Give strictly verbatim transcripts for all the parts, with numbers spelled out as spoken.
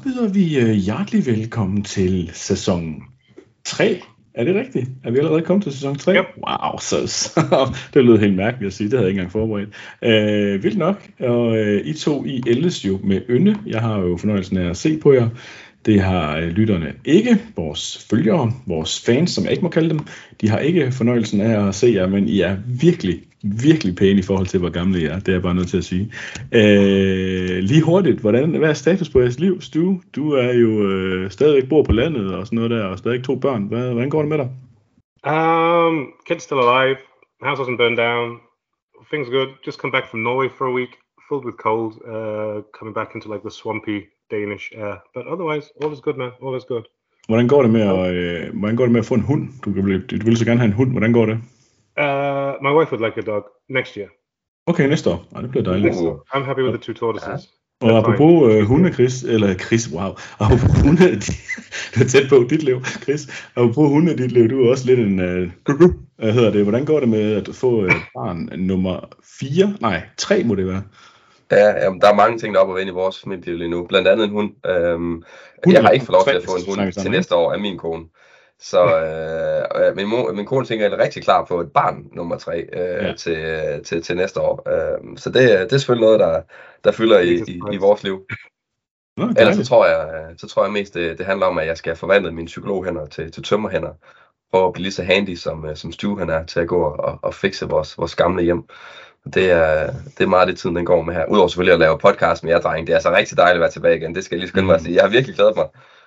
byder vi øh, hjertelig velkommen til sæson tre. Er det rigtigt? Er vi allerede kommet til sæson tre? Yep. Wow, så, så det lød helt mærkeligt at sige. Det havde jeg ikke engang forberedt. Øh, vildt nok. Og øh, I to, I ældes jo med ynde. Jeg har jo fornøjelsen af at se på jer. Det har øh, lytterne ikke. Vores følgere, vores fans, som jeg ikke må kalde dem, de har ikke fornøjelsen af at se jer, men I er virkelig, virkelig pæne i forhold til, hvor gamle I er. Det er jeg bare nødt til at sige. Øh, lige hurtigt, hvordan, hvad er status på jeres liv, Stu? Du er jo øh, stadigvæk bor på landet og sådan noget der, og stadig to børn. Hvad, hvordan går det med dig? Um, kid's still alive. House hasn't burned down. Things good. Just come back from Norway for a week, filled with cold. Uh, coming back into like the swampy Danish air. But otherwise, all is good, man. All is good. Hvordan går det med at, øh, hvordan går det med at få en hund? Du, kan blive, du vil så gerne have en hund. Hvordan går det? Uh, my wife would like a dog next year. Okay, næste år. Ah, det bliver dejligt. Next år. I'm happy with the two tortoises. Ja. Og apropos øh, hunde, Chris, eller Chris, wow, apropos hunde, du er tæt på dit liv, Chris, apropos hunde i dit liv, du er også lidt en, øh, hvad hedder det, hvordan går det med at få øh, barn nummer fire, nej, tre må det være? Ja, jamen, der er mange ting, der er op og vende i vores familie lige nu, blandt andet en hund. Øhm, jeg har ikke fået lov til at få en hund til næste år af min kone. Så øh, min, mor, min kone tænker er rigtig klar på et barn nummer tre øh, ja. til, til, til næste år. Øh, så det, det er selvfølgelig noget, der, der fylder i, i, i vores liv. Nå, ellers så tror, jeg, så tror jeg mest, det, det handler om, at jeg skal have forvandlet mine psykologhænder til, til tømmerhænder. For at blive lige så handy, som, som Stu han er, til at gå og, og fikse vores, vores gamle hjem. Det er, det er meget det tiden, den går med her. Udover selvfølgelig at lave podcast med jer, dreng. Det er så rigtig dejligt at være tilbage igen. Det skal jeg lige skynde mig at sige. Jeg har virkelig glædet mig.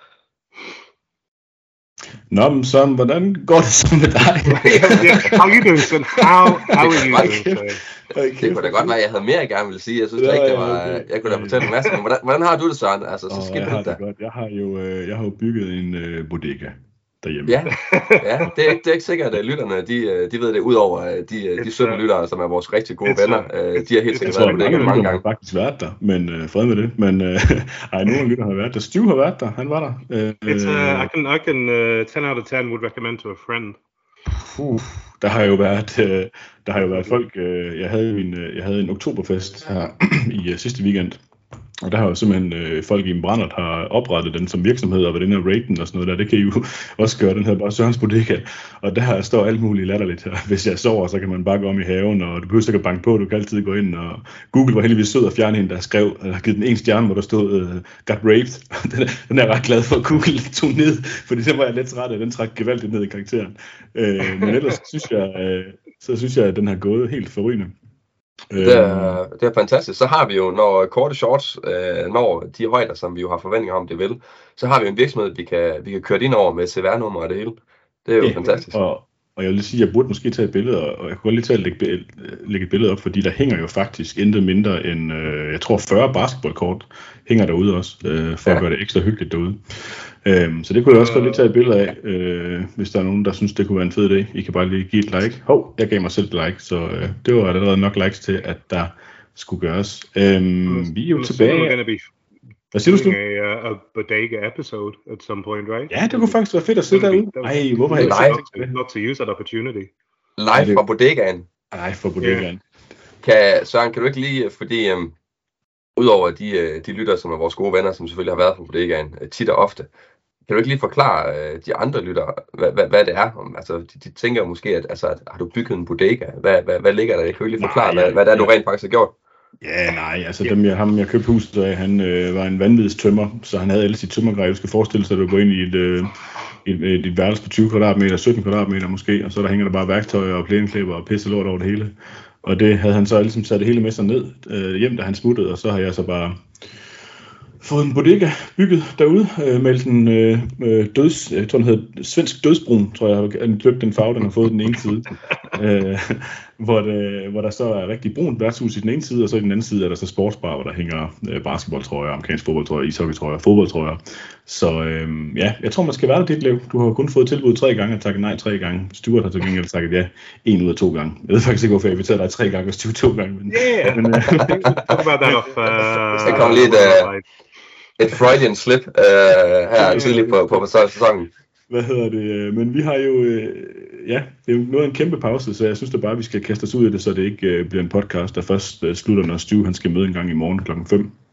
Nå, men Søren, hvordan går det så med dig? How are you doing, son? How, how are you doing, okay. Det kunne da godt være, at jeg havde mere, jeg gerne ville sige. Jeg synes ja, ikke, det var, jeg kunne da fortælle en masse. Men hvordan, hvordan har du det, Søren? Altså, så skidt jeg, har det godt. jeg har jo jeg har jo bygget en uh, bodega derhjemme. Ja, ja det, er ikke, det er ikke sikkert, at lytterne de, de ved det, udover de, de sytten lyttere, som er vores rigtig gode venner. De har helt sikkert været på bodegaen mange, mange gange. Jeg har faktisk været der, men uh, fred med det. Men uh, ej, nogle af lytterne har været der. Stu har været der, han var der. Uh, It's, uh, I can, I can uh, ten out of ten would recommend to a friend. Uh, der har jo været, uh, der har jo været folk. Uh, jeg havde en, uh, jeg havde en oktoberfest her i uh, sidste weekend. Og der har jo simpelthen øh, folk i en brændert har oprettet den som virksomhed, og hvad den her raten og sådan noget der, det kan I jo også gøre, den her bare Sørens Bodega. Og der står alt muligt latterligt her. Hvis jeg sover, så kan man bare gå om i haven, og du behøver ikke at banke på, du kan altid gå ind, og Google var heldigvis sød at fjerne hende, der skrev, og har givet den en stjerne, hvor der stod, uh, got raped. den, den er jeg ret glad for, at Google tog ned, fordi den var jeg lidt træt af, den trak gevaldigt ned i karakteren. Øh, men ellers synes jeg, øh, så synes jeg, at den har gået helt forrygende. Det er, det er fantastisk. Så har vi jo, når korte shorts øh, når de højder, som vi jo har forventninger om, det vil, så har vi en virksomhed, vi kan, vi kan køre det ind over med C V R-nummer og det hele. Det er jo ja, fantastisk. Og, og jeg vil sige, at jeg burde måske tage et billede, og jeg kunne godt lige tage at lægge, lægge et billede op, fordi der hænger jo faktisk intet mindre end, øh, jeg tror fyrre basketballkort hænger derude også, øh, for ja. at gøre det ekstra hyggeligt derude. Øhm, så det kunne jeg også godt lige tage et billede af, øh, hvis der er nogen, der synes, det kunne være en fed idé. I kan bare lige give et like. Hov, jeg gav mig selv et like, så øh, det var allerede nok likes til, at der skulle gøres. Øhm, vi er jo tilbage. Hvad siger du, Stu? A, a bodega episode at some point, right? Ja, det kunne faktisk være fedt at sidde derude. Ej, hvorfor har jeg ikke tænkt not to use that opportunity. Live fra bodegaen. Nej, fra bodegaen. Yeah. Kan, Søren, kan du ikke lige, fordi um, udover de, de lytter, som er vores gode venner, som selvfølgelig har været på bodegaen tit og ofte, kan du ikke lige forklare uh, de andre lyttere, hvad, hvad, hvad det er? Altså, de, de tænker måske, at altså, har du bygget en bodega? Hvad, hvad, hvad ligger der? Jeg kan jo lige forklare, nej, hvad, hvad det er, du rent faktisk har gjort. Ja, nej, altså dem, jeg, ham jeg købte huset af, han øh, var en vanvidstømmer, så han havde alle sit tømmergrej. Du skal forestille sig, at du går ind i et, øh, et, et, et værelse på tyve kvadratmeter, sytten kvadratmeter måske, og så der hænger der bare værktøjer og plæneklæber og pisse lort over det hele. Og det havde han så ligesom sat det hele med sig ned øh, hjem, da han smuttede, og så har jeg så bare fået en bodega bygget derude, øh, med den øh, døds, jeg tror den hedder svensk dødsbrun, tror jeg, har købt den farve, den har fået den ene side, øh, hvor, det, hvor der så er rigtig brunt værtshus i den ene side, og så i den anden side er der så sportsbar, hvor der hænger øh, basketballtrøjer, amerikansk fodboldtrøjer, ishockeytrøjer, fodboldtrøjer. Så øh, ja, jeg tror man skal være der dit liv. Du har kun fået tilbud tre gange og takket nej tre gange. Stuart har til gengæld sagt ja en ud af to gange. Jeg ved faktisk ikke, hvorfor jeg inviterede dig tre gange og Stuart to gange. Men, yeah, men, uh, talk about that of, uh, så kom lige et, uh, et Freudian slip uh, her tidligt på, på, på sæsonen. Hvad hedder det? Men vi har jo, øh, ja, det er jo noget af en kæmpe pause, så jeg synes da bare, at vi skal kaste os ud i det, så det ikke øh, bliver en podcast, der først øh, slutter, når Stu han skal møde en gang i morgen klokken fem.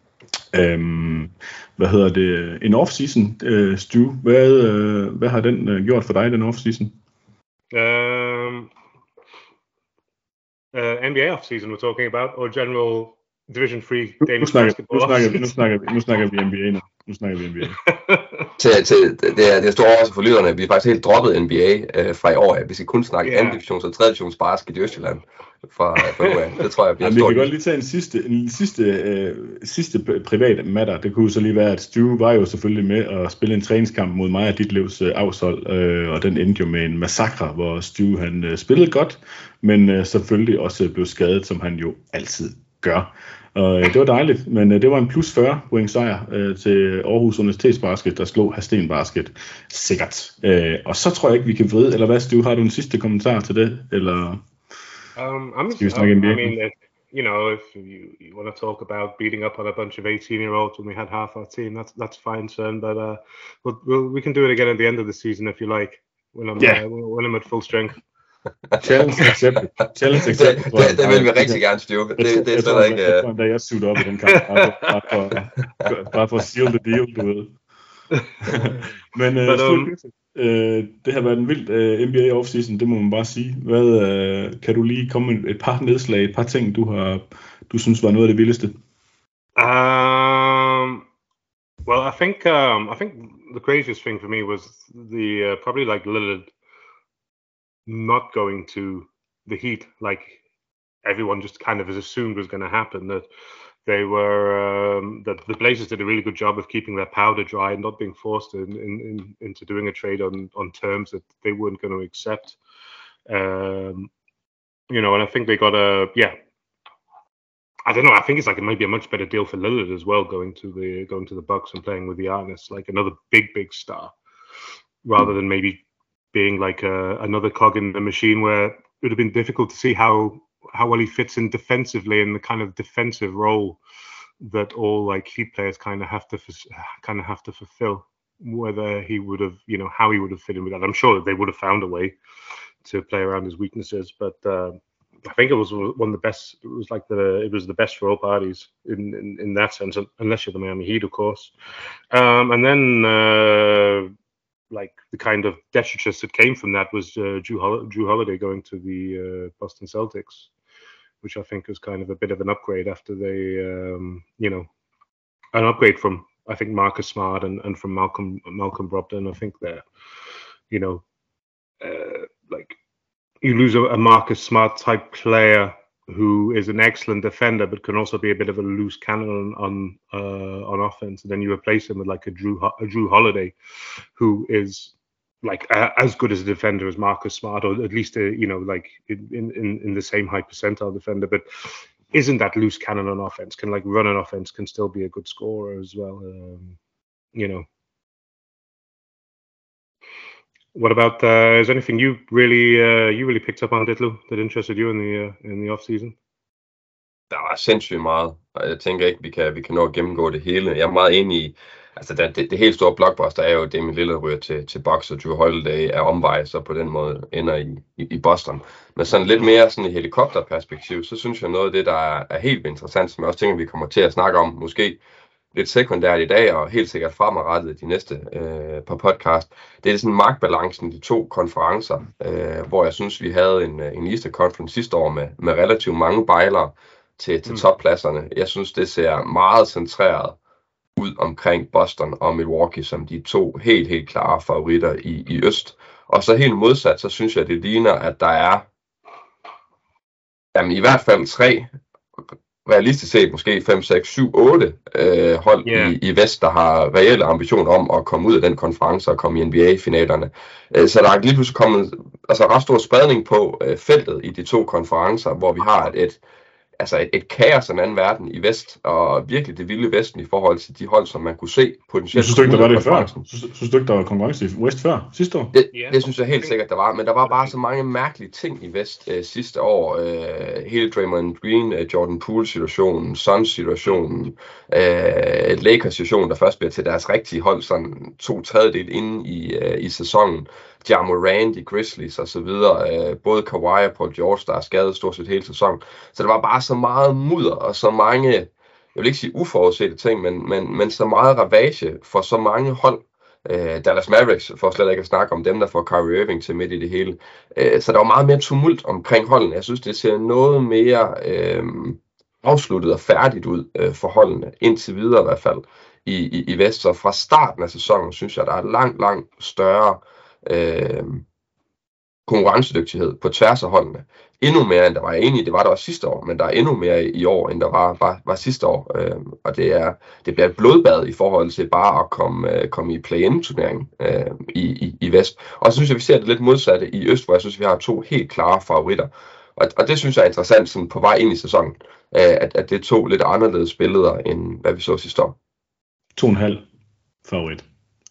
Øhm, hvad hedder det? En off-season, øh, Stu. Hvad, øh, hvad har den øh, gjort for dig, den off-season? Um, uh, N B A off-season we're talking about, or general Division three Danish nu snakker, basketball? Nu snakker, vi, nu, snakker vi, nu snakker vi N B A nu. Nu snakker vi N B A. til, til, det, er, det er store overraskelse for lytterne. Vi har faktisk helt droppet N B A øh, fra i år. Vi skal kun snakke yeah. anden divisions og tredje divisions basket i Østjylland fra, fra nu af. Det tror jeg bliver ja, stort. Vi kan godt lige tage en sidste, en sidste, øh, sidste private matter. Det kunne så lige være, at Stu var jo selvfølgelig med at spille en træningskamp mod mig og Ditlevs øh, afshold, øh, og den endte jo med en massakre, hvor Stu han øh, spillede godt, men øh, selvfølgelig også blev skadet, som han jo altid gør. Og det var dejligt, men det var en plus fyrre point sejr øh, til Aarhus Universitetsbasket, der slog Hadsten Basket sikkert. Øh, og så tror jeg ikke, vi kan vride, eller hvad, Stu, har du en sidste kommentar til det? Eller um, I'm, skal vi snakke um, N B A? I mean, if, you know, if you, you want to talk about beating up on a bunch of eighteen-year-olds when we had half our team, that's that's fine, son. But uh, we'll, we'll, we can do it again at the end of the season if you like, when I'm, yeah. uh, when I'm at full strength. Challenge accepted. Challenge accepted. Det, det, det vil vi rigtig gerne styrke. Det, det, det er slet ikke... Jeg tror, da jeg suger op i den kamp, bare for, bare for, bare for at seal the deal, du ved. Men uh, But, um, uh, det har været en vild uh, N B A offseason, det må man bare sige. Hvad, uh, kan du lige komme med et par nedslag, et par ting, du har, du synes var noget af det vildeste? Um, well, I think um, I think the craziest thing for me was the uh, probably like Lillard not going to the Heat, like everyone just kind of assumed was going to happen, that they were um, that the Blazers did a really good job of keeping their powder dry and not being forced in, in, in, into doing a trade on, on terms that they weren't going to accept. Um, you know, and I think they got a yeah. I don't know. I think it's like it might be a much better deal for Lillard as well, going to the going to the Bucks and playing with Giannis, like another big big star, rather than maybe being like a, another cog in the machine, where it would have been difficult to see how how well he fits in defensively in the kind of defensive role that all like Heat players kind of have to kind of have to fulfill. Whether he would have, you know, how he would have fit in with that. I'm sure that they would have found a way to play around his weaknesses, but uh, I think it was one of the best. It was like the it was the best for all parties in in, in that sense, unless you're the Miami Heat, of course. Um, and then. Uh, Like the kind of detritus that came from that was uh, Drew, Hol- Drew Holiday going to the uh, Boston Celtics, which I think was kind of a bit of an upgrade after they, um, you know, an upgrade from I think Marcus Smart and, and from Malcolm Malcolm Brogdon. I think they're, you know, uh, like you lose a, a Marcus Smart type player who is an excellent defender, but can also be a bit of a loose cannon on uh, on offense. And then you replace him with like a Drew a Drew Holiday, who is like uh, as good as a defender as Marcus Smart, or at least a, you know, like in, in in the same high percentile defender, but isn't that loose cannon on offense? Can like run an offense, can still be a good scorer as well. Um, you know. What about? Uh, is there anything you really uh, you really picked up on, Ditlev, that interested you in the uh, in the off season? Der var sindssygt meget, og jeg tænker ikke, vi kan vi kan nå at gennemgå det hele. Jeg er meget enig i, altså det, det, det helt store blockbuster er jo det, min lille ryger til til Bucks, og Drew Holiday er omvej, så på den måde ender i, i i Boston. Men sådan lidt mere sådan i helikopterperspektiv, så synes jeg noget af det, der er, er helt interessant, som jeg også tænker, vi kommer til at snakke om, måske lidt sekundært i dag, og helt sikkert fremadrettet de næste øh, par podcast, det er sådan magtbalancen i de to konferencer, øh, hvor jeg synes, vi havde en, en Eastern Conference sidste år med, med relativt mange bejlere til, til toppladserne. Jeg synes, det ser meget centreret ud omkring Boston og Milwaukee, som de to helt, helt klare favoritter i, i øst. Og så helt modsat, så synes jeg, det ligner, at der er jamen, i hvert fald tre, realistisk set måske fem, seks, syv, otte øh, hold yeah. i, i vest, der har reelle ambitioner om at komme ud af den konference og komme i N B A-finalerne. Øh, så der er lige pludselig kommet altså, ret stor spredning på øh, feltet i de to konferencer, hvor vi har et, et altså et, et kaos af en anden verden i vest, og virkelig det vilde vesten i forhold til de hold, som man kunne se potentielt. Synes du ikke, der var det før? Synes du ikke, der var konkurrence i West før, sidste år? Det, yeah. det synes jeg helt sikkert, der var, men der var bare så mange mærkelige ting i vest øh, sidste år. Øh, hele Draymond Green, øh, Jordan Poole-situationen, Suns-situationen, øh, Lakers-situationen, der først bliver til deres rigtige hold, sådan to tredjedel inde i, øh, i sæsonen. Ja Morant i Grizzlies og så videre. Øh, både Kawhi og Paul George, der er skadet stort set hele sæsonen. Så der var bare så meget mudder og så mange jeg vil ikke sige uforudsete ting, men, men, men så meget ravage for så mange hold. Øh, Dallas Mavericks, for slet ikke at snakke om dem, der får Kyrie Irving til midt i det hele. Øh, så der var meget mere tumult omkring holdene. Jeg synes, det ser noget mere øh, afsluttet og færdigt ud øh, for holdene, indtil videre i hvert fald, i, i, i vest. Så fra starten af sæsonen, synes jeg, der er langt, langt større øh, konkurrencedygtighed på tværs af holdene. Endnu mere, end der var enig, det var der også sidste år, men der er endnu mere i år, end der var, var, var sidste år. Øh, og det, er, det bliver et blodbad i forhold til bare at komme, øh, komme i play-in-turneringen øh, i, i, i vest. Og så synes jeg, vi ser det lidt modsatte i øst, hvor jeg synes, vi har to helt klare favoritter. Og, og det synes jeg er interessant sådan på vej ind i sæsonen, øh, at, at det er to lidt anderledes billeder, end hvad vi så sidste år. To og en halv favorit.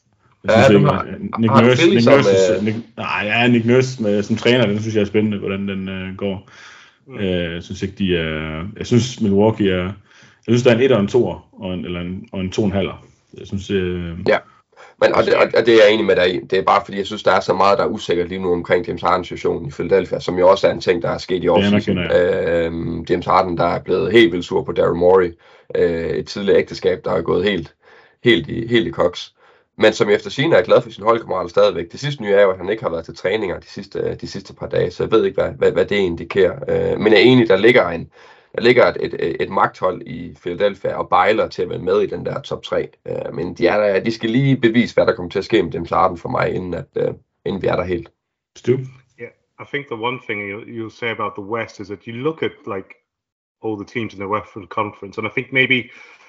Jeg synes, ja, ikke, Nick Nurse, Nick Nurse, øh... Nick, nej, ja, Nick Nurse med, som træner, den synes jeg er spændende, hvordan den øh, går. Mm. Øh, jeg synes ikke, de er... Jeg synes, Milwaukee er... Jeg synes, der er en et og en toer, og en, eller en, og en to og en halver. Jeg synes... Øh... Ja, men, og, det, og det er jeg enig med dig i. Det er bare fordi, jeg synes, der er så meget, der er usikkert lige nu omkring James Hardens situation i Philadelphia, som jo også er en ting, der er sket i offseason. Øh, James Harden, der er blevet helt vildt sur på Daryl Morey. Øh, et tidligere ægteskab, der er gået helt, helt, i, helt i koks. Men som efter sigende er glad for sine holdkammerater stadigvæk. Det sidste nye er jo, at han ikke har været til træninger de sidste, de sidste par dage, så jeg ved ikke, hvad, hvad, hvad det indikerer. Øh, men jeg er enig, der ligger, en, der ligger et, et, et magthold i Philadelphia og bejler til at være med i den der top tre. Øh, men de, er der, de skal lige bevise, hvad der kommer til at ske med James Harden for mig, inden, at, uh, inden vi er der helt. Stu? Yeah, I think the one thing you, you'll say about the West is that you look at like all the teams in the Western Conference, and I think maybe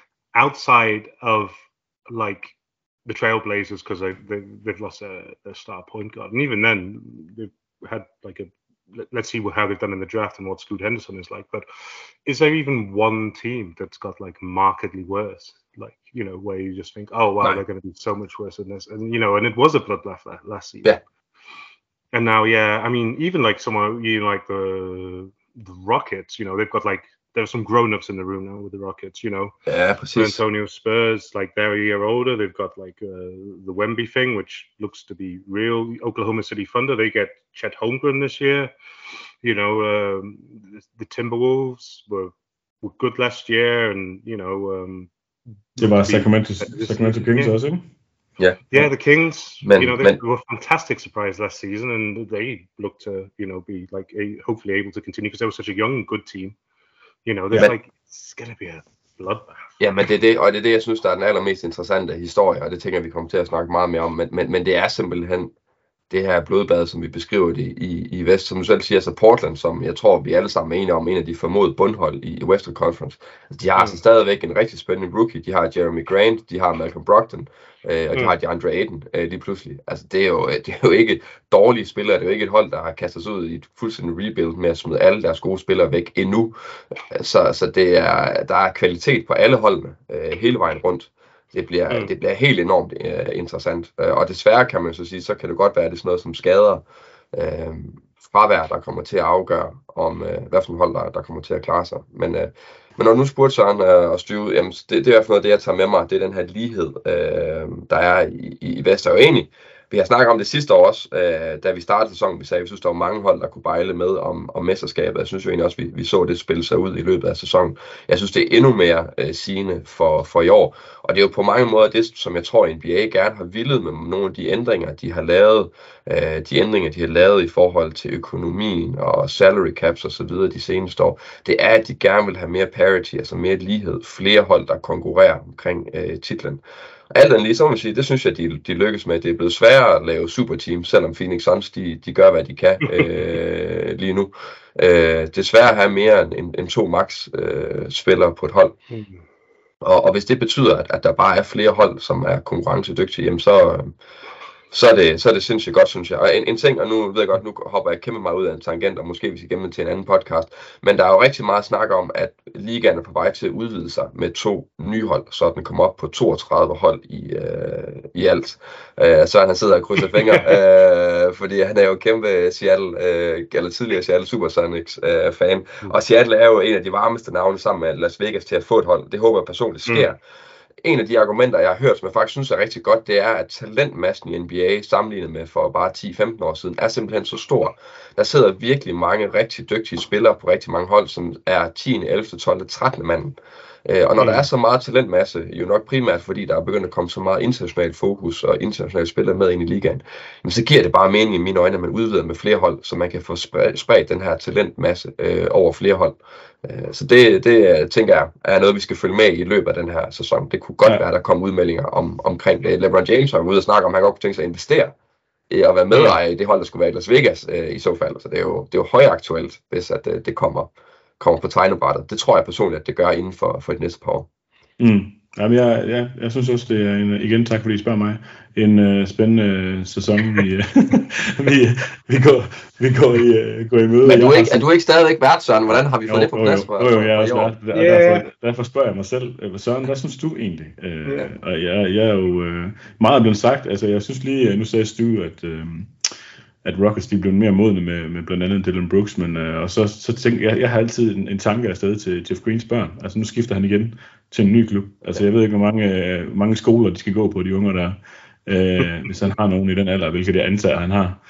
outside of like the Trailblazers, because they, they, they've lost their, their star point guard. And even then, they've had like a, let's see how they've done in the draft and what Scoot Henderson is like. But is there even one team that's got like markedly worse? Like, you know, where you just think, oh, wow, no. They're going to be so much worse than this. And, you know, and it was a bloodbath last season. Yeah. And now, yeah, I mean, even like someone, you know, like the, the Rockets, you know, they've got like, there's some grown-ups in the room now with the Rockets, you know. Yeah, San Antonio Spurs, like they're a year older. They've got like uh, the Wemby thing, which looks to be real. Oklahoma City Thunder, they get Chet Holmgren this year. You know, um, the, the Timberwolves were were good last year, and you know, um, det var Sacramento, Sacramento Kings yeah. også, ikke? Yeah, yeah, the Kings. Men, you know, they men, were a fantastic surprise last season, and they look to, you know, be like a, hopefully able to continue because they were such a young, good team. You know, there's men, like it's gonna be a bloodbath. Ja, men det er det, og det er det, jeg synes, der er den allermest interessante historie, og det tænker vi kommer til at snakke meget mere om, men, men, men det er simpelthen det her blodbad, som vi beskriver det i, i Vest, som du selv siger, så Portland, som jeg tror, vi alle sammen er enige om, en af de formodede bundhold i Western Conference. Altså, de har mm. altså stadigvæk en rigtig spændende rookie. De har Jeremy Grant, de har Malcolm Brogdon, øh, og de mm. har DeAndre Ayton øh, lige pludselig. Altså, det er, jo, det er jo ikke dårlige spillere, det er jo ikke et hold, der har kastet sig ud i et fuldstændig rebuild med at smide alle deres gode spillere væk endnu. Så, så det er, der er kvalitet på alle holdene øh, hele vejen rundt. Det bliver, mm. det bliver helt enormt uh, interessant. Uh, og desværre kan man så sige, så kan det godt være, at det er sådan noget som skader uh, fravær, der kommer til at afgøre, om uh, hvad for en hold, der, der kommer til at klare sig. Men, uh, men når du nu spurgte Søren uh, og Styve, jamen, det, det er i hvert fald noget, det jeg tager med mig, det er den her lighed, uh, der er i, i, i Vest. Jeg er jo enig. Vi har snakket om det sidste år også, øh, da vi startede sæsonen. Vi sagde, at vi synes, der var mange hold, der kunne bejle med om, om mesterskabet. Jeg synes jo egentlig også, at vi, vi så det spille sig ud i løbet af sæsonen. Jeg synes, det er endnu mere øh, sigende for, for i år. Og det er jo på mange måder det, som jeg tror, N B A gerne har villet med nogle af de ændringer, de har lavet. Øh, de ændringer, de har lavet i forhold til økonomien og salary caps og så videre de seneste år. Det er, at de gerne vil have mere parity, altså mere lighed. Flere hold, der konkurrerer omkring øh, titlen. Alt andet lige, så må man sige, det synes jeg, de, de lykkes med. Det er blevet sværere at lave superteam, selvom Phoenix Suns, de, de gør, hvad de kan øh, lige nu. Øh, det er svært at have mere end, end, end to max øh, spillere på et hold. Og, og hvis det betyder, at, at der bare er flere hold, som er konkurrencedygtige, jamen så... Øh, Så er, det, så er det sindssygt godt, synes jeg. Og en, en ting, og nu ved jeg godt, nu hopper jeg kæmpe meget ud af en tangent, og måske vi skal gemme det til en anden podcast, men der er jo rigtig meget snak om, at ligaen er på vej til at udvide sig med to nye hold, så den kommer op på toogtredive hold i, øh, i alt. Øh, så han sidder og krydser fingre, øh, fordi han er jo kæmpe Seattle, øh, eller tidligere Seattle Supersonics øh, fan, og Seattle er jo en af de varmeste navne sammen med Las Vegas til at få et hold. Det håber jeg personligt sker. Mm. En af de argumenter, jeg har hørt, som jeg faktisk synes er rigtig godt, det er, at talentmassen i N B A, sammenlignet med for bare ti femten år siden, er simpelthen så stor. Der sidder virkelig mange rigtig dygtige spillere på rigtig mange hold, som er tiende, ellevte, tolvte, trettende manden. Øh, og når mm. der er så meget talentmasse, jo nok primært fordi der er begyndt at komme så meget internationalt fokus og internationale spillere med ind i ligaen, men så giver det bare mening i mine øjne, at man udvider med flere hold, så man kan få spredt den her talentmasse øh, over flere hold. Øh, så det, det tænker jeg er noget, vi skal følge med i løbet af den her sæson. Det kunne godt ja. være, at der kommer udmeldinger om, omkring det. LeBron James har ude og snakke om, at han godt kunne tænke sig at investere i at være medejer i det hold, der skulle være i Las Vegas øh, i så fald. Så det er jo, det er jo højaktuelt, hvis at, øh, det kommer, kommer på tegnebrættet. Det tror jeg personligt, at det gør inden for, for de næste par år. Mm. Jamen, jeg, ja, jeg synes også, det er en, igen tak fordi I spørger mig, en uh, spændende uh, sæson, vi, uh, vi, vi, går, vi går, i, uh, går i møde. Men du er, ikke, er du ikke stadigvæk vært, Søren? Hvordan har vi fået jo, det på plads? Jo, jo, jo, jeg er også vært. Der, yeah. derfor, derfor spørger jeg mig selv, Søren, hvad synes du egentlig? Uh, yeah. Og jeg, jeg er jo uh, meget blevet sagt, altså jeg synes lige, nu sagde Stu, at... Uh, at Rockets de blev mere modne med, med blandt andet Dylan Brooks, men øh, og så, så tænker jeg, jeg har altid en, en tanke afsted til Jeff Greens børn. Altså nu skifter han igen til en ny klub. Altså jeg ved ikke, hvor mange, øh, mange skoler de skal gå på, de unger der, øh, hvis han har nogen i den alder, hvilket jeg antager, han har.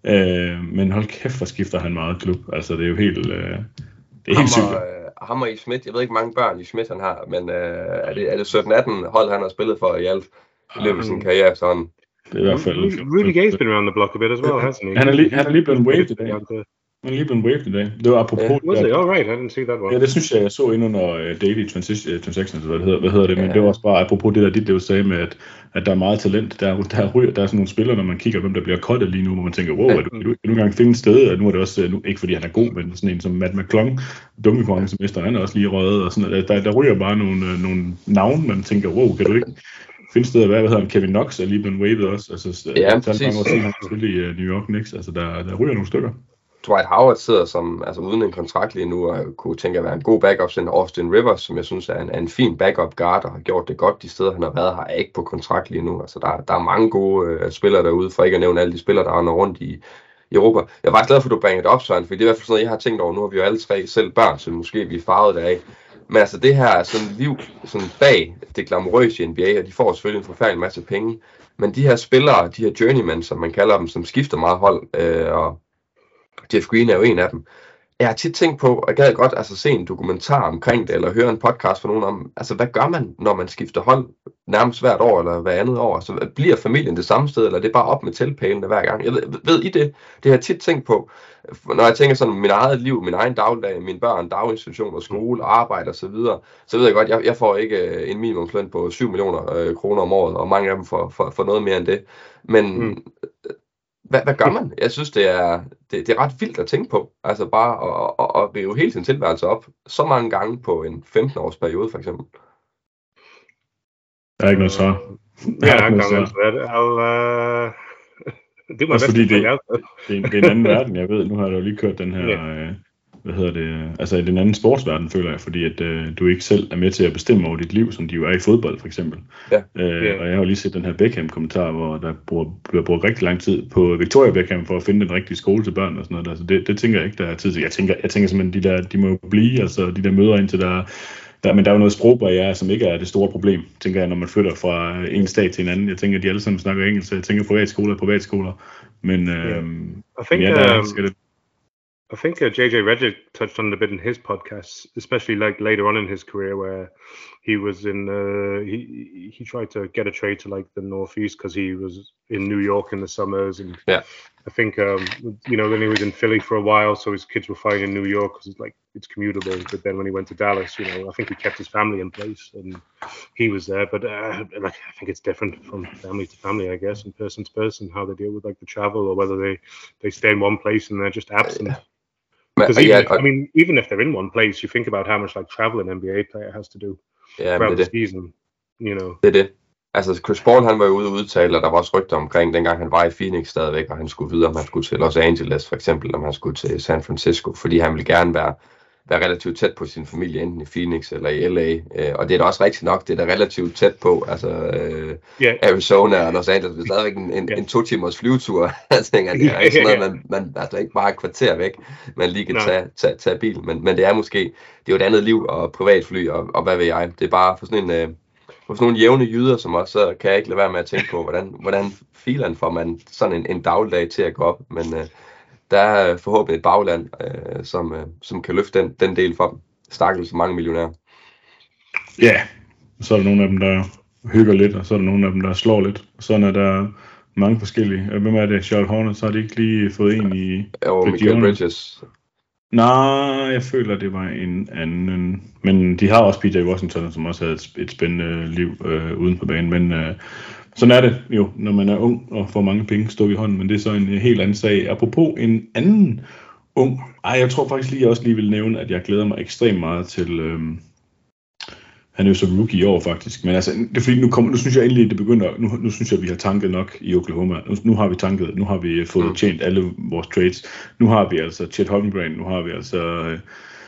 Øh, men hold kæft, hvor skifter han meget klub. Altså det er jo helt, øh, det er helt sygt. Hammer i Schmidt, jeg ved ikke, hvor mange børn i Schmidt han har, men øh, er det, er det sytten atten hold, han har spillet for i alt i løbet af sin karriere, sådan. Det er i hvert fald... Rudy Gay's been around the block a bit as well, hasn't he? Han er lige, han er lige blevet waived i dag. Han er lige blevet waived i dag. Det var apropos... Yeah. Was it? Oh, right. I didn't see that one. Ja, det synes jeg, jeg så ind under uh, Daily Transition, Transactions, hvad det hedder, hvad hedder det, men yeah. det var også bare apropos det der, dit det sagde med, at, at der er meget talent. Der, der, ryger, der er sådan nogle spillere, når man kigger, hvem der bliver cuttet lige nu, hvor man tænker, wow, er du, er du, er du engang finde et sted? Og nu er det også, nu, ikke fordi han er god, men sådan en som Matt McClung, dunkekonkurrencemester, han er også lige røget, og sådan, der, der ryger bare nogle, nogle navne, man tænker, wow, kan du ikke... Findes det hvad, hvad hedder han, Kevin Knox er lige blevet waived også, altså ja, præcis. Mange år siden, han spillede i uh, New York Knicks, altså der, der ryger nogle stykker. Dwight Howard sidder som, altså uden en kontrakt lige nu, og kunne tænke at være en god backup til Austin Rivers, som jeg synes er en, er en fin backup guard, og har gjort det godt de steder, han har været, har ikke på kontrakt lige nu, altså der, der er mange gode uh, spillere derude, for ikke at nævne alle de spillere, der render rundt i, i Europa. Jeg var glad for, at du bringer det op, Søren, for det er i hvert fald sådan noget, jeg har tænkt over, nu har vi jo alle tre selv børn, så måske vi er farvet deraf. Men altså det her er sådan liv sådan bag det glamourøse i N B A, og de får selvfølgelig en forfærdelig masse penge. Men de her spillere, de her journeymen, som man kalder dem, som skifter meget hold, øh, og Jeff Green er jo en af dem. Jeg har tit tænkt på, og jeg gad godt altså, se en dokumentar omkring det, eller høre en podcast fra nogen om, altså hvad gør man, når man skifter hold nærmest hvert år, eller hver andet år? Altså bliver familien det samme sted, eller er det bare op med teltpælene hver gang? Jeg ved, ved I det? Det har jeg tit tænkt på, når jeg tænker sådan min eget liv, min egen dagligdag, mine børn, daginstitutioner, skole, arbejde osv., så, så ved jeg godt, jeg, jeg får ikke en minimumsløn på syv millioner øh, kroner om året, og mange af dem får, får, får noget mere end det. Men... Mm. Hvad, hvad gør man? Jeg synes, det er, det, det er ret vildt at tænke på. Altså bare at, at, at rive hele sin tilværelse op så mange gange på en femten-års periode, for eksempel. Der er ikke noget svar. Ja, der er ikke noget svar. Uh... Det var også fordi det, det, det er en anden verden, jeg ved. Nu har jeg jo lige kørt den her... Yeah. Hvad hedder det, altså i den anden sportsverden, føler jeg, fordi at øh, du ikke selv er med til at bestemme over dit liv, som de jo er i fodbold, for eksempel. Ja. Øh, yeah. Og jeg har jo lige set den her Beckham-kommentar, hvor der bliver brugt rigtig lang tid på Victoria Beckham for at finde den rigtige skole til børn og sådan noget. Altså det, det tænker jeg ikke, der er tid til. Jeg tænker, jeg tænker simpelthen, de der, de må jo blive, altså de der møder indtil der, der, men der er jo noget sprogbarriere, som ikke er det store problem, tænker jeg, når man flytter fra en stat til en anden. Jeg tænker, at de alle sammen snakker engelsk, jeg tænker privatskoler og privatskoler, men øh, yeah. I think, ja, der um... skal det. I think uh, J J Redick touched on it a bit in his podcast, especially like later on in his career, where he was in, uh, he he tried to get a trade to like the Northeast because he was in New York in the summers, and yeah. I think um, you know then he was in Philly for a while, so his kids were fine in New York because it's like it's commutable. But then when he went to Dallas, you know, I think he kept his family in place and he was there. But uh, like I think it's different from family to family, I guess, and person to person how they deal with like the travel or whether they they stay in one place and they're just absent. Yeah. Because even, yeah, I mean, even if they're in one place, you think about how much like travel an N B A player has to do yeah, throughout the season, you know. Det er det. Altså Chris Paul, han var jo ude og udtale, og der var også rygter omkring, dengang han var i Phoenix stadigvæk, og han skulle videre, om han skulle til Los Angeles for eksempel, om han skulle til San Francisco, fordi han ville gerne være, være relativt tæt på sin familie, enten i Phoenix eller i L A. Øh, og det er da også rigtigt nok, det er da relativt tæt på, altså øh, yeah. Arizona og Los Angeles, det er stadigvæk en, en, yeah. en to timers flyvetur. Jeg tænker, det er ikke sådan noget, man, man altså ikke bare et kvarter væk, man lige kan no. tage, tage, tage bil, men, men det er måske, det er jo et andet liv og privatfly, og, og hvad ved jeg, det er bare for sådan en... Øh, For sådan nogle jævne jyder som os, så kan jeg ikke lade være med at tænke på, hvordan, hvordan filen får man sådan en, en dagligdag til at gå op. Men øh, der er forhåbentlig et bagland, øh, som, øh, som kan løfte den, den del for dem. Stakkels mange millionærer. Ja, så er der nogle af dem, der hygger lidt, og så er der nogle af dem, der slår lidt. Og sådan er der mange forskellige. Hvem er det? Charlotte Hornets, så har de ikke lige fået en i... Jo, Michael Bridges. Nej, jeg føler, det var en anden. Men de har også P J Washington, som også havde et, et spændende liv øh, uden på banen. Men øh, sådan er det jo, når man er ung og får mange penge stå i hånden. Men det er så en helt anden sag. Apropos en anden ung. Ej, jeg tror faktisk lige, jeg også lige vil nævne, at jeg glæder mig ekstremt meget til... Øh, han er jo så rookie i år faktisk, men altså, det er fordi, nu, kommer, nu synes jeg endelig, det begynder, nu, nu synes jeg, at vi har tanket nok i Oklahoma. Nu, nu har vi tanket, nu har vi fået mm. tjent alle vores trades. Nu har vi altså Chet Holmgren, nu har vi altså uh,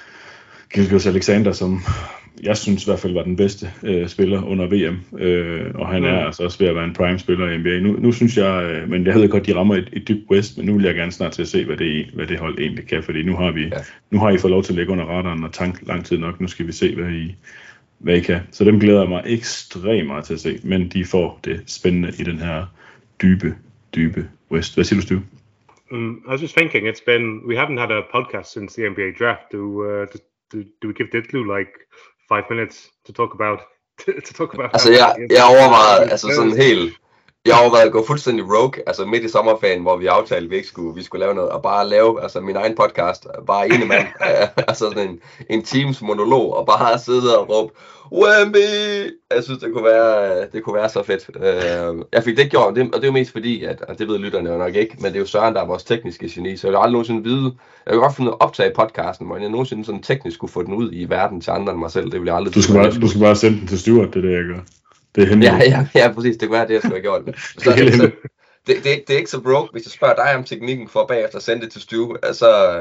Gilgeous Alexander, som jeg synes i hvert fald var den bedste uh, spiller under V M, uh, og han mm. er altså også ved at være en prime-spiller i N B A. Nu, nu synes jeg, uh, men jeg ved godt, de rammer et, et dybt West, men nu vil jeg gerne snart til at se, hvad det, hvad det hold egentlig kan, fordi nu har vi, ja. nu har I fået lov til at lægge under radaren og tanke lang tid nok. Nu skal vi se, hvad I hvad I kan. Så dem glæder jeg mig ekstremt meget til at se, men de får det spændende i den her dybe, dybe West. Hvad siger du, Steve? Um, I was just thinking, it's been, we haven't had a podcast since the N B A draft. Do, uh, do, do we give Ditlu like five minutes to talk about, to, to talk about? Altså, jeg, jeg overvejede, altså sådan helt, jeg overvejede at gå fuldstændig rogue, altså midt i sommerferien, hvor vi aftalte, at vi ikke skulle, vi skulle lave noget, og bare lave, altså min egen podcast, bare ene mand, altså sådan en, en teams monolog, og bare sidde og råbe, Wemby! Jeg synes, det kunne være, det kunne være så fedt. Jeg fik det ikke gjort, og det, og det er jo mest fordi, at, og det ved lytterne jo nok ikke, men det er jo Søren, der er vores tekniske geni, så jeg vil aldrig nogensinde vide, jeg vil godt finde at optage podcasten, men jeg nogensinde sådan teknisk kunne få den ud i verden til andre end mig selv, det vil jeg aldrig. Du skal, bare, du skal bare sende den til Stuart, det er det, jeg gør. Det er hemmeligt. Ja, ja, ja, præcis. Det kunne være det, jeg skulle have gjort. Så, det, så, det, det, det er ikke så broke, hvis jeg spørger dig om teknikken for bagefter at sende det til Stu. Altså,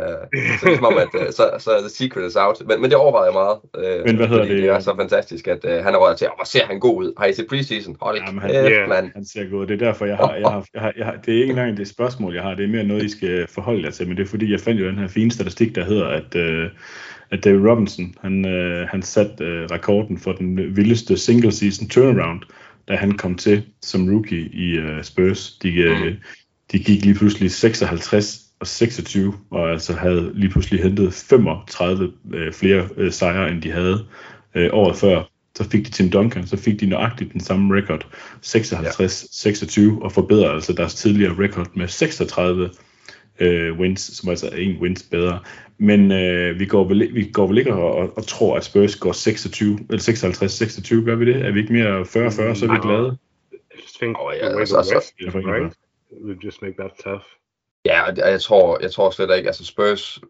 så er det som om, at så, så the secret is out. Men, men det overvejede jeg meget. Men hvad hedder det? Det er så fantastisk, at uh, han er røget til, hvor ser han god ud. Har I set preseason? Hold Jamen, han, kæft, yeah, mand. Han ser god. Det er derfor, jeg har, jeg har, jeg har, jeg har, det er ikke engang det spørgsmål, jeg har. Det er mere noget, I skal forholde jer til. Men det er fordi, jeg fandt jo den her fine statistik, der hedder, at... Uh, at David Robinson, han, øh, han satte øh, rekorden for den vildeste single season turnaround, da han kom til som rookie i øh, Spurs. De, øh, mm. de gik lige pludselig seksoghalvtreds og seksogtyve, og altså havde lige pludselig hentet femogtredive øh, flere øh, sejre, end de havde øh, året før. Så fik de Tim Duncan, så fik de nøjagtigt den samme record, seksoghalvtreds seksogtyve, og forbedrede altså deres tidligere record med seksogtredive øh, wins, som altså er en wins bedre. Men øh, vi, går vel, vi går vel ikke og, og, og tror, at Spurs går seksogtyve, eller seksoghalvtreds seksogtyve, gør vi det? Er vi ikke mere fyrre fyrre, så er vi glade? I just think oh, the yeah, way altså, the West altså, is, right? It would just make that tough. Ja, og jeg tror, jeg tror slet ikke, altså Spurs,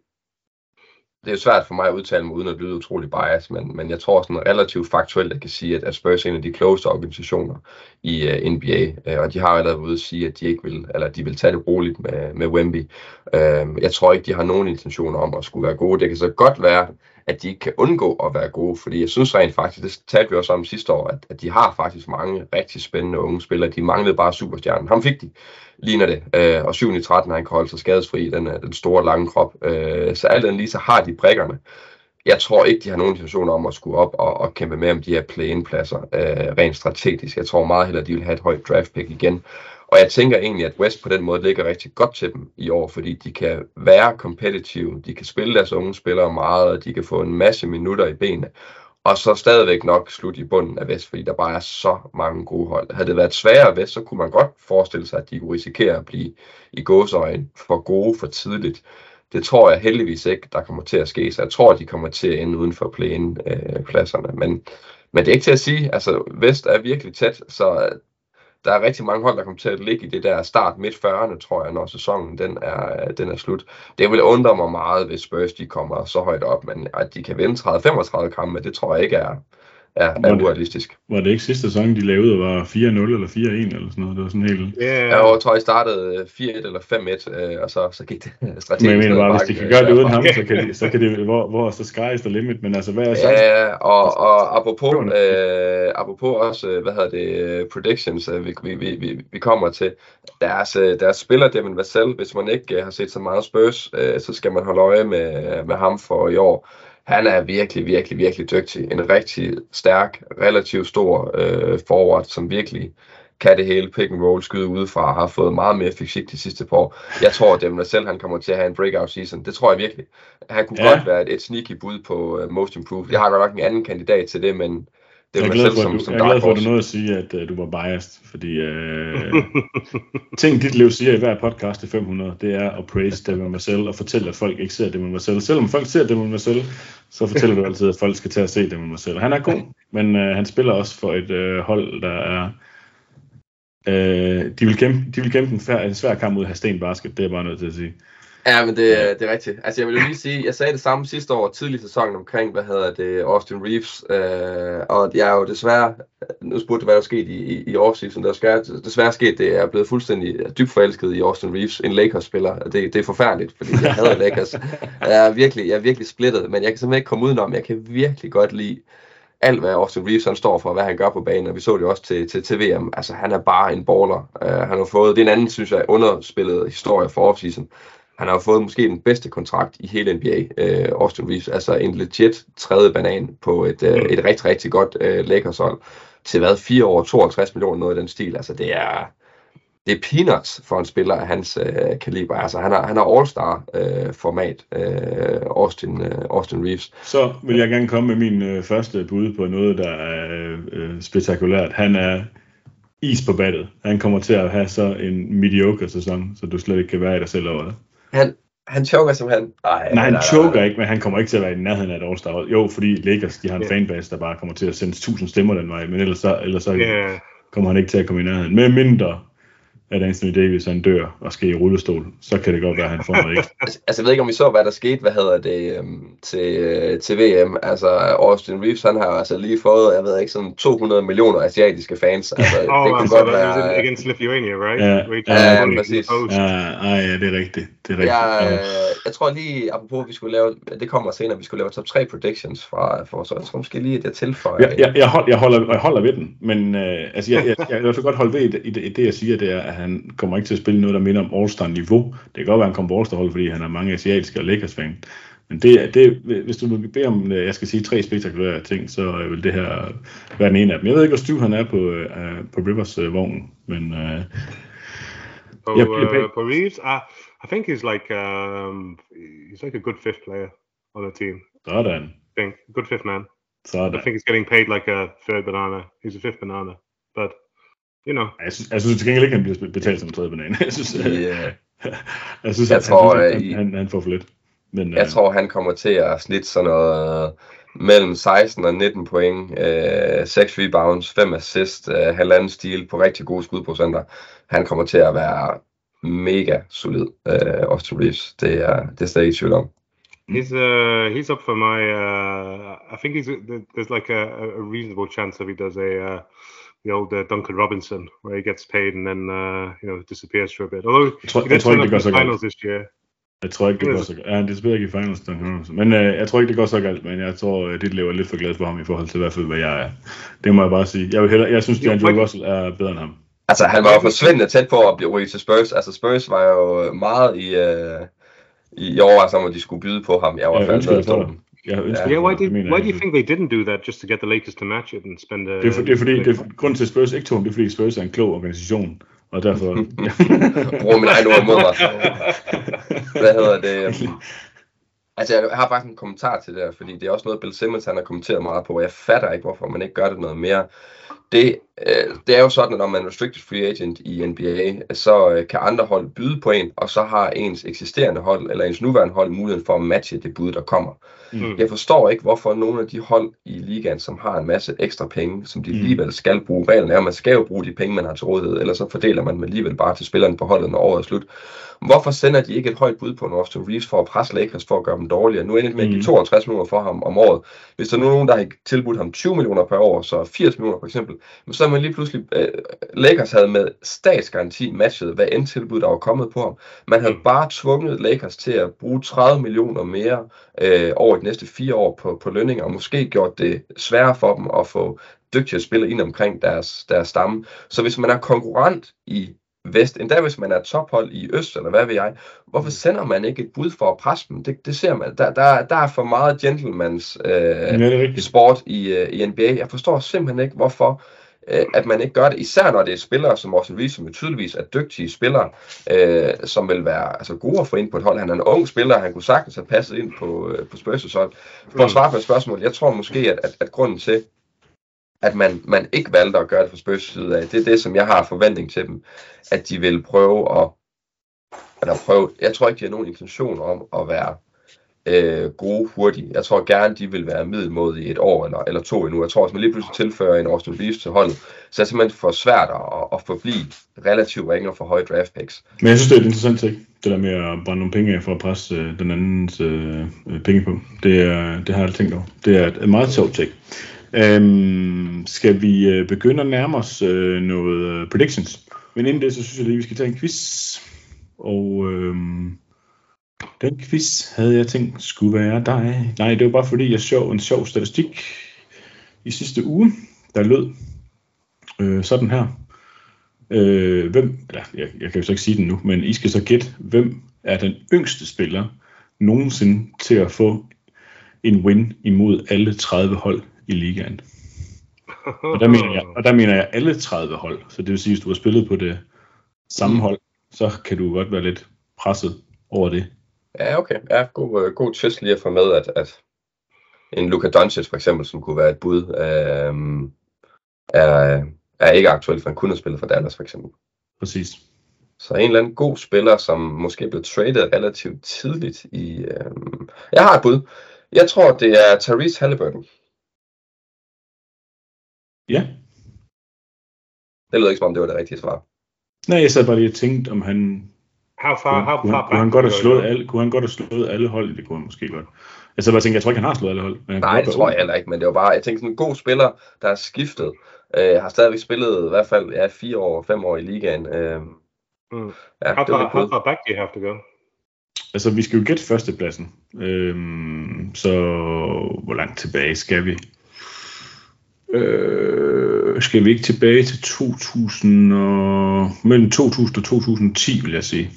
det er jo svært for mig at udtale mig uden at lyde utrolig bias, men, men jeg tror sådan relativt faktuelt, at jeg kan sige, at Spurs er en af de klogeste organisationer i uh, N B A, uh, og de har allerede ude at sige, at de ikke vil, eller de vil tage det roligt med, med Wemby. Uh, jeg tror ikke, de har nogen intentioner om at skulle være gode. Det kan så godt være, at de ikke kan undgå at være gode, fordi jeg synes rent faktisk, det talte vi også om sidste år, at, at de har faktisk mange rigtig spændende unge spillere. De manglede bare superstjernen. Ham fik de, ligner det. Øh, og syv i tretten, han kan holde sig skadesfri, den, den store lange krop. Øh, så alt andet lige, så har de prikkerne. Jeg tror ikke, de har nogen intentioner om at skulle op og, og kæmpe med om de her play-in-pladser øh, rent strategisk. Jeg tror meget hellere, de vil have et højt draft pick igen. Og jeg tænker egentlig, at West på den måde ligger rigtig godt til dem i år, fordi de kan være competitive, de kan spille deres unge spillere meget, og de kan få en masse minutter i benene, og så stadigvæk nok slutte i bunden af Vest, fordi der bare er så mange gode hold. Havde det været sværere Vest, så kunne man godt forestille sig, at de kunne risikere at blive i gåseøjne for gode for tidligt. Det tror jeg heldigvis ikke, der kommer til at ske, så jeg tror, at de kommer til at ende uden for play-in-pladserne. Men, men det er ikke til at sige, altså Vest er virkelig tæt, så der er rigtig mange hold, der kommer til at ligge i det der start midt fyrrerne, tror jeg, når sæsonen den er, den er slut. Det vil undre mig meget, hvis Spurs de kommer så højt op, men at de kan vinde tredive femogtredive kampe, det tror jeg ikke er, er, er urealistisk. Var det ikke sidste sæson, de lavede, var fire nul eller fire en eller sådan noget? Det var sådan helt... Yeah. Jeg tror, I startede fire et eller fem et, og så, så gik det strategisk. Men jeg mener bare, hvis de kan gøre det uden ham, så kan de, så kan de hvor, hvor så sky is the limit, men altså, hvad er så? Ja, og, og apropos, øh, apropos også, hvad hedder det, predictions, øh, vi, vi, vi, vi kommer til, deres, deres spiller, Devin Vassell, hvis man ikke øh, har set så meget Spurs, øh, så skal man holde øje med, med ham for i år. Han er virkelig, virkelig, virkelig dygtig. En rigtig stærk, relativt stor øh, forward, som virkelig kan det hele, pick and roll, skyde udefra, har fået meget mere fysik de sidste par år. Jeg tror, at Devin selv han kommer til at have en breakout season. Det tror jeg virkelig. Han kunne ja. godt være et, et sneaky bud på uh, most improved. Jeg har godt nok en anden kandidat til det, men det er jeg mig selv som, du, som jeg er glad for, at horse. du nåede at sige, at uh, du var biased, fordi uh, ting, dit liv siger i hver podcast i fem hundrede, det er at praise Devin Vassell og fortælle, at folk ikke ser Devin Vassell. Selvom folk ser Devin Vassell, så fortæller du altid, at folk skal til at se Devin Vassell. Han er god, men uh, han spiller også for et uh, hold, der er... Uh, de vil kæmpe, de vil kæmpe en, fær, en svær kamp mod Hasten Basket, det er bare nødt til at sige. Ja, men det, det er rigtigt. Altså jeg vil jo lige sige, jeg sagde det samme sidste år, tidlig sæsonen omkring, hvad hedder det, Austin Reeves, øh, og jeg er jo desværre, nu spurgte det, hvad der er sket i, i, i offseason, der er desværre sket, det er blevet fuldstændig dybt forelsket i Austin Reeves, en Lakers-spiller, det, det er forfærdeligt, fordi jeg hader Lakers. Jeg er virkelig, jeg er virkelig splittet, men jeg kan simpelthen ikke komme udenom, jeg kan virkelig godt lide alt, hvad Austin Reeves han står for, hvad han gør på banen, og vi så det også til, til, til V M, altså han er bare en baller, uh, han har fået, det er en anden, synes jeg, underspillet historie for offseason. Han har jo fået måske den bedste kontrakt i hele N B A, øh, Austin Reeves, altså en legit tredje banan på et, øh, et rigtig, rigtig godt øh, Lakers-hold til hvad, fire år, tooghalvtreds millioner, noget i den stil. Altså det er, det er peanuts for en spiller af hans øh, kaliber. Altså han har, han har all-star øh, format, øh, Austin, øh, Austin Reeves. Så vil jeg gerne komme med min øh, første bud på noget, der er øh, spektakulært. Han er is på battet. Han kommer til at have så en mediocre sæson, så du slet ikke kan være i dig selv over det. Han, han choker simpelthen. Ej, nej, han nej, choker nej. ikke, men han kommer ikke til at være i nærheden af et All-Star hold. Jo, fordi Lakers, de har en yeah. fanbase, der bare kommer til at sende tusind stemmer den vej, men ellers så, ellers så yeah. kommer han ikke til at komme i nærheden. Med mindre, at Anthony Davis han dør og skal i rullestol, så kan det godt være, at han får noget ekstra. Altså, jeg ved ikke, om vi så, hvad der skete, hvad hedder det, um, til, uh, til V M. Altså, Austin Reeves, han har altså lige fået, jeg ved ikke, sådan to hundrede millioner asiatiske fans. Altså, oh, det kunne godt være... Against Lithuania, right? Ja, ja, ja præcis. Ja, ja, det er rigtigt. Det er rigtigt. Jeg, jeg tror lige, apropos, vi skulle lave, det kommer senere, vi skulle lave top tre predictions fra, for, så jeg tror måske lige, at jeg tilføjer. Jeg, jeg, jeg, hold, jeg, holder, jeg holder ved den, men uh, altså, jeg, jeg, jeg, jeg vil så godt holde ved i det, i det, det, jeg siger, det er, at han kommer ikke til at spille noget, der minder om All-Star-niveau. Det kan godt være, at han kommer på All-Star-hold, fordi han har mange asiatiske og Lakers-fans. Men det, det, hvis du vil bede om, jeg skal sige tre spektakulære ting, så vil det her være den ene af dem. Jeg ved ikke, hvor stiv han er på, uh, på Rivers-vognen, men... Uh, på, jeg, uh, på Reeves, I, I think he's like um, he's like a good fifth player on the team. Sådan. I think good fifth man. Sådan. I think he's getting paid like a third banana. He's a fifth banana, but you know. Jeg synes, jeg synes til gengæld ikke, han bliver betalt som en tredje banan. Jeg synes, yeah. jeg synes, jeg at, tror, han, han, han, han får for lidt. Men, jeg uh, tror, han kommer til at snitte sådan noget mellem seksten og nitten point, øh, seks rebounds, fem assist, øh, halvanden stil på rigtig gode skudprocenter. Han kommer til at være mega solid, øh, Austin Reeves. Det er det er slet ikke tvivl om. He's uh he's up for my uh I think he's there's like a, a reasonable chance if he does a uh, the old uh, Duncan Robinson where he gets paid and then uh you know disappears for a bit. Although jeg tror, he did turn up in the finals this year. Jeg tror ikke, det går så galt. Ja, han spiller ikke i finals, men øh, jeg tror ikke, det går så galt, men jeg tror, at det lever lidt for glad for ham i forhold til i hvert fald, hvad jeg er. Det må jeg bare sige. Jeg, vil hellere, jeg synes, at D'Angelo Russell er bedre end ham. Altså, han var jo forsvindende tæt på at blive ryget til Spurs. Altså, Spurs var jo meget i, uh, i overvejelse om, at de skulle byde på ham. Jeg var fandme med på dem. Yeah, yeah, why, did, why do you think they didn't do that just to get the Lakers to match it and spend a... Det er, for, det er fordi, det er, grunden til at Spurs ikke tog ham, det er fordi Spurs er en klog organisation. Og derfor... Bruger min egen ord mod mig. Hvad hedder det? Altså, jeg har faktisk en kommentar til det her, fordi det er også noget, Bill Simmons han har kommenteret meget på, og jeg fatter ikke, hvorfor man ikke gør det noget mere. Det, øh, det er jo sådan, at når man er restricted free agent i N B A, så øh, kan andre hold byde på en, og så har ens eksisterende hold, eller ens nuværende hold, muligheden for at matche det bud, der kommer. Mm. Jeg forstår ikke, hvorfor nogle af de hold i ligaen, som har en masse ekstra penge, som de alligevel skal bruge, reglen er, at man skal jo bruge de penge, man har til rådighed, eller så fordeler man dem alligevel bare til spillerne på holdet, når året er slut. Hvorfor sender de ikke et højt bud på en Austin Reeves for at presse Lakers for at gøre dem dårligere? Nu ender det med at give tooghalvtreds millioner for ham om året. Hvis der nu er nogen, der har tilbudt ham tyve millioner per år, så firs millioner for eksempel, men så er man lige pludselig, øh, Lakers havde med statsgaranti matchet, hvad end tilbud der var kommet på ham. Man havde bare tvunget Lakers til at bruge tredive millioner mere øh, over de næste fire år på, på lønninger, og måske gjort det sværere for dem at få dygtige spillere ind omkring deres, deres stamme. Så hvis man er konkurrent i Vest, endda hvis man er tophold i Øst, eller hvad ved jeg, hvorfor sender man ikke et bud for at presse dem? Det, det ser man. Der, der, der er for meget gentlemans øh, ja, sport i, øh, i N B A. Jeg forstår simpelthen ikke, hvorfor øh, at man ikke gør det. Især når det er spillere, som Austin Reeves, som jo tydeligvis er dygtige spillere, øh, som vil være altså, gode at få ind på et hold. Han er en ung spiller, han kunne sagtens have passet ind på, øh, på Spurs' hold. For at svare på et spørgsmål, jeg tror måske, at, at, at grunden til, at man, man ikke valgte at gøre det fra Spurs side af. Det er det, som jeg har forventning til dem, at de vil prøve at, eller prøve, jeg tror ikke, de har nogen intention om at være øh, gode hurtigt. Jeg tror gerne, de vil være middelmådige i et år eller, eller to endnu. Jeg tror, hvis man lige pludselig tilfører en Austin Reeves til holdet, så er det simpelthen for svært at, at forblive relativt ringe for høje draft picks. Men jeg synes, det er et interessant ting, det der med at brænde nogle penge af for at presse øh, den andens øh, penge på. Det, er, det har jeg tænkt over. Det er et meget sjovt ting. Øhm, skal vi øh, begynde at nærme os øh, noget øh, predictions? Men inden det, så synes jeg lige, vi skal tage en quiz. Og øh, den quiz havde jeg tænkt skulle være dig. Nej, det var bare fordi, jeg så en sjov statistik i sidste uge, der lød øh, sådan her. Øh, hvem, eller, jeg, jeg kan jo så ikke sige den nu, men I skal så gætte, hvem er den yngste spiller nogensinde til at få en win imod alle tredive hold i ligaen. Og der mener jeg, og der mener jeg alle tredive hold. Så det vil sige, hvis du har spillet på det samme hold, så kan du godt være lidt presset over det. Ja, okay. Ja, god, god twist lige at få med, at, at en Luka Doncic for eksempel, som kunne være et bud, øh, er, er ikke aktuelt, for han kunne have spillet for Dallas for eksempel. Præcis. Så en eller anden god spiller, som måske blev traded relativt tidligt i... Øh... Jeg har et bud. Jeg tror, det er Tyrese Halliburton. Ja. Det lød ikke som om, det var det rigtige svar. Nej, jeg sad bare lige og tænkte, om han... How far, how kunne, far han, kunne, han godt have slået alle, kunne han godt have slået alle hold? Det kunne han måske godt. Jeg sad bare og tænkte, jeg tror ikke, han har slået alle hold. Men Nej, det tror jeg heller ikke, men det var bare... Jeg tænkte, sådan en god spiller, der er skiftet, øh, har stadigvæk spillet i hvert fald ja, fire år, fem år i ligaen. Øh, Mm. ja, how, far, how far back do you have to go? Altså, vi skal jo gætte førstepladsen. Øhm, så hvor langt tilbage skal vi? Øh, skal vi ikke tilbage til to tusind og... mellem to tusind og to tusind og ti, vil jeg sige.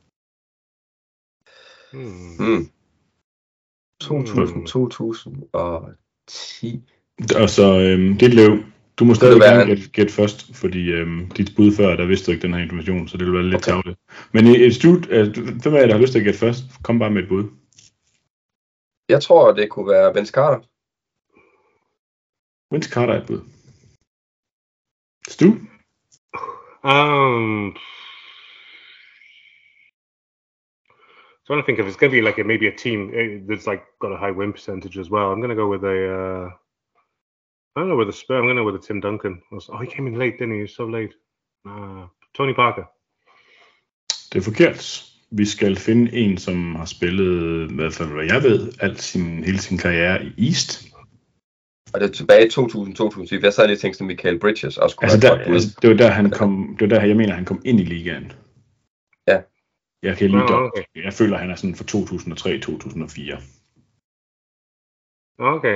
Hmm. Hmm. to tusind, to tusind og ti. Og så, øhm, Ditlev, du må stadig gerne gætte gæt først, fordi øhm, dit bud før, der vidste du ikke den her information, så det vil være lidt okay. Tavligt. Men i et studie, hvem af jer, der har lyst til at gætte først, kom bare med et bud. Jeg tror, det kunne være Vince Carter. Vince Carter er et bud. Stu? Um, so I think if it's going to be like a, maybe a team that's like got a high win percentage as well, I'm going to go with a, uh, I don't know, with a Spurs, I'm going to go with a Tim Duncan. Oh, he came in late, didn't he? He was so late. Uh, Tony Parker. Det er forkert. Vi skal finde en, som har spillet, i hvert fald hvad jeg ved, alt sin, hele sin karriere i East. Og det er tilbage i to tusind til to tusind syv. Jeg sad lige og tænkte, som Michael Bridges også kunne altså, der, altså, det var der han kom, det var der jeg mener han kom ind i ligaen. Ja. Jeg kan lige oh, okay. Jeg føler han er sådan fra to tusind og tre til to tusind og fire. Okay.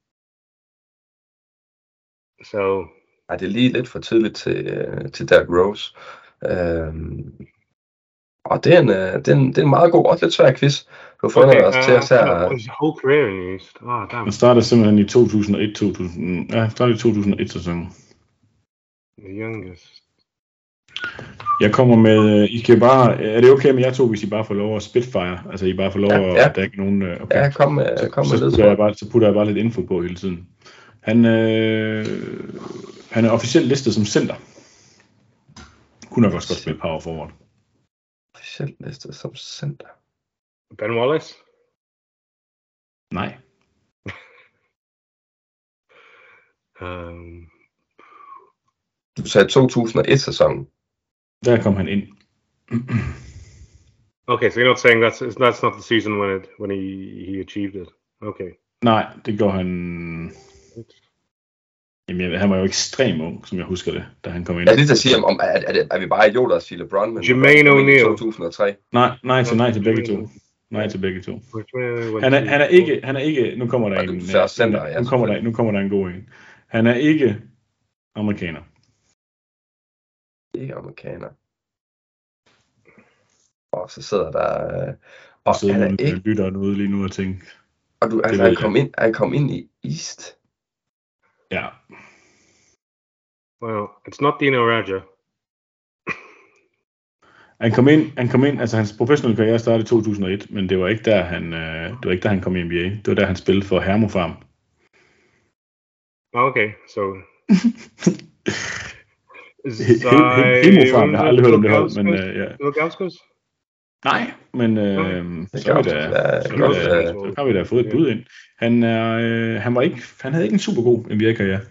Så Ej, det er lige lidt for tidligt til uh, til Derrick Rose. Um, og det er en det er en, det er en meget god, også lidt svær quiz. Du har fundet okay, os uh, til at se whole career in East. Oh, damn. Han startede simpelthen i to tusind og et to tusind. Ja, startede i to tusind og et sæsonen. The youngest. Jeg kommer med, I kan bare, er det okay med jer to, hvis I bare får lov at spitfire? Altså I bare får lov ja, ja. at, der er ikke nogen, okay. Ja, kom med, kom med så, lidt. Så, jeg bare, så putter jeg bare lidt info på hele tiden. Han, øh, han er officielt listet som center. Kunne nok også godt spille power forward. Officielt listet som center. Ben Wallace? Nej. um... Du sagde to tusind og et sæsonen. Der kom han ind. Okay, so you're not saying that's that's not the season when it when he he achieved it. Okay. Nej, det gjorde han. Jamen, han var jo ekstremt ung, som jeg husker det, da han kom ind. Jeg lige til at sige, om, om er, er, det, er vi bare idioter at sige LeBron, men Jermaine O'Neal to tusind og tre. Nej, nej til nej til begge to. Nej til begge to. Han er, han er ikke, han er ikke, nu kommer der en, en, center, en nu kommer der, nu kommer der en god en. Han er ikke amerikaner. Ikke amerikaner. Og så sidder der øh, og sidder han er ikke lytter ude lige nu og tænker. Og du altså han kom ind, han kom ind i East. Ja. Well, it's not Dino Raja. Han kom ind, han kom ind, altså hans professionelle karriere startede i to tusind og et, men det var ikke der han, øh, det var ikke der han kom i N B A. Det var der han spillede for Hermo Farm. Okay, so Hemofarm, jeg har aldrig hørt om det hold, men uh, ja. Lugauskas? Nej, men øh, så, så, vi da, så, vi da, så har vi da fået et bud ind. Han, er, øh, han, var ikke, han havde ikke en super god N B A-karriere.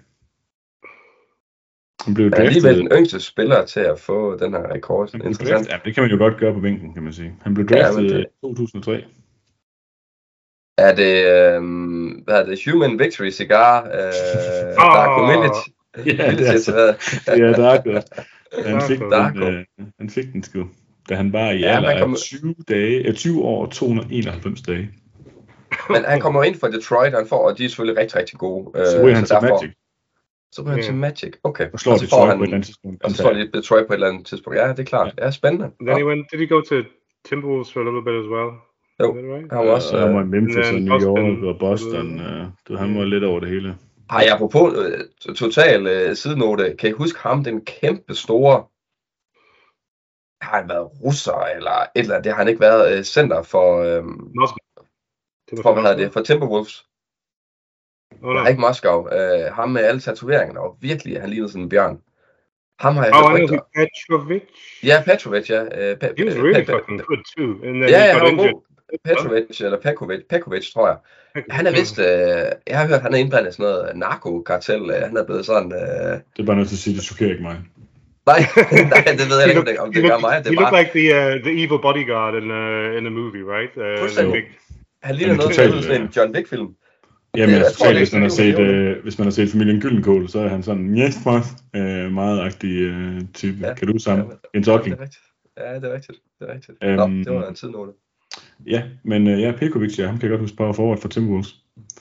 Han blev draftet. Han er alligevel den yngste spiller til at få den her rekord. Interessant. Ja, det kan man jo godt gøre på bænken, kan man sige. Han blev draftet i ja, to tusind og tre. Er det, øh, hvad er det, Human Victory Cigar, øh, oh, Darko Milic? Ja, det er så. Ja, Darko. Han fik den, øh, han fik den sgu, da han var i ja, alder af tyve, dage, tyve år og to hundrede og enoghalvfems dage. Men han kommer ind for Detroit, han får, og de er selvfølgelig rigtig, rigtig gode. Så ryger han til derfor, Magic. Så ryger han til Magic, okay. Og slår og Detroit han, på et eller andet tidspunkt. Og så slår de Detroit på et eller andet tidspunkt. Ja, det er klart. Ja, spændende. Then he went, did he go to Timberwolves for a little bit as well? Jo, right? han var også... Uh, han var i Memphis og New York og Boston. Uh, du, han var lidt over det hele. Har jeg apropos uh, total uh, sidenote, kan I huske ham, den kæmpe store... Har han været russer, eller et eller andet? Det har han ikke været uh, center for... Um, for, hvad hedder det? For Timberwolves. Oh, no. Ikke Moskov. Uh, ham med alle tatoveringerne, og virkelig, han lignede sådan en bjørn. Ham har jeg oh, hørt rigtig... Petrovic? Ja, Petrovic, ja. Uh, Pe- he was really Pe- fucking good too. And ja, ja, han var god. Petrovic, eller Pekovic, Pekovic, tror jeg. Han er vist, øh, jeg har hørt, han er indblandet i sådan noget narkokartel. Øh, han er blevet sådan... Øh... Det er bare noget til at sige, det chokerer ikke mig. nej, nej, det ved jeg ikke, om det gør mig. Det he looked like the, uh, the evil bodyguard in, uh, in the movie, right? Uh, big... Han ligner noget til sådan en John Wick-film. Jamen, jeg tror, hvis man har set, øh, hvis man har set Familien Gyldenkål, så er han sådan, yes, øh, meget agtig øh, type. Ja, kan du sammen? Ja, en talking. Det er rigtigt. Ja, det er rigtigt. Det er rigtigt. Um, Nå, det var en tidnote. Ja, men øh, ja, Pekovic, ja, ham kan jeg godt huske power forward for Timberwolves.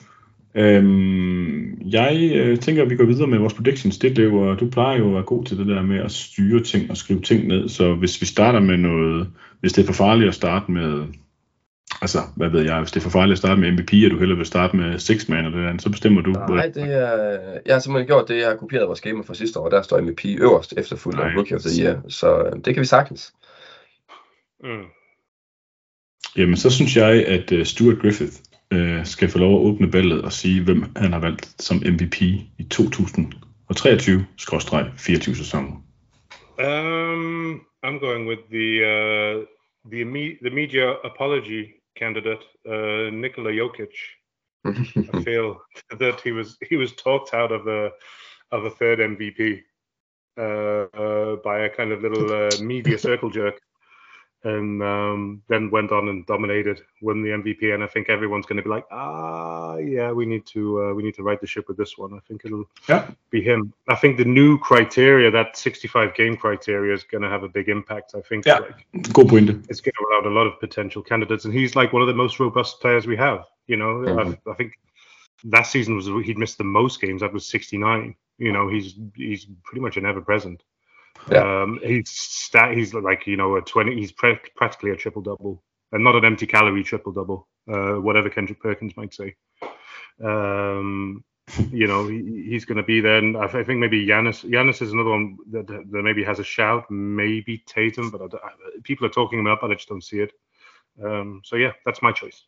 Øhm, jeg øh, tænker, at vi går videre med vores predictions. Det lever, du plejer jo at være god til det der med at styre ting og skrive ting ned, så hvis vi starter med noget, hvis det er for farligt at starte med, altså, hvad ved jeg, hvis det er for farligt at starte med M V P, og du hellere vil starte med six man eller det, så bestemmer du. Nej, det er, jeg har simpelthen gjort det, jeg har kopieret vores schema fra sidste år, der står M V P øverst efterfulgt af Rookie of the Year, så det kan vi sagtens. Mm. Jamen, så synes jeg, at uh, Stuart Griffith uh, skal få lov at åbne ballet og sige, hvem han har valgt som M V P i to tusind og treogtyve fireogtyve sæsonen. Um, I'm going with the uh, the the media apology candidate, uh, Nikola Jokic. I feel that he was he was talked out of the of a third M V P uh, uh, by a kind of little uh, media circle jerk. And um, then went on and dominated, won the M V P, and I think everyone's going to be like, ah, yeah, we need to uh, we need to right the ship with this one. I think it'll yeah. be him. I think the new criteria, that sixty-five game criteria, is going to have a big impact. I think yeah. like, good point. It's going to allow a lot of potential candidates, and he's like one of the most robust players we have. You know, mm-hmm. I think last season was he'd missed the most games. That was sixty-nine. You know, he's he's pretty much an ever present. Yeah. Um, he's stat. He's like you know a twenty. He's pre- practically a triple double, and not an empty calorie triple double. Uh, whatever Kendrick Perkins might say. Um, you know he, he's going to be there. And I, I think maybe Giannis. Giannis is another one that, that maybe has a shout. Maybe Tatum, but I, I, people are talking him up, but I just don't see it. Um, so yeah, that's my choice.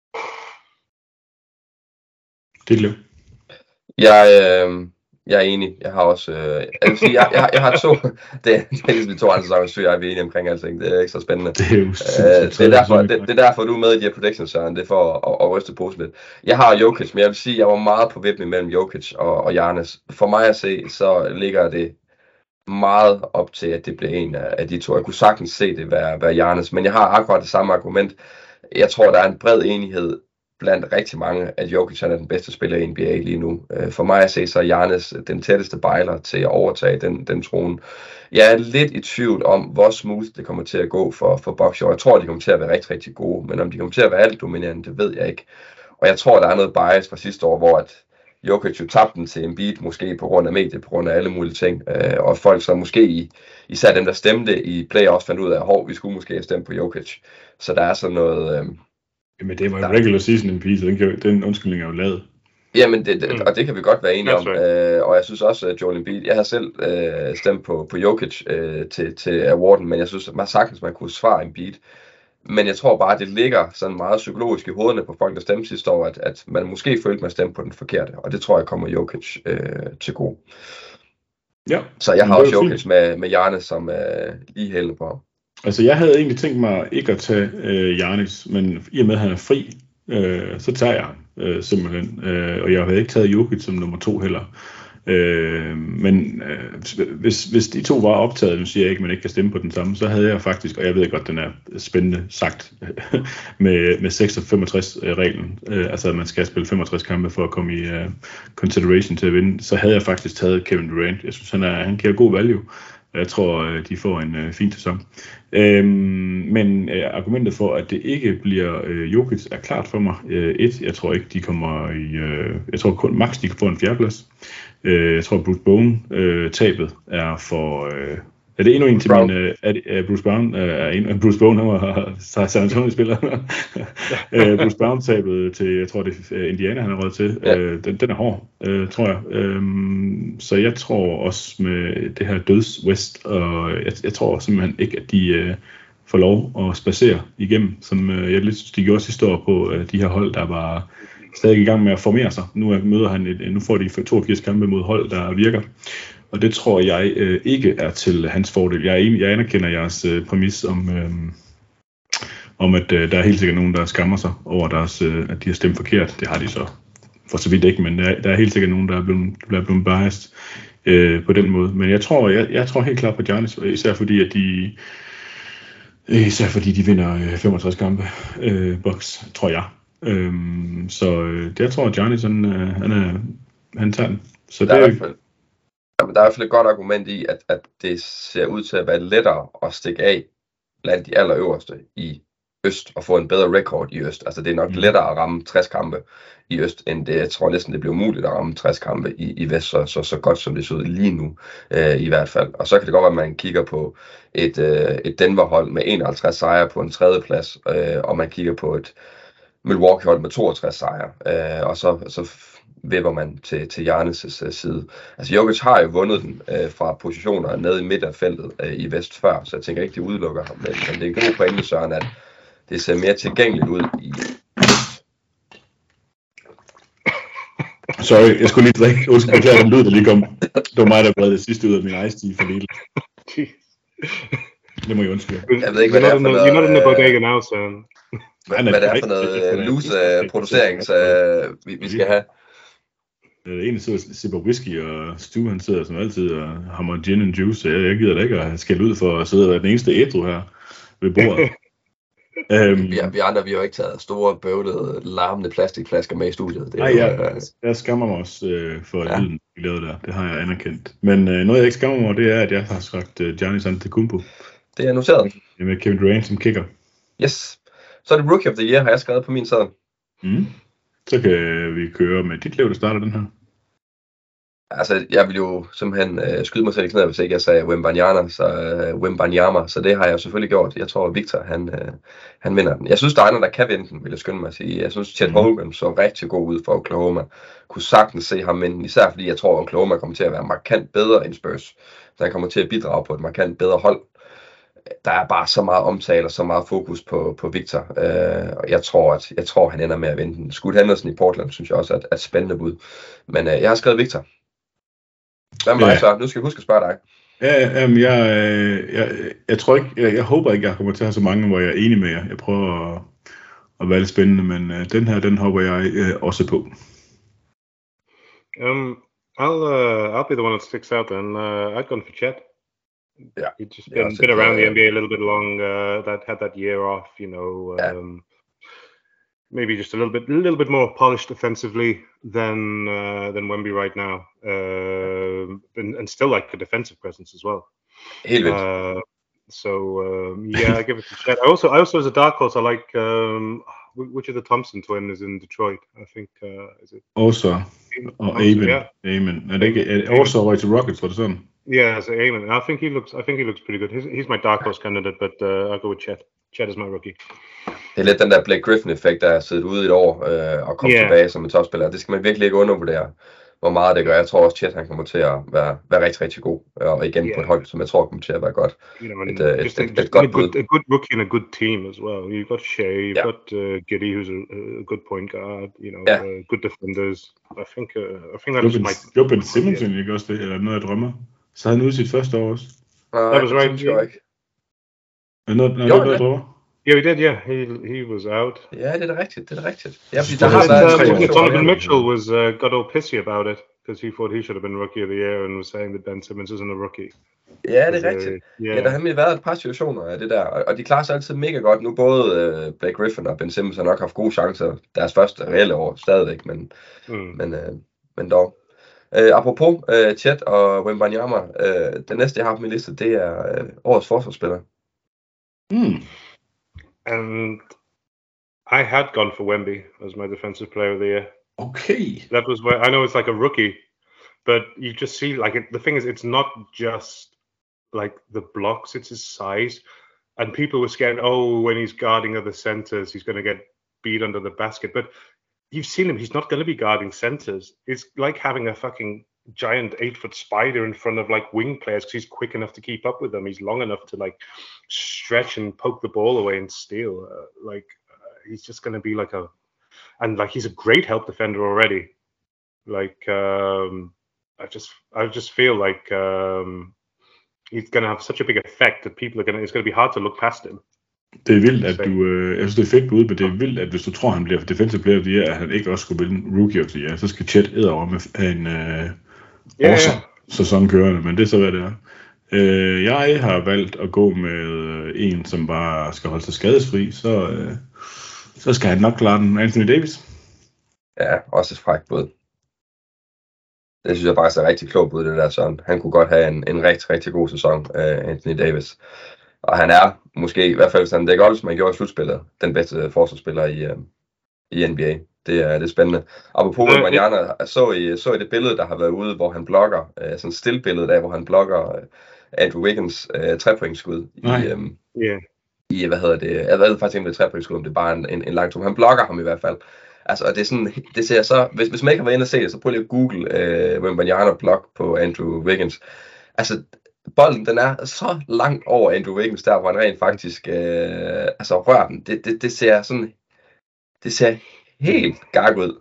Diddle. Jeg, øh, jeg er enig. Jeg har også... Øh, jeg, vil sige, jeg, jeg, jeg har to... Det, det er ligesom de to andre sæsoner, så jeg er enige omkring alting. Det er ikke så spændende. Det er jo øh, det, er derfor, det, det er derfor, du er med i de her predictions, Søren. Det er for at, at ryste posen lidt. Jeg har Jokic, men jeg vil sige, jeg var meget på vippen mellem Jokic og, og Giannis. For mig at se, så ligger det meget op til, at det bliver en af, af de to. Jeg kunne sagtens se det være, være Giannis, men jeg har akkurat det samme argument. Jeg tror, der er en bred enighed blandt rigtig mange, at Jokic er den bedste spiller i N B A lige nu. For mig at se, så er Giannis den tætteste bejler til at overtage den, den trone. Jeg er lidt i tvivl om, hvor smooth det kommer til at gå for, for Bucks. Jeg tror, de kommer til at være rigtig, rigtig gode, men om de kommer til at være alt dominerende, det ved jeg ikke. Og jeg tror, der er noget bias fra sidste år, hvor at Jokic jo tabte den til Embiid, måske på grund af mediet, på grund af alle mulige ting. Og folk så måske, især dem, der stemte i playoffs, fandt ud af, at vi skulle måske have stemt på Jokic. Så der er sådan noget... Men det var en regular season M V P, så den, kan, den undskyldning er jo lavet. Jamen, det, det, og det kan vi godt være enige om. Øh, og jeg synes også, at Joel Embiid, jeg har selv øh, stemt på, på Jokic øh, til, til awarden, men jeg synes, at man sagtens man kunne svare Embiid. Men jeg tror bare, at det ligger sådan meget psykologisk i hovederne på folk, der stemte sidste år, at, at man måske følte, at man stemte på den forkerte. Og det tror jeg kommer Jokic øh, til gode. Ja. Så jeg har også Jokic med, med Giannis som øh, lige hælende på ham. Altså jeg havde egentlig tænkt mig ikke at tage øh, Giannis, men i og med at han er fri, øh, så tager jeg ham øh, simpelthen. Øh, og jeg havde ikke taget Jokic som nummer to heller. Øh, men øh, hvis, hvis de to var optaget, nu siger jeg ikke, at man ikke kan stemme på den samme, så havde jeg faktisk, og jeg ved godt, den er spændende sagt, med, med seks og femogtres reglen, øh, altså at man skal spille femogtres kampe for at komme i uh, consideration til at vinde, så havde jeg faktisk taget Kevin Durant. Jeg synes, han, er, han giver god value. Jeg tror, de får en øh, fin sæson. Øhm, men øh, argumentet for, at det ikke bliver øh, Jokic, er klart for mig. Øh, et, jeg tror ikke, de kommer i... Øh, jeg tror kun max, de kan få en fjerdeplads. Øh, jeg tror, Bruce Brown øh, tabet er for... Øh, er det endnu en til min... Øh, er det, er Bruce Brown øh, er en, Bruce Brown, han var San Antonio-spiller. øh, Bruce Brown tabet til, jeg tror, det er Indiana, han har råd til. Ja. Øh, den, den er hård, øh, tror jeg. Øh, så jeg tror også med det her døds West, og jeg, jeg tror simpelthen ikke, at de øh, får lov at spacere igennem, som øh, jeg lidt synes, de gjorde sidste år på øh, de her hold, der var stadig i gang med at formere sig. Nu møder han et, nu får de toogfirs kampe mod hold, der virker. Og det tror jeg øh, ikke er til hans fordel. Jeg, er, jeg anerkender jeres øh, præmis om, øh, om at øh, der er helt sikkert nogen, der skammer sig over, deres, øh, at de har stemt forkert. Det har de så for så vidt ikke, men der, der er helt sikkert nogen, der er blevet, der er blevet biased øh, på den måde. Men jeg tror, jeg, jeg tror helt klart på Giannis, især fordi, at de, især fordi de vinder øh, femogtres kampe øh, box, tror jeg. Øh, så øh, det, jeg tror, at Giannis, han, øh, han, er, han tager den. Så der det er i hvert fald Jamen, der er i hvert fald et godt argument i, at, at det ser ud til at være lettere at stikke af blandt de allerøverste i øst og få en bedre record i øst. Altså det er nok mm. lettere at ramme tres kampe i øst, end det, jeg tror næsten det bliver umuligt at ramme tres kampe i, i vest, så, så, så godt som det ser ud lige nu øh, i hvert fald. Og så kan det godt være, at man kigger på et, øh, et Denver-hold med enoghalvtreds sejre på en tredje plads, øh, og man kigger på et Milwaukee-hold med toogtres sejre, øh, og så, så vipper man til, til Giannis' side. Altså Jokic har jo vundet den øh, fra positioner nede i midt af feltet øh, i vest før, så jeg tænker ikke, de udelukker ham. Men, men det er en god pointe, Søren, at det ser mere tilgængeligt ud i vest. Sorry, jeg skulle lige drikke. Jeg skulle beklage den lyd, der lige kom. Det var mig, der bredte det sidste ud af min ice-tea for lille. Det må jeg undskylde. Jeg ved ikke, hvad det er for noget... You're not in the bodega now, Søren. Hvad, hvad det er for noget loose producering, så vi, vi skal have. En sidder og sipper whisky, og Stu han sidder som altid og hammer gin and juice, så jeg, jeg gider da ikke at skælde ud for at sidde og være den eneste ædru her ved bordet. um, vi, vi andre, vi har jo ikke taget store, bøvlede, larmende plastikflasker med i studiet. Det nej, jeg, jo, øh... jeg skammer mig også øh, for ja. lyden, vi lavede der. Det har jeg anerkendt. Men øh, noget, jeg ikke skammer mig over, det er, at jeg har sagt øh, Giannis Antetokounmpo. Det er noteret. Det med Kevin Durant som kicker. Yes. Så er det Rookie of the Year, har jeg skrevet på min side. Mm. Så kan vi køre med dit liv, der starter den her. Altså, jeg vil jo simpelthen øh, skyde mig selv i knæet, hvis ikke jeg sagde Wembanyama, så, øh, Wembanyama, så det har jeg jo selvfølgelig gjort. Jeg tror, at Victor, han, øh, han vinder den. Jeg synes, der er andre, der kan vinde den, vil jeg skynde mig at sige. Jeg synes, Chet mm. Holmgren så rigtig god ud for Oklahoma. Kunne sagtens se ham vinde, især fordi jeg tror, at Oklahoma kommer til at være markant bedre end Spurs. Så han kommer til at bidrage på et markant bedre hold. Der er bare så meget omtale og så meget fokus på, på Victor, øh, og jeg tror, at jeg tror, han ender med at vinde den. Scoot Henderson i Portland, synes jeg også er et spændende bud. Men øh, jeg har skrevet Victor. Hvad med dig så? Nu skal jeg huske at spørge dig. Ja, um, jeg, jeg, jeg tror ikke, jeg, jeg håber ikke, jeg kommer til at have så mange, hvor jeg er enig med jer. Jeg prøver at, at være lidt spændende, men uh, den her, den håber jeg uh, også på. Um, I'll, uh, I'll be the one that sticks out then. Uh, I'd gone for Chet. Yeah, he's just been, been around the N B A a little bit long. Uh, that had that year off, you know. Um, yeah. Maybe just a little bit, a little bit more polished offensively than uh, than Wemby right now, uh, and, and still like a defensive presence as well. Uh, so um, yeah, I give it to Chet. I also, I also as a dark horse, I like um, which of the Thompson twins is in Detroit. I think uh, is it also or Amen. Yeah. Amen. I think it also right to Rockets. What is on? Yeah, so Amen. I think he looks. I think he looks pretty good. He's, he's my dark horse candidate, but uh, I'll go with Chet. Chet is my rookie. Det er lidt den der Blake Griffin-effekt, der er siddet ude et år øh, og kommet yeah. tilbage som en topspiller. Det skal man virkelig ikke undervurdere. hvor meget det gør. Jeg tror også, Chet han kommer til at være, være rigtig, rigtig god. Og igen yeah. på et hold, som jeg tror kommer til at være godt. You know, et, et, just, et, just et, et godt a good, a good rookie and a good team as well. You've got Shea, you've yeah. got uh, Giddy, who's a, a good point guard. You know, yeah. uh, good defenders. I think, uh, I think that was my. Jo, Ben Simmons, yeah. ikke også det, eller noget jeg drømmer. Så havde han ude sit første år også. Uh, that was right. Yeah. Er noget, noget, noget, noget drømmer? Yeah, he did. Yeah, he he was out. Ja, det er rigtigt. Det er rigtigt. Ja, fordi der har været Donovan Mitchell was uh, got all pissy about it because he thought he should have been rookie of the year and was saying that Ben Simmons isn't a rookie. Ja, det er rigtigt. Uh, yeah. Ja, der har nemlig været et par situationer af det der, og de klarer sig altid mega godt. Nu både uh, Blake Griffin og Ben Simmons har nok haft gode chancer deres første reelle år stadigvæk, men mm. men uh, men dog. Uh, apropos uh, Chet og Wembanyama, uh, det næste jeg har på min liste, det er uh, årets forsvarsspiller. Mm. And I had gone for Wemby as my defensive player of the year. Okay. That was where I know it's like a rookie, but you just see like it, the thing is, it's not just like the blocks; it's his size. And people were scared. Oh, when he's guarding other centers, he's going to get beat under the basket. But you've seen him; he's not going to be guarding centers. It's like having a fucking giant eight-foot spider in front of like wing players because he's quick enough to keep up with them. He's long enough to like stretch and poke the ball away and steal. Uh, like uh, he's just going to be like a, and like he's a great help defender already. Like um, I just, I just feel like um, he's going to have such a big effect that people are going to. It's going to be hard to look past him. Det er vildt, at du, øh, jeg synes det er fedt bud, men det er vildt, at hvis du tror, han bliver defensive player of the year, at han ikke også skulle vinde rookie of the year, så skal Chet edderover med en øh, yeah, awesome yeah. sæson kørende, men det er så, hvad det er. Øh, jeg har valgt at gå med en, som bare skal holde sig skadesfri, så, øh, så skal han nok klare den. Anthony Davis. Ja, også et frækt bud. Det synes jeg faktisk er rigtig klogt bud, det der sådan. Han kunne godt have en, en rigtig, rigtig god sæson, uh, Anthony Davis. Og han er måske, i hvert fald hvis han dækker op, som han gjorde i slutspillet, den bedste forsvarsspiller i, uh, i N B A. Det er, det er spændende. Apropos Wembanyama, så I, så I det billede, der har været ude, hvor han blokker, uh, sådan et stillbillede af, hvor han blokker uh, Andrew Wiggins uh, trepointsskud i, um, yeah. i, hvad hedder det, jeg ved faktisk ikke, om det er trepointsskud, om det er bare en, en, en lang tur. Han blokker ham i hvert fald. Altså, og det er sådan, det ser så, hvis, hvis man ikke har været inde og se det, så prøv lige at google øh, Wembanyama block på Andrew Wiggins. Altså, bolden, den er så langt over Andrew Wiggins, der hvor han rent faktisk, øh, altså rører den. Det, det, det ser sådan, det ser helt gak ud.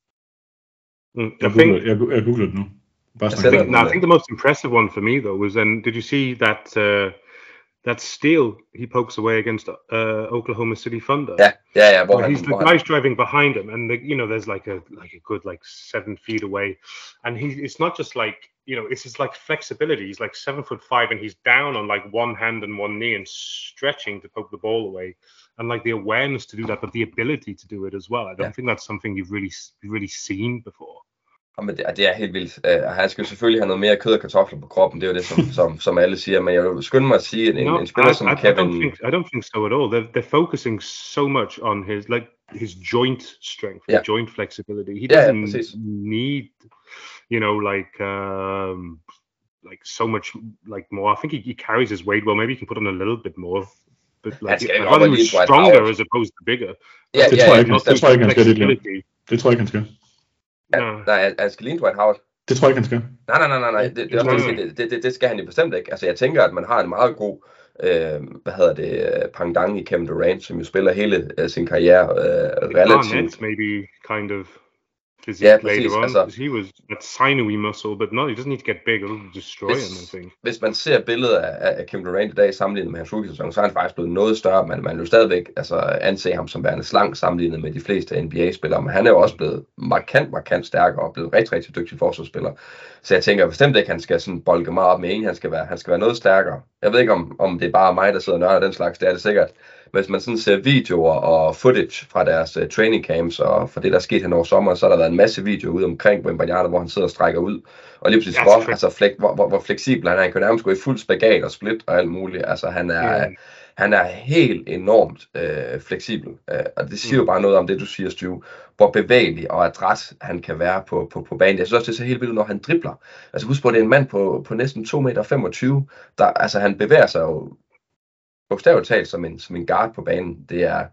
Mm, jeg, googler, jeg, jeg googler det nu. I think, no, I think the most impressive one for me though was then, did you see that, uh, that steal he pokes away against uh, Oklahoma City Thunder? Yeah, yeah, yeah. Well, he's the guy's driving behind him, and the, you know, there's like a like a good like seven feet away, and he it's not just like you know, it's just like flexibility. He's like seven foot five, and he's down on like one hand and one knee and stretching to poke the ball away, and like the awareness to do that, but the ability to do it as well. I don't yeah. think that's something you've really really seen before. Men det, det er helt vildt. Uh, han skal jo selvfølgelig have noget mere kød og kartofler på kroppen. Det er jo det, som, som, som alle siger. Men jeg vil skynde mig at sige, at en, no, en spiller I, som I, Kevin... I don't, think, I don't think so at all. They're, they're focusing so much on his like his joint strength, yeah. joint flexibility. He doesn't yeah, yeah, need, you know, like um, like so much like more. I think he, he carries his weight well. Maybe he can put on a little bit more. But like, I'd rather he was stronger as opposed to bigger. Yeah, det, yeah, tror yeah, ikke, det tror jeg ikke, han skal det. Det tror jeg ikke, han skal. Ja, nej, han skal ligne Dwight Howard. Det tror jeg ikke, han skal. Nej, nej, nej, nej, nej. Det, det, det, det, det, det, det skal han jo bestemt ikke. Altså, jeg tænker, at man har en meget god, øh, hvad hedder det, pendant i Kevin Durant, som jo spiller hele øh, sin karriere øh, relativt. Maybe kind of physique yeah, later on, because he was that sinewy muscle, but no, he doesn't need to get big, it'll destroy hvis, him, I think. Hvis man ser billeder af, af Kevin Durant i dag sammenlignet med hans rookie-sæson, så er han faktisk blevet noget større, men man vil jo stadigvæk altså, anse ham som værende slank sammenlignet med de fleste N B A-spillere, men han er jo også blevet markant, markant stærkere og blevet rigtig, rigtig dygtig forsvarsspiller. Så jeg tænker bestemt ikke, at han skal sådan bolke meget op med en, han skal være, han skal være noget stærkere. Jeg ved ikke, om, om det er bare mig, der sidder og nørder den slags, det er det sikkert. Hvis man sådan ser videoer og footage fra deres uh, training camps og for det, der er sket hen over sommeren, så har der været en masse videoer ude omkring Wembanyama, hvor han sidder og strækker ud. Og lige præcis, hvor, altså, flek, hvor, hvor, hvor fleksibel han er. Han kan nærmest gå i fuld spagat og split og alt muligt. Altså, han er, mm. han er helt enormt øh, fleksibel. Øh, og det siger mm. jo bare noget om det, du siger, Stu. Hvor bevægelig og adræt han kan være på, på, på banen. Jeg synes også, det ser helt vildt, når han dribler. Altså, husk på, det er en mand på, på næsten to komma femogtyve meter. Der, altså, han bevæger sig jo bogstaveligt talt som en, som en guard på banen. Det er,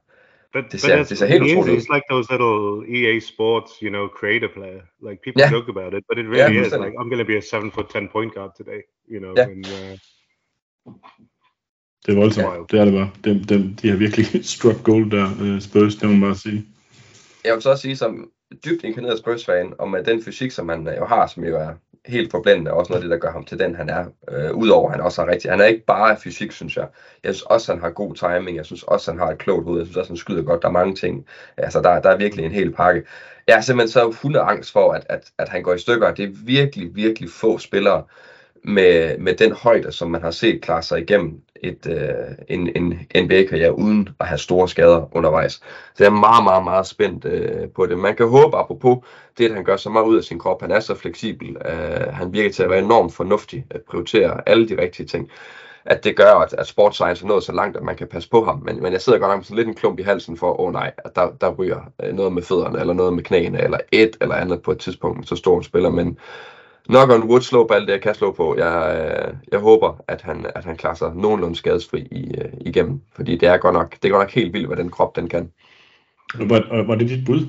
But, det ser, ser, det ser helt utroligt ud. It's like those little E A Sports, you know, creator player. Like people yeah. joke about it, but it really yeah, is like, I'm going to be a seven foot ten point guard today, you know. Yeah. And, uh, det er voldsomt, ja. Det er det bare. De, de, de har virkelig struck gold der, uh, Spurs, det må man bare sige. Jeg vil så også sige, som dybt inkarneret Spurs-fan, og med den fysik, som han jo har, som jo er helt forblændende, også noget af det, der gør ham til den, han er. Øh, Udover han også har rigtig. Han er ikke bare fysik, synes jeg. Jeg synes også, han har god timing. Jeg synes også, han har et klogt hoved. Jeg synes også, han skyder godt. Der er mange ting. Altså, der, der er virkelig en hel pakke. Jeg er simpelthen så hundeangst for, at, at, at han går i stykker. Det er virkelig, virkelig få spillere med, med den højde, som man har set klare sig igennem et, øh, en, en N B A-karriere uden at have store skader undervejs. Så jeg er meget, meget, meget spændt øh, på det. Man kan håbe, apropos det, at han gør så meget ud af sin krop. Han er så fleksibel. Øh, han virker til at være enormt fornuftig at prioritere alle de rigtige ting. At det gør, at, at sports science er nået så langt, at man kan passe på ham. Men, men jeg sidder godt nok med sådan lidt en klump i halsen for, åh oh, nej, at der, der ryger noget med fødderne, eller noget med knæene, eller et eller andet på et tidspunkt, så stor en spiller. Men nok on wood, slå på alt det, jeg kan slå på. Jeg, jeg håber, at han, at han klarer sig nogenlunde skadesfri i, igennem. Fordi det er, godt nok, det er godt nok helt vildt, hvad den krop den kan. Var, var det dit bud?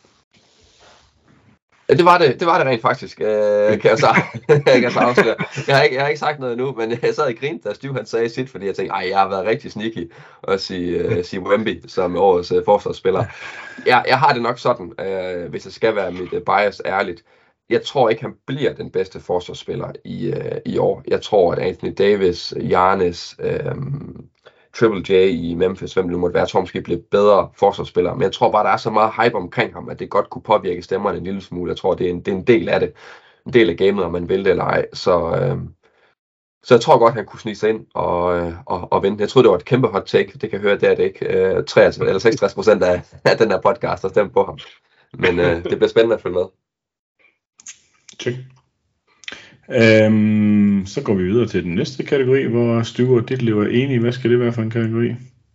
Det var det, det var det rent faktisk, øh, kan jeg så, jeg kan så afsløre. Jeg har, ikke, jeg har ikke sagt noget endnu, men jeg sad og grinte, da Stu han sagde sit, fordi jeg tænkte, ej, jeg har været rigtig sneaky at sige, uh, sige Wemby som årets uh, forsvarsspiller. Jeg, jeg har det nok sådan, uh, hvis jeg skal være mit uh, bias ærligt. Jeg tror ikke, han bliver den bedste forsvarsspiller i, uh, i år. Jeg tror, at Anthony Davis, Giannis, um, Triple J i Memphis, hvem det måtte være, jeg tror måske bliver bedre forsvarsspiller, men jeg tror bare, der er så meget hype omkring ham, at det godt kunne påvirke stemmerne en lille smule. Jeg tror, det er en, det er en del af det, en del af gamet, om man vil det eller ej. Så, øh, så jeg tror godt, han kunne snige sig ind og, og, og vinde. Jeg troede, det var et kæmpe hot take, det kan jeg høre, det er det ikke. Øh, treogtres eller seksogtres procent af, af den her podcast har stemt på ham. Men øh, det bliver spændende at følge med. Check. Øhm, så går vi videre til den næste kategori, hvor Stu og Ditlev er enige. Hvad skal det være for en kategori?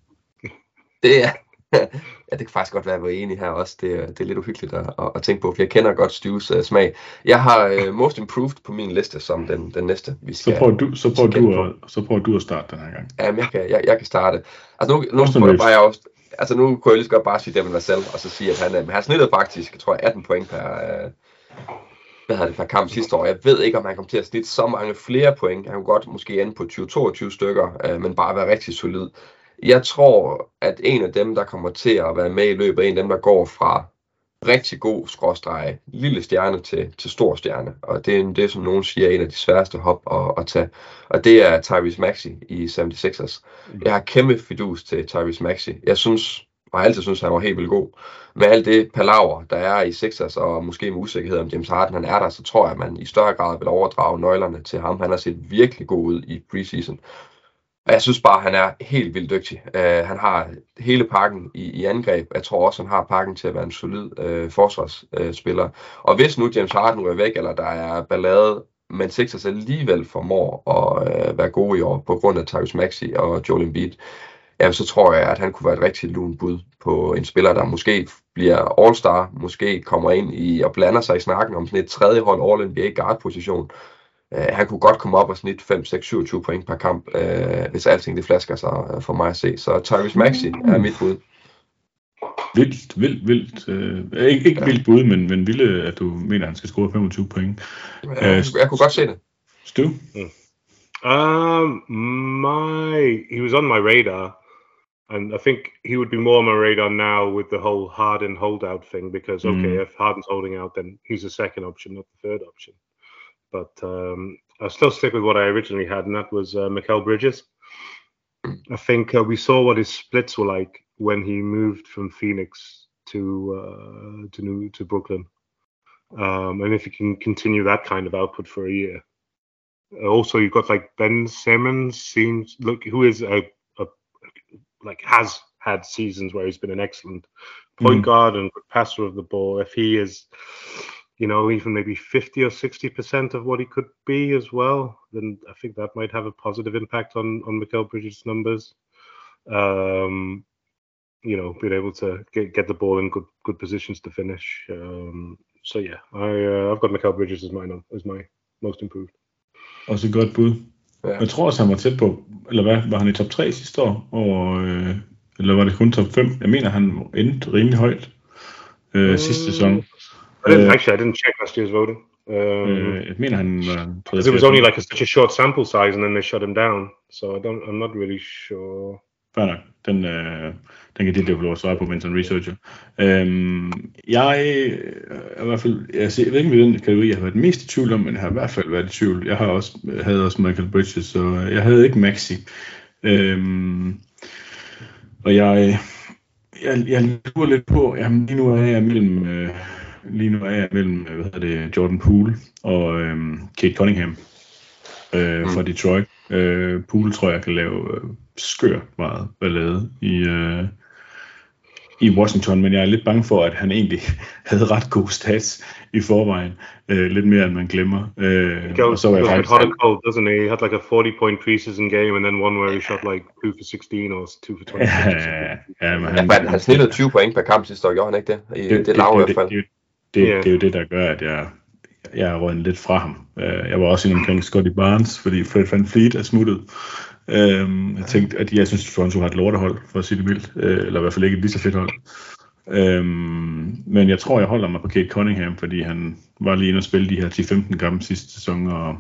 Det er, ja, det kan faktisk godt være, at vi er enige her også. Det, det er lidt uhyggeligt at, at, at tænke på, for jeg kender godt Stu's uh, smag. Jeg har uh, Most Improved på min liste som den, den næste, vi skal. Så prøver du, så prøver du, at, så prøver du at starte den her gang. Jamen, jeg kan, jeg, jeg kan starte. Altså nu, nu, nu, bare også, altså nu kunne jeg lige så godt bare sige Devin Vassell, og så sige, at han, han har snittet faktisk, jeg tror, atten point per... Uh, hvad havde det per kamp sidste år. Jeg ved ikke, om han kommer til at snitte så mange flere point. Han kunne godt måske ende på tyve til toogtyve stykker, øh, men bare være rigtig solid. Jeg tror, at en af dem, der kommer til at være med i løbet, er en af dem, der går fra rigtig god skråstreg, lille stjerne til, til stor stjerne. Og det er det, som nogen siger, en af de sværeste hop at, at tage. Og det er Tyrese Maxey i seventy-sixers. Jeg har kæmpe fidus til Tyrese Maxey. Jeg synes... og jeg altid synes, han var helt vildt god. Med alt det palaver, der er i Sixers, og måske med usikkerhed om James Harden, han er der, så tror jeg, at man i større grad vil overdrage nøglerne til ham. Han har set virkelig god ud i preseason. Og jeg synes bare, at han er helt vildt dygtig. Uh, han har hele pakken i, i angreb. Jeg tror også, han har pakken til at være en solid uh, forsvarsspiller. Uh, og hvis nu James Harden er væk, eller der er ballade, men Sixers alligevel formår at uh, være gode i år, på grund af Tyrese Maxey og Joel Embiid, ja, så tror jeg, at han kunne være et rigtig lun bud på en spiller, der måske bliver all-star, måske kommer ind i og blander sig i snakken om sådan et tredje hold all-N B A guard-position. Uh, han kunne godt komme op og snitte fem, seks, syvogtyve point per kamp, uh, hvis alting det flasker sig uh, for mig at se. Så Tyrese Maxey er mit bud. Vildt, vildt, vildt. Uh, ikke ikke ja. vildt bud, men, men vildt, at du mener, at han skal score femogtyve point. Uh, jeg, jeg kunne godt se det. Stu? Mm. Um, my, he was on my radar. And I think he would be more on my radar now with the whole Harden holdout thing, because, okay, mm. if Harden's holding out, then he's the second option, not the third option. But um, I'll still stick with what I originally had, and that was uh, Mikal Bridges. I think uh, we saw what his splits were like when he moved from Phoenix to uh, to New to Brooklyn. Um, and if he can continue that kind of output for a year. Also, you've got like Ben Simmons, seems look who is a like has had seasons where he's been an excellent point mm. guard and good passer of the ball. If he is, you know, even maybe fifty or sixty percent of what he could be as well, then I think that might have a positive impact on, on Mikal Bridges' numbers. Um, you know, being able to get, get the ball in good good positions to finish. Um, so yeah, I, uh, I've got Mikal Bridges as my, as my most improved. Også et godt bud. Ja. Jeg tror også, han var tæt på, eller hvad, var han i top tre sidste år over, øh, Eller var det kun top fem? Jeg mener, han endte rimelig højt øh, mm. sidste sæson. I didn't, actually, I didn't check last year's voting. Um, øh, jeg mener, han var... Because it was only like a, such a short sample size, and then they shut him down. So I don't, I'm not really sure. Fair nok. Den, øh, den kan de der få lov at svare på, mens han researcher. Øhm, jeg er i hvert fald... Jeg, ser, jeg ved ikke, hvilken kategori jeg har været mest i tvivl om, men jeg har i hvert fald været i tvivl. Jeg har også, havde også Michael Bridges, så jeg havde ikke Maxi. Øhm, og jeg... Jeg, jeg lurer lidt på... Jamen, lige nu er jeg mellem... Øh, lige nu er jeg mellem, hvad hedder det, Jordan Poole og øh, Kate Cunningham øh, mm. fra Detroit. Øh, Poole tror jeg kan lave øh, skørt meget ballade i, øh, i Washington, men jeg er lidt bange for, at han egentlig havde ret gode stats i forvejen. Øh, lidt mere, end man glemmer. Øh, he goes, og så var jeg faktisk... hot and cold, doesn't he? He had like a forty point preseason game, and then one where he shot like two for sixteen or two for twenty. Ja, ja, men han, ja, han snittede tyve point per kamp sidste år, gjorde han ikke det? I, det, det, det lav i hvert fald. Det, det, yeah. det er jo det, der gør, at jeg, jeg er røget lidt fra ham. Jeg var også inde omkring Scotty Barnes, fordi Fred VanVleet er smuttet. Jeg tænkte, at jeg synes, at Toronto har et lortehold, for at sige det mildt. Eller i hvert fald ikke et lige så fedt hold. Men jeg tror, jeg holder mig på Kate Cunningham, fordi han var lige inde og spille de her ti til femten kampe sidste sæson. Og,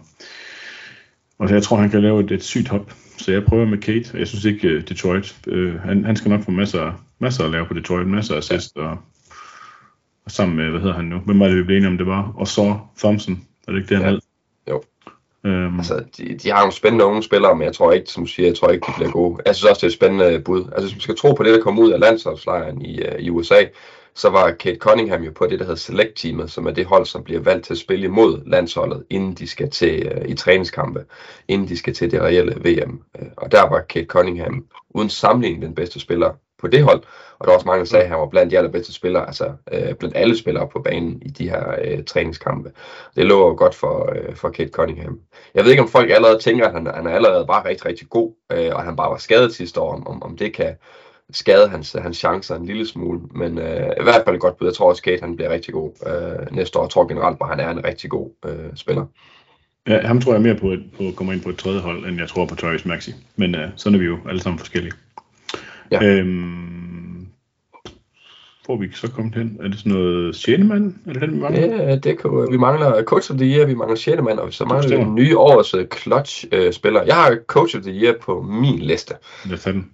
og jeg tror, han kan lave et, et sygt hop. Så jeg prøver med Kate, og jeg synes ikke Detroit. Han, han skal nok få masser, masser at lave på Detroit, masser af assist og sammen med, hvad hedder han nu? Hvem var det, vi blev enige om, det var? Og så Thompson, er det ikke det, han ja. hed? Jo. Um, altså, de, de har nogle spændende unge spillere, men jeg tror ikke, som du siger, jeg tror ikke, de bliver gode. Jeg synes også, det er et spændende bud. Altså, hvis man skal tro på det, der kom ud af landsholdslejren i, uh, i U S A, så var Kate Cunningham jo på det, der hedder Select-teamet, som er det hold, som bliver valgt til at spille imod landsholdet, inden de skal til uh, i træningskampe, inden de skal til det reelle V M. Uh, og der var Kate Cunningham uden sammenligning den bedste spiller på det hold, og der var også mange, der sagde, at han var blandt de allerbedste spillere, altså øh, blandt alle spillere på banen i de her øh, træningskampe. Det lå jo godt for, øh, for Kate Cunningham. Jeg ved ikke, om folk allerede tænker, at han, han er allerede bare rigtig, rigtig god, øh, og han bare var skadet sidste år, om, om det kan skade hans, hans chancer en lille smule, men øh, i hvert fald et godt bud. Jeg tror også, Kate han bliver rigtig god øh, næste år. Jeg tror generelt bare, han er en rigtig god øh, spiller. Ja, ham tror jeg mere på, et, på at komme ind på et tredje hold, end jeg tror på Tyrese Maxey, men øh, sådan er vi jo alle sammen forskellige. Ja. Øhm, hvor vi så kommet hen? Er det sådan noget sjælemand? Er det den, vi mangler? Ja, det kan, vi mangler Coach of the Year, vi mangler sjælemand, og så mangler vi den nye års uh, clutch-spiller. Uh, jeg har Coach of the Year på min liste. Lad os tage den.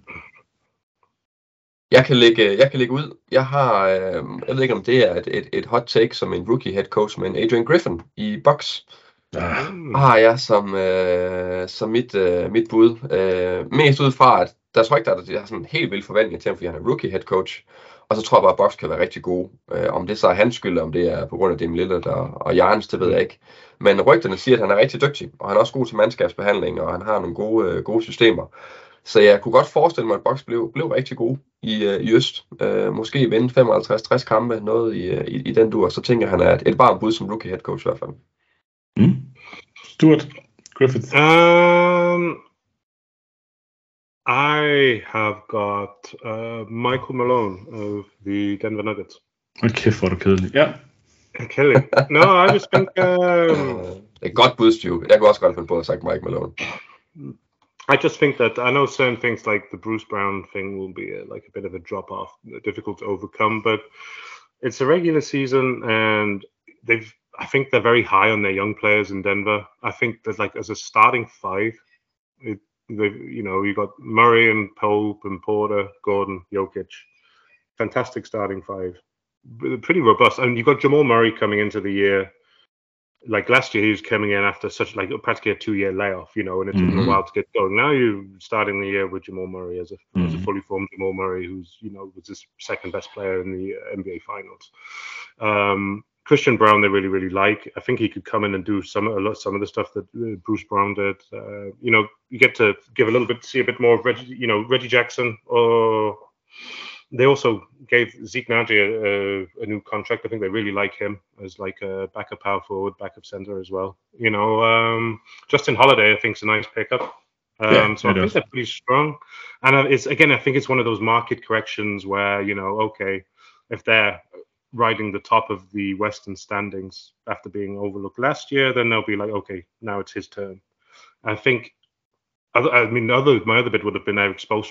Jeg kan lægge, jeg kan lægge ud. Jeg har, øh, jeg ved ikke om det er et, et, et hot take som en rookie head coach, men Adrian Griffin i Bucks. Ah. Har jeg som, øh, som mit, øh, mit bud. Øh, mest ud fra, at der tror ikke, der er, der er sådan en helt vild forventning til ham, fordi han er rookie head coach. Og så tror jeg bare, at Bucks kan være rigtig gode. Øh, om det så er hans skyld, om det er på grund af Damian Lillard og, og Giannis, det ved jeg ikke. Men rygterne siger, at han er rigtig dygtig, og han er også god til mandskabsbehandling, og han har nogle gode, øh, gode systemer. Så jeg kunne godt forestille mig, at Bucks blev, blev rigtig gode i, øh, i øst. Øh, måske vinde femoghalvtreds til tres kampe, noget i, i, i den dur. Så tænker han, at et varmt bud som rookie head coach i hvert fald. Mm. Stuart Griffith. Um, I have got uh, Michael Malone of the Denver Nuggets. Okay, for du kedelig. Ja. Kedelig. No, I just think... Um, det er et godt bud, Stu. Jeg kunne også godt finde på at sige Mike Malone. I just think that I know certain things like the Bruce Brown thing will be a, like a bit of a drop off, difficult to overcome, but it's a regular season and they've, I think they're very high on their young players in Denver. I think that like as a starting five, it, you know, you got Murray and Pope and Porter, Gordon, Jokic, fantastic starting five, pretty robust. And you got Jamal Murray coming into the year. Like last year, he was coming in after such like practically a two-year layoff, you know, and it took mm-hmm. him a while to get going. Now you're starting the year with Jamal Murray as a mm-hmm. as a fully formed Jamal Murray, who's you know was his second best player in the N B A Finals. Um, Christian Brown, they really really like. I think he could come in and do some a lot some of the stuff that uh, Bruce Brown did. Uh, you know, you get to give a little bit, see a bit more of Reggie, you know, Reggie Jackson or. They also gave Zeke Naji a, a new contract. I think they really like him as like a backup power forward, backup center as well. You know, um, Justin Holiday, I think, is a nice pickup. Um, yeah, so I think is. They're pretty strong. And it's again, I think it's one of those market corrections where you know, okay, if they're riding the top of the Western standings after being overlooked last year, then they'll be like, okay, now it's his turn. I think. I mean, other my other bit would have been Eric Spoelstra.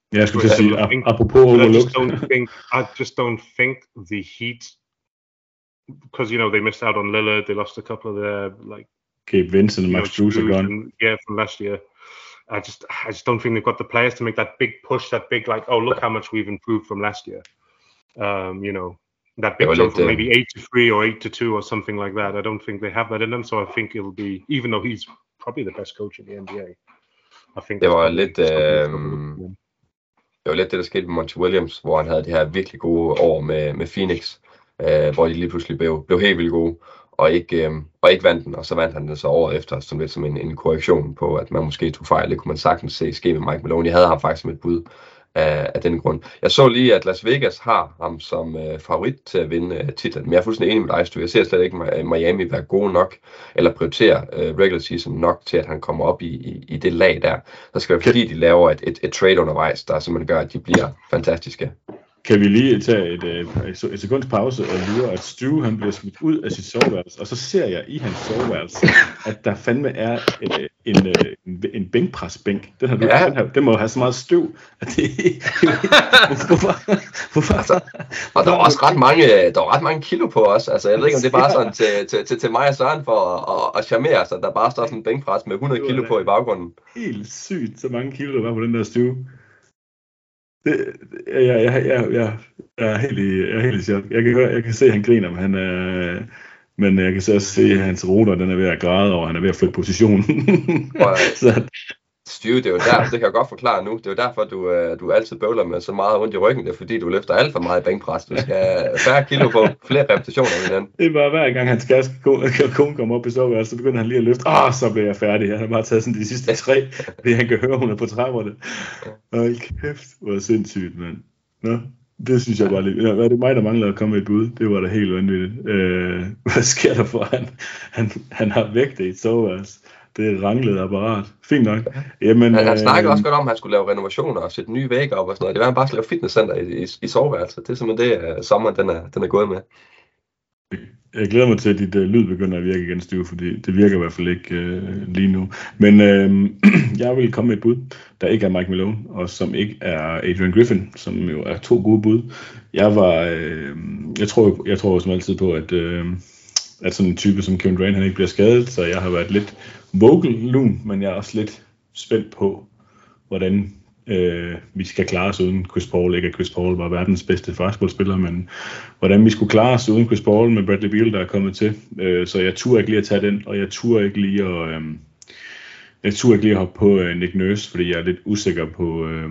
Ja, jeg skulle til at sige, ap- apropos overlook. I just don't think, I just don't think the Heat, because, you know, they missed out on Lillard, they lost a couple of their, like, Gabe Vincent and Max Strus are gone. And, yeah, from last year. I just, I just don't think they've got the players to make that big push, that big, like, oh, look how much we've improved from last year. Um, you know, that big jump from maybe eight to three or eight to two or something like that. I don't think they have that in them, so I think it'll be, even though he's probably the best coach in the N B A, I think det var lidt, øh, det var lidt det, der skete med Monty Williams, hvor han havde de her virkelig gode år med, med Phoenix, øh, hvor de lige pludselig blev, blev helt vildt gode, og ikke, øh, og ikke vandt den, og så vandt han den så året efter, som lidt som en, en korrektion på, at man måske tog fejl. Det kunne man sagtens se ske med Mike Malone. Jeg havde ham faktisk som et bud af, af den grund. Jeg så lige, at Las Vegas har ham som øh, favorit til at vinde øh, titlen, men jeg er fuldstændig enig med dig, Stu. Jeg ser slet ikke Miami være gode nok, eller prioritere øh, regular season nok til, at han kommer op i, i, i det lag der. Så skal det være, fordi de laver et, et, et trade undervejs, der simpelthen gør, at de bliver fantastiske. Kan vi lige tage et, et, et sekunds pause og lure, at Stu han bliver smidt ud af sit soveværelse, og så ser jeg i hans soveværelse, at der fandme er en, en, en, en bænkpresbænk. Den, har du, ja. den, her, den må have så meget støv, at det hvorfor, hvorfor? Altså, og der var også ret mange, der var ret mange kilo på os. Altså, jeg ved ikke, om det er bare sådan til, til, til, til mig og Søren for at, at charmere, så der bare står sådan en bænkpres med hundrede kilo på i baggrunden. Helt sygt, så mange kilo der var på den der Stu. Det, jeg, jeg, jeg, jeg, jeg, jeg er helt i, jeg er helt i chok. Jeg kan høre, jeg kan se, at han griner, men han er, men jeg kan så også se, at hans ruter, den er ved at græde, og han er ved at flytte positionen. så. Stu, det er jo der, det kan jeg godt forklare nu. Det er jo derfor, du, du altid bøvler med så meget rundt i ryggen. Det er fordi, du løfter alt for meget bænkpres. Du skal færre kilo på flere repetitioner med den. Det er bare hver gang, hans kone kommer op i soveværelset, så begynder han lige at løfte. Åh, så bliver jeg færdig. Han har bare taget sådan de sidste tre, fordi han kan høre, hun er på trapperne. Hold kæft, hvor sindssygt, mand. Nå, det synes jeg bare lidt. Ja, var det mig, der manglede at komme med et bud? Det var da helt vanvittigt. Øh, hvad sker der for han? Han, han har vægt det i et soveværelse. Det er et ranglet apparat. Fint nok. Jamen, han, han snakkede øh, også godt om, at han skulle lave renovationer og sætte nye vægge op og sådan noget. Det var han bare skulle lave fitnesscenter i, i, i soveværelset. Det er simpelthen det, uh, sommeren den er, den er gået med. Jeg glæder mig til, at dit uh, lyd begynder at virke igen, Stu, fordi det virker i hvert fald ikke uh, lige nu. Men uh, jeg vil komme med et bud, der ikke er Mike Malone, og som ikke er Adrian Griffin, som jo er to gode bud. Jeg var, uh, jeg tror, jeg tror som altid på, at uh, at sådan en type som Kevin Durant, han ikke bliver skadet, så jeg har været lidt vocal-lun, men jeg er også lidt spændt på, hvordan øh, vi skal klare os uden Chris Paul. Ikke at Chris Paul var verdens bedste basketballspiller, men hvordan vi skulle klare os uden Chris Paul med Bradley Beal, der er kommet til. Øh, så jeg turde ikke lige at tage den, og jeg turde ikke lige at, øh, jeg turde ikke lige at hoppe på øh, Nick Nurse, fordi jeg er lidt usikker på, øh,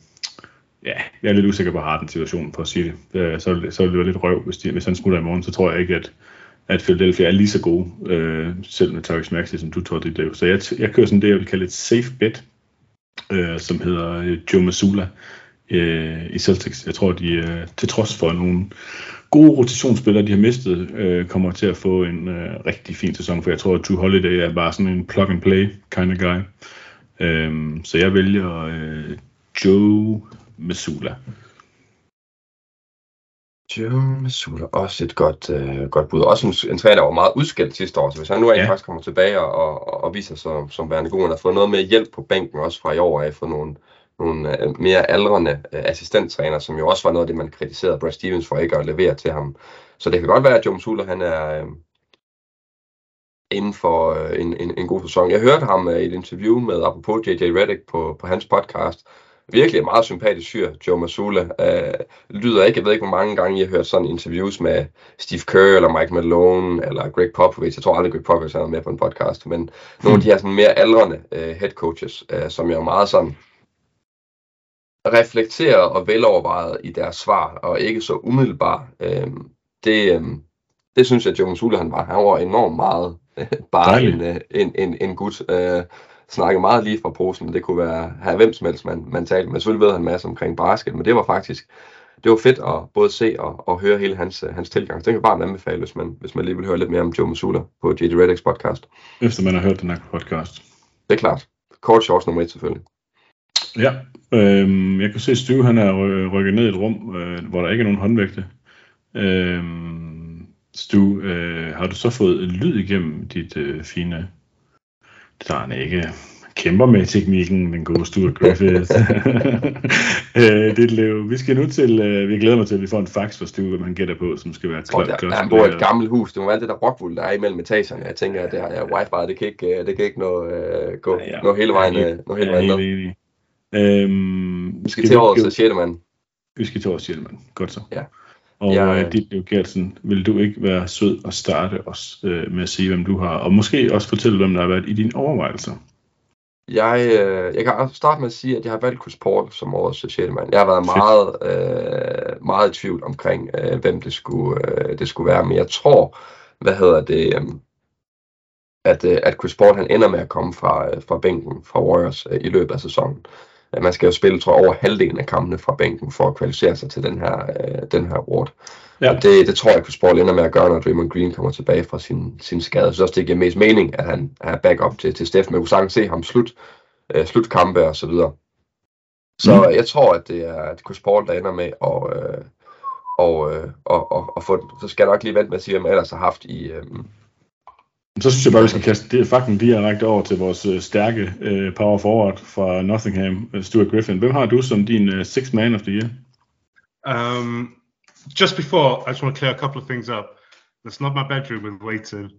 ja, jeg er lidt usikker på Harden situationen, for at sige det. Øh, så, så ville det være lidt røv, hvis, de, hvis han smutter i morgen, så tror jeg ikke, at at Philadelphia er lige så gode, øh, selv med Tyrese Maxey, som du tror, det er. Så jeg, jeg kører sådan det, jeg vil kalde et safe bet, øh, som hedder øh, Joe Mazzulla øh, i Celtics. Jeg tror, de øh, til trods for nogle gode rotationsspillere, de har mistet, øh, kommer til at få en øh, rigtig fin sæson, for jeg tror, at Drew Holiday er bare sådan en plug-and-play kind of guy. Øh, så jeg vælger øh, Joe Mazzulla. Joe Mazzulla, også et godt, øh, godt bud. Også en, en træner, der var meget udskilt sidste år, så hvis han nu egentlig ja. faktisk kommer tilbage og, og, og viser sig som, som værende god, han har fået noget mere hjælp på bænken også fra i år af, fået nogle, nogle øh, mere aldrende øh, assistenttræner, som jo også var noget af det, man kritiserede Brad Stevens for ikke at levere til ham. Så det kan godt være, at Joe Mazzulla, han er øh, inden for øh, en, en, en god sæson. Jeg hørte ham øh, i et interview med, apropos J J Redick på, på hans podcast. Virkelig en meget sympatisk fyr, Joe Mazzulla. Uh, lyder ikke, jeg ved ikke, hvor mange gange jeg har hørt sådan interviews med Steve Kerr, eller Mike Malone, eller Greg Popovich. Jeg tror aldrig, Greg Popovich er med på en podcast, men hmm. nogle af de her sådan mere aldrende uh, head coaches, uh, som er meget sådan reflekteret og velovervejet i deres svar, og ikke så umiddelbart. Uh, det, um, det synes jeg, Joe Mazzulla han var. Han var enormt meget uh, bare en, uh, en, en, en gut. Uh, snakke meget lige fra posen, og det kunne være have hvem som helst, man, man talte med. Selvfølgelig ved han en masse omkring basket, men det var faktisk, det var fedt at både se og, og høre hele hans, hans tilgang. Så det kan bare anbefale, hvis man, hvis man lige vil høre lidt mere om Joe Mazzulla på J J Redicks podcast. Efter man har hørt den her podcast. Det er klart. Kort shorts nummer et selvfølgelig. Ja, øh, jeg kan se, at Stu han er rykket ned i et rum, øh, hvor der ikke er nogen håndvægte. Øh, Stu, øh, har du så fået lyd igennem dit øh, fine... Der er ikke kæmper med teknikken, den gode Stuart Griffith. øh, det er vi skal nu til, øh, vi glæder mig til, at vi får en fax for Stuart, man gætter på, som skal være klart. Ja, han bor i et gammelt hus, det må være det der rockwool, der er imellem etagerne. Jeg tænker, at det her wifi, det kan ikke, det kan ikke nå, øh, gå ja, ja. nå hele vejen, ja, nå hele vejen ned. Øhm, vi skal til året til sjette mand. Vi skal til året sjette mand, godt så. Ja. Og ja, øh, Ditlev Gertsen, vil du ikke være sød og starte os øh, med at sige, hvem du har, og måske også fortælle, hvem der har været i dine overvejelser? Jeg, øh, jeg kan starte med at sige, at jeg har valgt Chris Paul som årets sjette mand. Jeg har været meget, øh, meget i tvivl omkring, øh, hvem det skulle, øh, det skulle være, men jeg tror, hvad hedder det, øh, at, øh, at Chris Paul han ender med at komme fra, øh, fra bænken fra Warriors øh, i løbet af sæsonen. Man skal jo spille, tror jeg, over halvdelen af kampene fra bænken for at kvalificere sig til den her, øh, den her award. Ja. Og det, det tror jeg, at Chris Paul ender med at gøre, når Draymond Green kommer tilbage fra sin, sin skade. Jeg synes også, det giver mest mening, at han er backup til, til Steph, men vi kunne sagtens se ham slut, øh, slutkampe og så videre. Så mm. jeg tror, at det er at Chris Paul, der ender med at øh, og, øh, og, og, og få, så skal jeg nok lige vente med at sige, hvem ellers har haft i... Øh, Så synes jeg bare, vi skal kaste det faktisk direkte over til vores øh, stærke øh, power forward fra Nottingham, øh, Stuart Griffin. Hvem har du som din øh, sixth man of the year? Um, just before, I just want to clear a couple of things up. That's not my bedroom with waiting.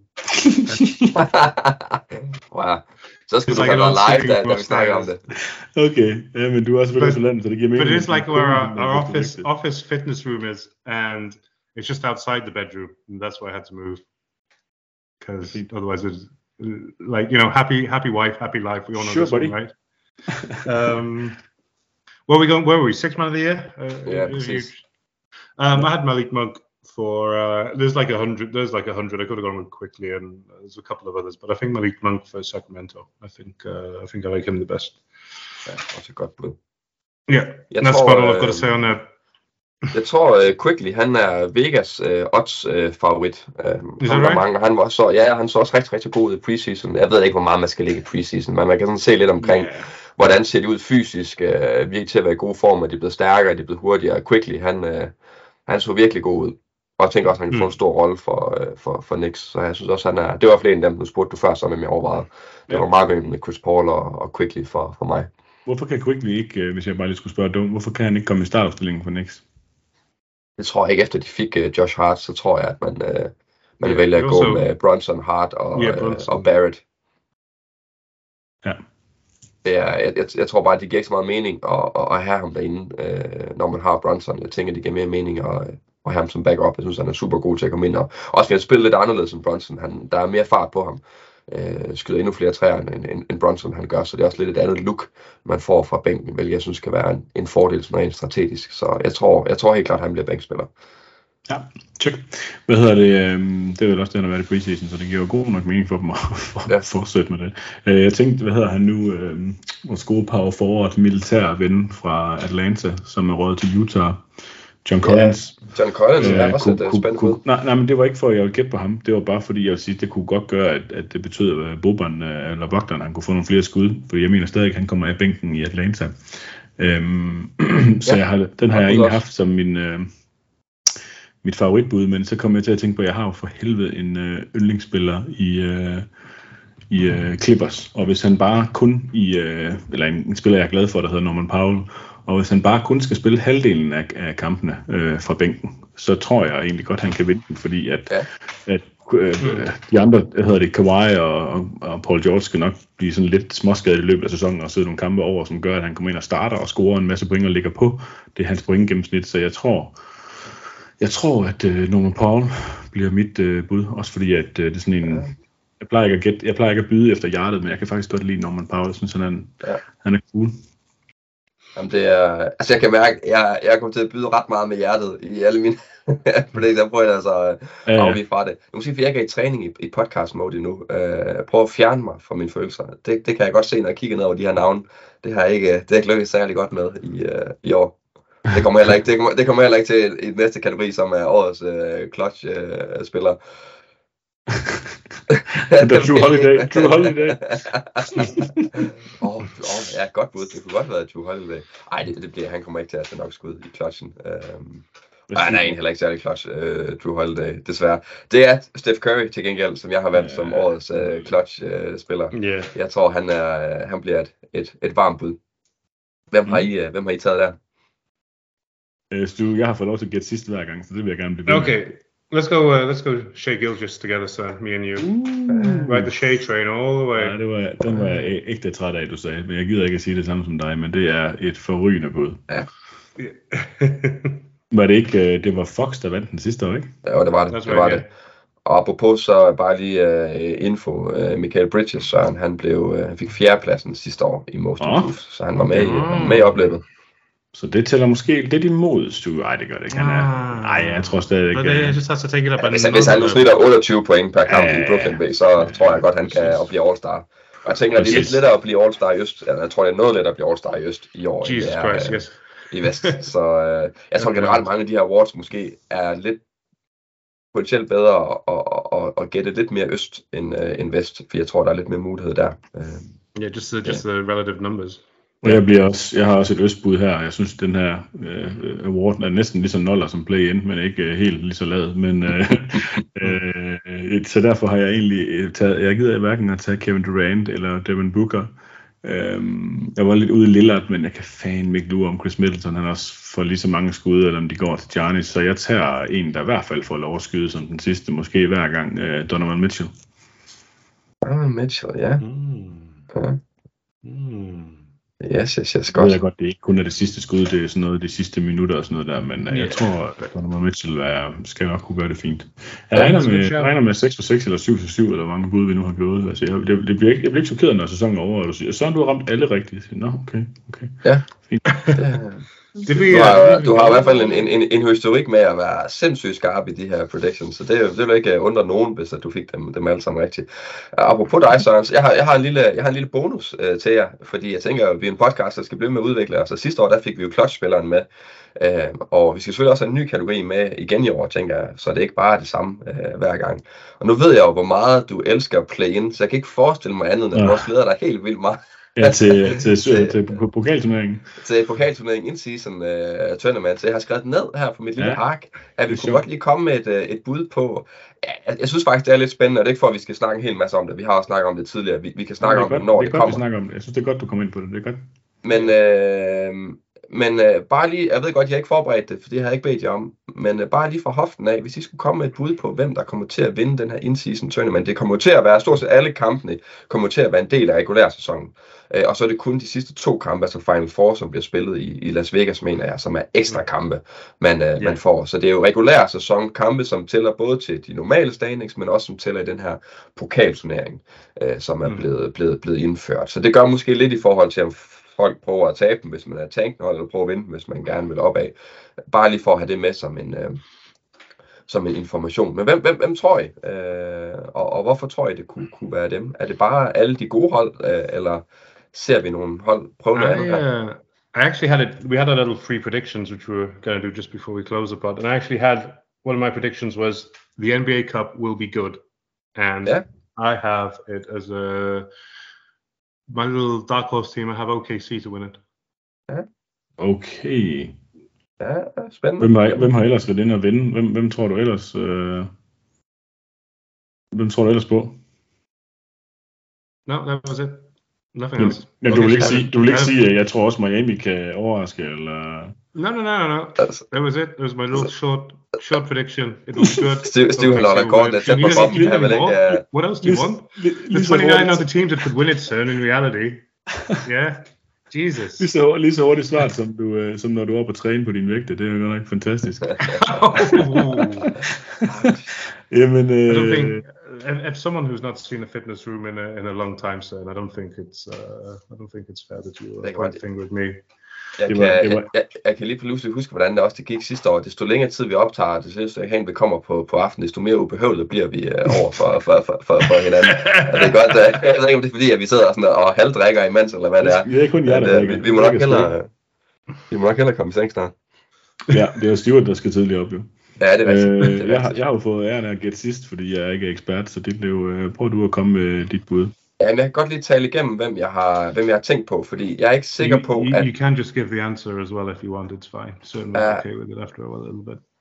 Wow. Så skal du like være live, da, da vi snakker om det. Okay, ja, men du er også veldig for landet, så det giver mening. But it's like where our, our office, office fitness room is, and it's just outside the bedroom, and that's why I had to move. Because otherwise, it's like, you know, happy, happy wife, happy life. We all know sure, this one, right? um, where are we going? Where were we? Sixth man of the year? Uh, yeah, um, I had Malik Monk for. Uh, there's like a hundred. There's like a hundred. I could have gone with quickly, and there's a couple of others, but I think Malik Monk for Sacramento. I think. Uh, I think I like him the best. Yeah, that's a good blue. Yeah, and that's about all I've got to say on that. Jeg tror uh, Quickly, han er Vegas uh, odds uh, favorit. Uh, han, right? mange, han var så, ja, han så også rigtig, rigtig god i preseason. Jeg ved ikke, hvor meget man skal ligge i preseason, men man kan sådan se lidt omkring, yeah. hvordan ser det ud fysisk. Uh, virkelig til at være i god form, og de er blevet stærkere, de er blevet hurtigere. Quickly, han, uh, han så virkelig god ud. Og jeg tænker også, at han kan mm. få en stor rolle for, uh, for, for Knicks. Så jeg synes også, han er, det var flere en af dem, du spurgte du før, som jeg overvejede. Det var meget med Chris Paul og, og Quickly for, for mig. Hvorfor kan Quickly ikke, hvis jeg bare lige skulle spørge dig, hvorfor kan han ikke komme i startopstillingen for Knicks? Det tror jeg ikke, efter de fik uh, Josh Hart, så tror jeg, at man, uh, man yeah, vælger at gå so... med Brunson, Hart og, yeah, uh, og Barrett. Ja. Ja, jeg, jeg, jeg tror bare, at det giver ikke så meget mening at, at, at have ham derinde, uh, når man har Brunson. Jeg tænker, det giver mere mening at, at have ham som backup. Jeg synes, han er super god til at komme ind. Og også fordi han spiller lidt anderledes end Brunson. Han, der er mere fart på ham. Uh, skyder endnu flere træer, end, end, end Brunson han gør. Så det er også lidt et andet look, man får fra bænken, hvilket jeg synes kan være en, en fordel sådan rent strategisk. Så jeg tror, jeg tror helt klart, at han bliver bænkspiller. Ja, check. Hvad hedder det? Det er vel også det, han har været i preseason, så det giver jo god nok mening for dem at ja. fortsætte med det. Jeg tænkte, hvad hedder han nu? Vores gode power forward, militær ven fra Atlanta, som er røget til Utah. John Collins. Ja, John Collins øh, er også et spændende ud. Nej, nej, men det var ikke for, at jeg ville gætte på ham. Det var bare fordi, jeg ville sige, at det kunne godt gøre, at, at det betød, at Boban eller Bogdan, han kunne få nogle flere skud. For jeg mener stadig, at han kommer af bænken i Atlanta. Øhm, så ja, jeg har, den har jeg egentlig haft som min, øh, mit favoritbud, men så kom jeg til at tænke på, at jeg har jo for helvede en øh, yndlingsspiller i, øh, i øh, Clippers. Og hvis han bare kun i, øh, eller en, en spiller, jeg er glad for, der hedder Norman Powell, og hvis han bare kun skal spille halvdelen af, af kampene øh, fra bænken, så tror jeg egentlig godt, han kan vinde den, fordi at, ja. at øh, de andre, hedder det, Kawhi og, og, og Paul George skal nok blive sådan lidt småskadet i løbet af sæsonen og sidde nogle kampe over, som gør, at han kommer ind og starter og scorer en masse point og ligger på. Det er hans pointgennemsnit, så jeg tror, jeg tror, at øh, Norman Powell bliver mit øh, bud, også fordi at øh, det er sådan en, jeg plejer ikke at gætte, jeg plejer ikke at byde efter hjertet, men jeg kan faktisk godt lide Norman Powell. Jeg synes, han er, ja. han er cool. Jamen det er, altså jeg kan mærke, jeg, jeg kommer til at byde ret meget med hjertet i alle mine, fordi der prøver jeg altså at afvige fra det. Nu måske, for jeg ikke er i træning i, i podcast mode endnu. Uh, prøv at fjerne mig fra mine følelser. Det, det kan jeg godt se, når jeg kigger ned over de her navne. Det har jeg ikke, det har jeg lykkes særlig godt med i, uh, i år. Det kommer heller ikke, det kommer, det kommer heller ikke til i den næste kategori, som er årets uh, clutch uh, spiller. Det er Drew Holiday. Drew Holiday. Åh, oh, oh, ja, godt bud. Det kunne godt være Drew Holiday. Ej, det, det bliver, han kommer ikke til at tage nok skud i clutchen. Um, Nej, han er egentlig heller ikke særlig clutch, uh, Drew Holiday, desværre. Det er Steph Curry til gengæld, som jeg har valgt ja, som årets uh, clutch-spiller. Uh, yeah. Jeg tror, han, er, han bliver et, et, et varmt bud. Hvem har, I, uh, hvem har I taget der? Uh, Stu, jeg har fået lov til at gætte sidste hver gang, så det vil jeg gerne blive. Okay, let's go, uh, let's go Shea Gilgeous together, so me and you. Uh, Ride the Shea train all the way. Ja, det var, den var jeg ikke det træt af, du sagde, men jeg gider ikke at sige det samme som dig, men det er et forrygende bud. Ja. Var det ikke, det var Fox, der vandt den sidste år, ikke? Ja, det var det, det var det. Og apropos så bare lige uh, info, uh, Michael Bridges, så han, han, blev, uh, han fik fjerdepladsen sidste år i Most Improved, oh. så han var med, oh. i, med i opløbet. Så det tæller måske lidt imod, Stu. Nej, det gør det ikke. Han er... Nej, jeg tror stadig ikke. Det, jeg synes, jeg tænker, der ja, hvis, han, hvis han nu snitter otteogtyve point per kamp ja, i Brooklyn Bay, så ja, tror jeg godt, han kan blive All-Star. Og jeg tænker, at det er lidt lettere at blive All-Star i Øst. Jeg tror, det er noget lettere at blive All-Star i Øst i år. Jesus er, Christ, yes. I Vest. Så øh, jeg tror generelt, mange af de her awards måske er lidt potentielt bedre at, at, at, at gætte lidt mere Øst end, uh, end Vest. For jeg tror, der er lidt mere mulighed der. Ja, yeah, just, the, just yeah. the relative numbers. Og jeg, bliver også, jeg har også et østbud her, og jeg synes, at den her uh, award er næsten lige så noller som play-in, men ikke uh, helt lige så lavet. Men, uh, uh, så derfor har jeg egentlig taget, jeg gider hverken at tage Kevin Durant eller Devin Booker. Um, jeg var lidt ude i Lillard, men jeg kan fandme ikke lure om Chris Middleton, han også får lige så mange skud, eller om de går til Giannis, så jeg tager en, der i hvert fald får lov at skyde som den sidste, måske hver gang, uh, Donovan Mitchell. Donovan Mitchell, ja. Mm. Ja. Mm. Yes, yes, yes, godt. Jeg ved godt, det ikke kun er det sidste skud, det er sådan noget, de sidste minutter og sådan noget der, men yeah. jeg tror, at Donovan Mitchell er, skal nok kunne gøre det fint. Jeg ja, regner, med, regner med seks for seks eller syv for syv, eller hvor mange bud vi nu har gået. Altså, jeg, det, det bliver ikke, jeg bliver ikke chokeret, når sæsonen er over, og du siger, sådan du har ramt alle rigtigt. Nå, okay, okay. Ja. Fint. Det bliver, du, har, du har i hvert fald en, en, en, en historik med at være sindssygt skarp i de her predictions, så det, det vil ikke undre nogen, hvis at du fik dem, dem alle sammen rigtigt. Apropos dig, Søren, jeg har, jeg har en lille, jeg har en lille bonus uh, til jer, fordi jeg tænker, at vi er en podcast, der skal blive med at udvikle os, og sidste år der fik vi jo clutch-spilleren med, uh, og vi skal selvfølgelig også have en ny kategori med igen i år, tænker jeg, så det er ikke bare det samme uh, hver gang. Og nu ved jeg jo, hvor meget du elsker play-in, så jeg kan ikke forestille mig andet, end at du også glæder dig helt vildt meget. Ja, til, til, til, til pokalturneringen. Til pokalturneringen, in-season uh, tournament. Så jeg har skrevet ned her på mit lille ja, ark, at vi kunne godt lige komme med et, et bud på... Ja, jeg, jeg synes faktisk, det er lidt spændende, og det er ikke for, at vi skal snakke en hel masse om det. Vi har også snakket om det tidligere. Vi, vi kan snakke ja, det om det, når det, det kommer. Det om det. Jeg synes, det er godt, du kommer ind på det. Det er godt. Men, øh, men øh, bare lige... Jeg ved godt, jeg har ikke forberedt det, for det har jeg ikke bedt jer om. Men øh, bare lige fra hoften af, hvis I skulle komme med et bud på, hvem der kommer til at vinde den her in-season tournament. Det kommer til at være, stort set alle kampene kommer til at være en del af regulær sæsonen. Øh, og så er det kun de sidste to kampe, altså Final Four, som bliver spillet i, i Las Vegas, mener jeg, som er ekstra kampe, man, øh, yeah. man får. Så det er jo regulær sæson kampe, som tæller både til de normale standings, men også som tæller i den her pokalturnering, øh, som er mm. blevet, blevet, blevet indført. Så det gør måske lidt i forhold til, om folk prøver at tabe dem, hvis man er tankhold, eller prøver at vinde dem, hvis man gerne vil opad. Bare lige for at have det med som en... Øh, som en information. Men hvem, hvem, hvem tror I? Øh, og, og hvorfor tror I, det kunne, kunne være dem? Er det bare alle de gode hold, øh, eller ser vi nogle hold prøve noget andet her? Uh, I actually had it, we had a little free predictions, which we were going to do just before we close the pod, and I actually had, one of my predictions was, the N B A Cup will be good, and yeah. I have it as a, my little dark horse team, I have O K C to win it. Ja. Okay. Ja, spændende. Hvem har, hvem har ellers været inde og vinde? Hvem, hvem tror du ellers øh... Hvem tror du ellers på? No, that was it. Nothing men, else. Men okay, du vil ikke sige, du vil ikke sige, at jeg tror også Miami kan overraske, eller? No, no, no, no. That was it. It was my little short, short prediction. It was good. Steve, Steve har lavet rekord. Det er for you have like, What else do you want? The twenty-nine other teams that could win it, son, in reality. Yeah. Jesus. Lige så, lige så hurtigt svart, som, du, øh, som når du er oppe og træne på din vægte. Det er jo godt nok fantastisk. Jamen, øh, I don't think, as someone who's not seen a fitness room in a, in a long time, so I don't think it's uh, I don't think it's fair that you are fighting with me. Jeg kan, jeg, jeg, jeg kan lige pludselig huske, hvordan det også det gik sidste år. Desto længere tid vi optager, det synes jeg, hen vi kommer på, på aftenen, desto mere ubehøveligt bliver vi uh, over for, for, for, for, for hinanden. Og det er godt, uh, jeg ved ikke, om det er fordi, at vi sidder og, sådan, og halvdrikker imens, eller hvad det er. Det er kun jeg, der drikker. Vi, vi, må nok hellere, vi må nok hellere komme i seng snart. Ja, det er Stuart, der skal tidligere op, jo. Ja, det er rigtigt. Øh, det er jeg, har, jeg har jo fået æren af at gætte sidst, fordi jeg ikke er ekspert, så det blev, uh, prøv du at komme med dit bud. Ja, men jeg kan godt lige tale igennem, hvem jeg har, hvem jeg har tænkt på, fordi jeg er ikke sikker you, på, you, at... You can just give the answer as well if you want, it's fine. Certainly uh, okay with it after a little bit.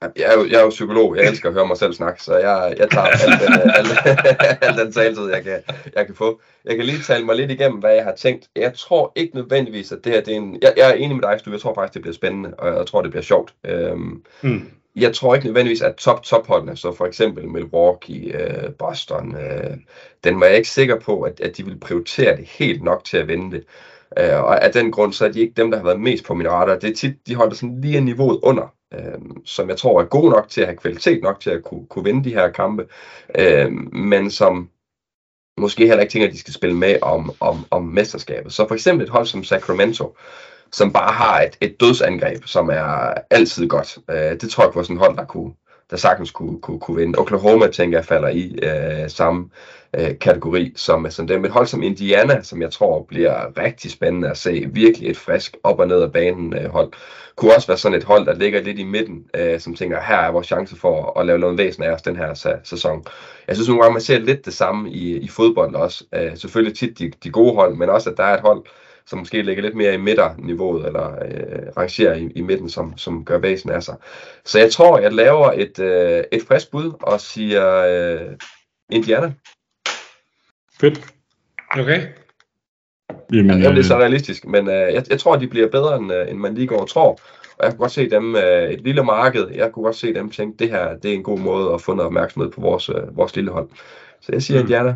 Jeg er, jo, jeg er jo psykolog, jeg elsker at høre mig selv snakke, så jeg, jeg tager al den, al, al den taletid, jeg kan, jeg kan få. Jeg kan lige tale mig lidt igennem, hvad jeg har tænkt. Jeg tror ikke nødvendigvis, at det her det er en... Jeg, jeg er enig med dig, Stu. Jeg tror faktisk, det bliver spændende, og jeg tror, det bliver sjovt. Øhm, hmm. Jeg tror ikke nødvendigvis, at top-top-holdene, så for eksempel Milwaukee, øh, Boston, øh, den var jeg ikke sikker på, at, at de vil prioritere det helt nok til at vinde det. Øh, og af den grund, så er de ikke dem, der har været mest på mine radar. Det er tit, de holder sådan lige niveauet under, øh, som jeg tror er gode nok til at have kvalitet nok til at kunne, kunne vinde de her kampe, øh, men som måske heller ikke tænker, at de skal spille med om, om, om mesterskabet. Så for eksempel et hold som Sacramento, som bare har et, et dødsangreb, som er altid godt. Øh, det tror jeg på sådan et hold, der, kunne, der sagtens kunne, kunne, kunne vinde. Oklahoma, tænker jeg, falder i øh, samme øh, kategori som, som dem. Et hold som Indiana, som jeg tror bliver rigtig spændende at se. Virkelig et frisk op og ned af banen øh, hold. Kunne også være sådan et hold, der ligger lidt i midten, øh, som tænker, her er vores chance for at lave noget væsen af os den her sæ- sæson. Jeg synes nogle gange, man ser lidt det samme i, i fodbold også. Øh, selvfølgelig tit de, de gode hold, men også at der er et hold, som måske ligger lidt mere i midterniveauet, eller øh, rangerer i, i midten, som, som gør væsen af sig. Så jeg tror, jeg laver et, øh, et frisk bud, og siger øh, Indiana. Fedt. Okay. Jamen, ja, det er så realistisk, men øh, jeg, jeg tror, de bliver bedre, end, øh, end man lige går og tror. Og jeg kunne godt se dem, øh, et lille marked, jeg kunne godt se dem tænke, det her det er en god måde at få noget opmærksomhed på vores, øh, vores lille hold. Så jeg siger mm. Indiana.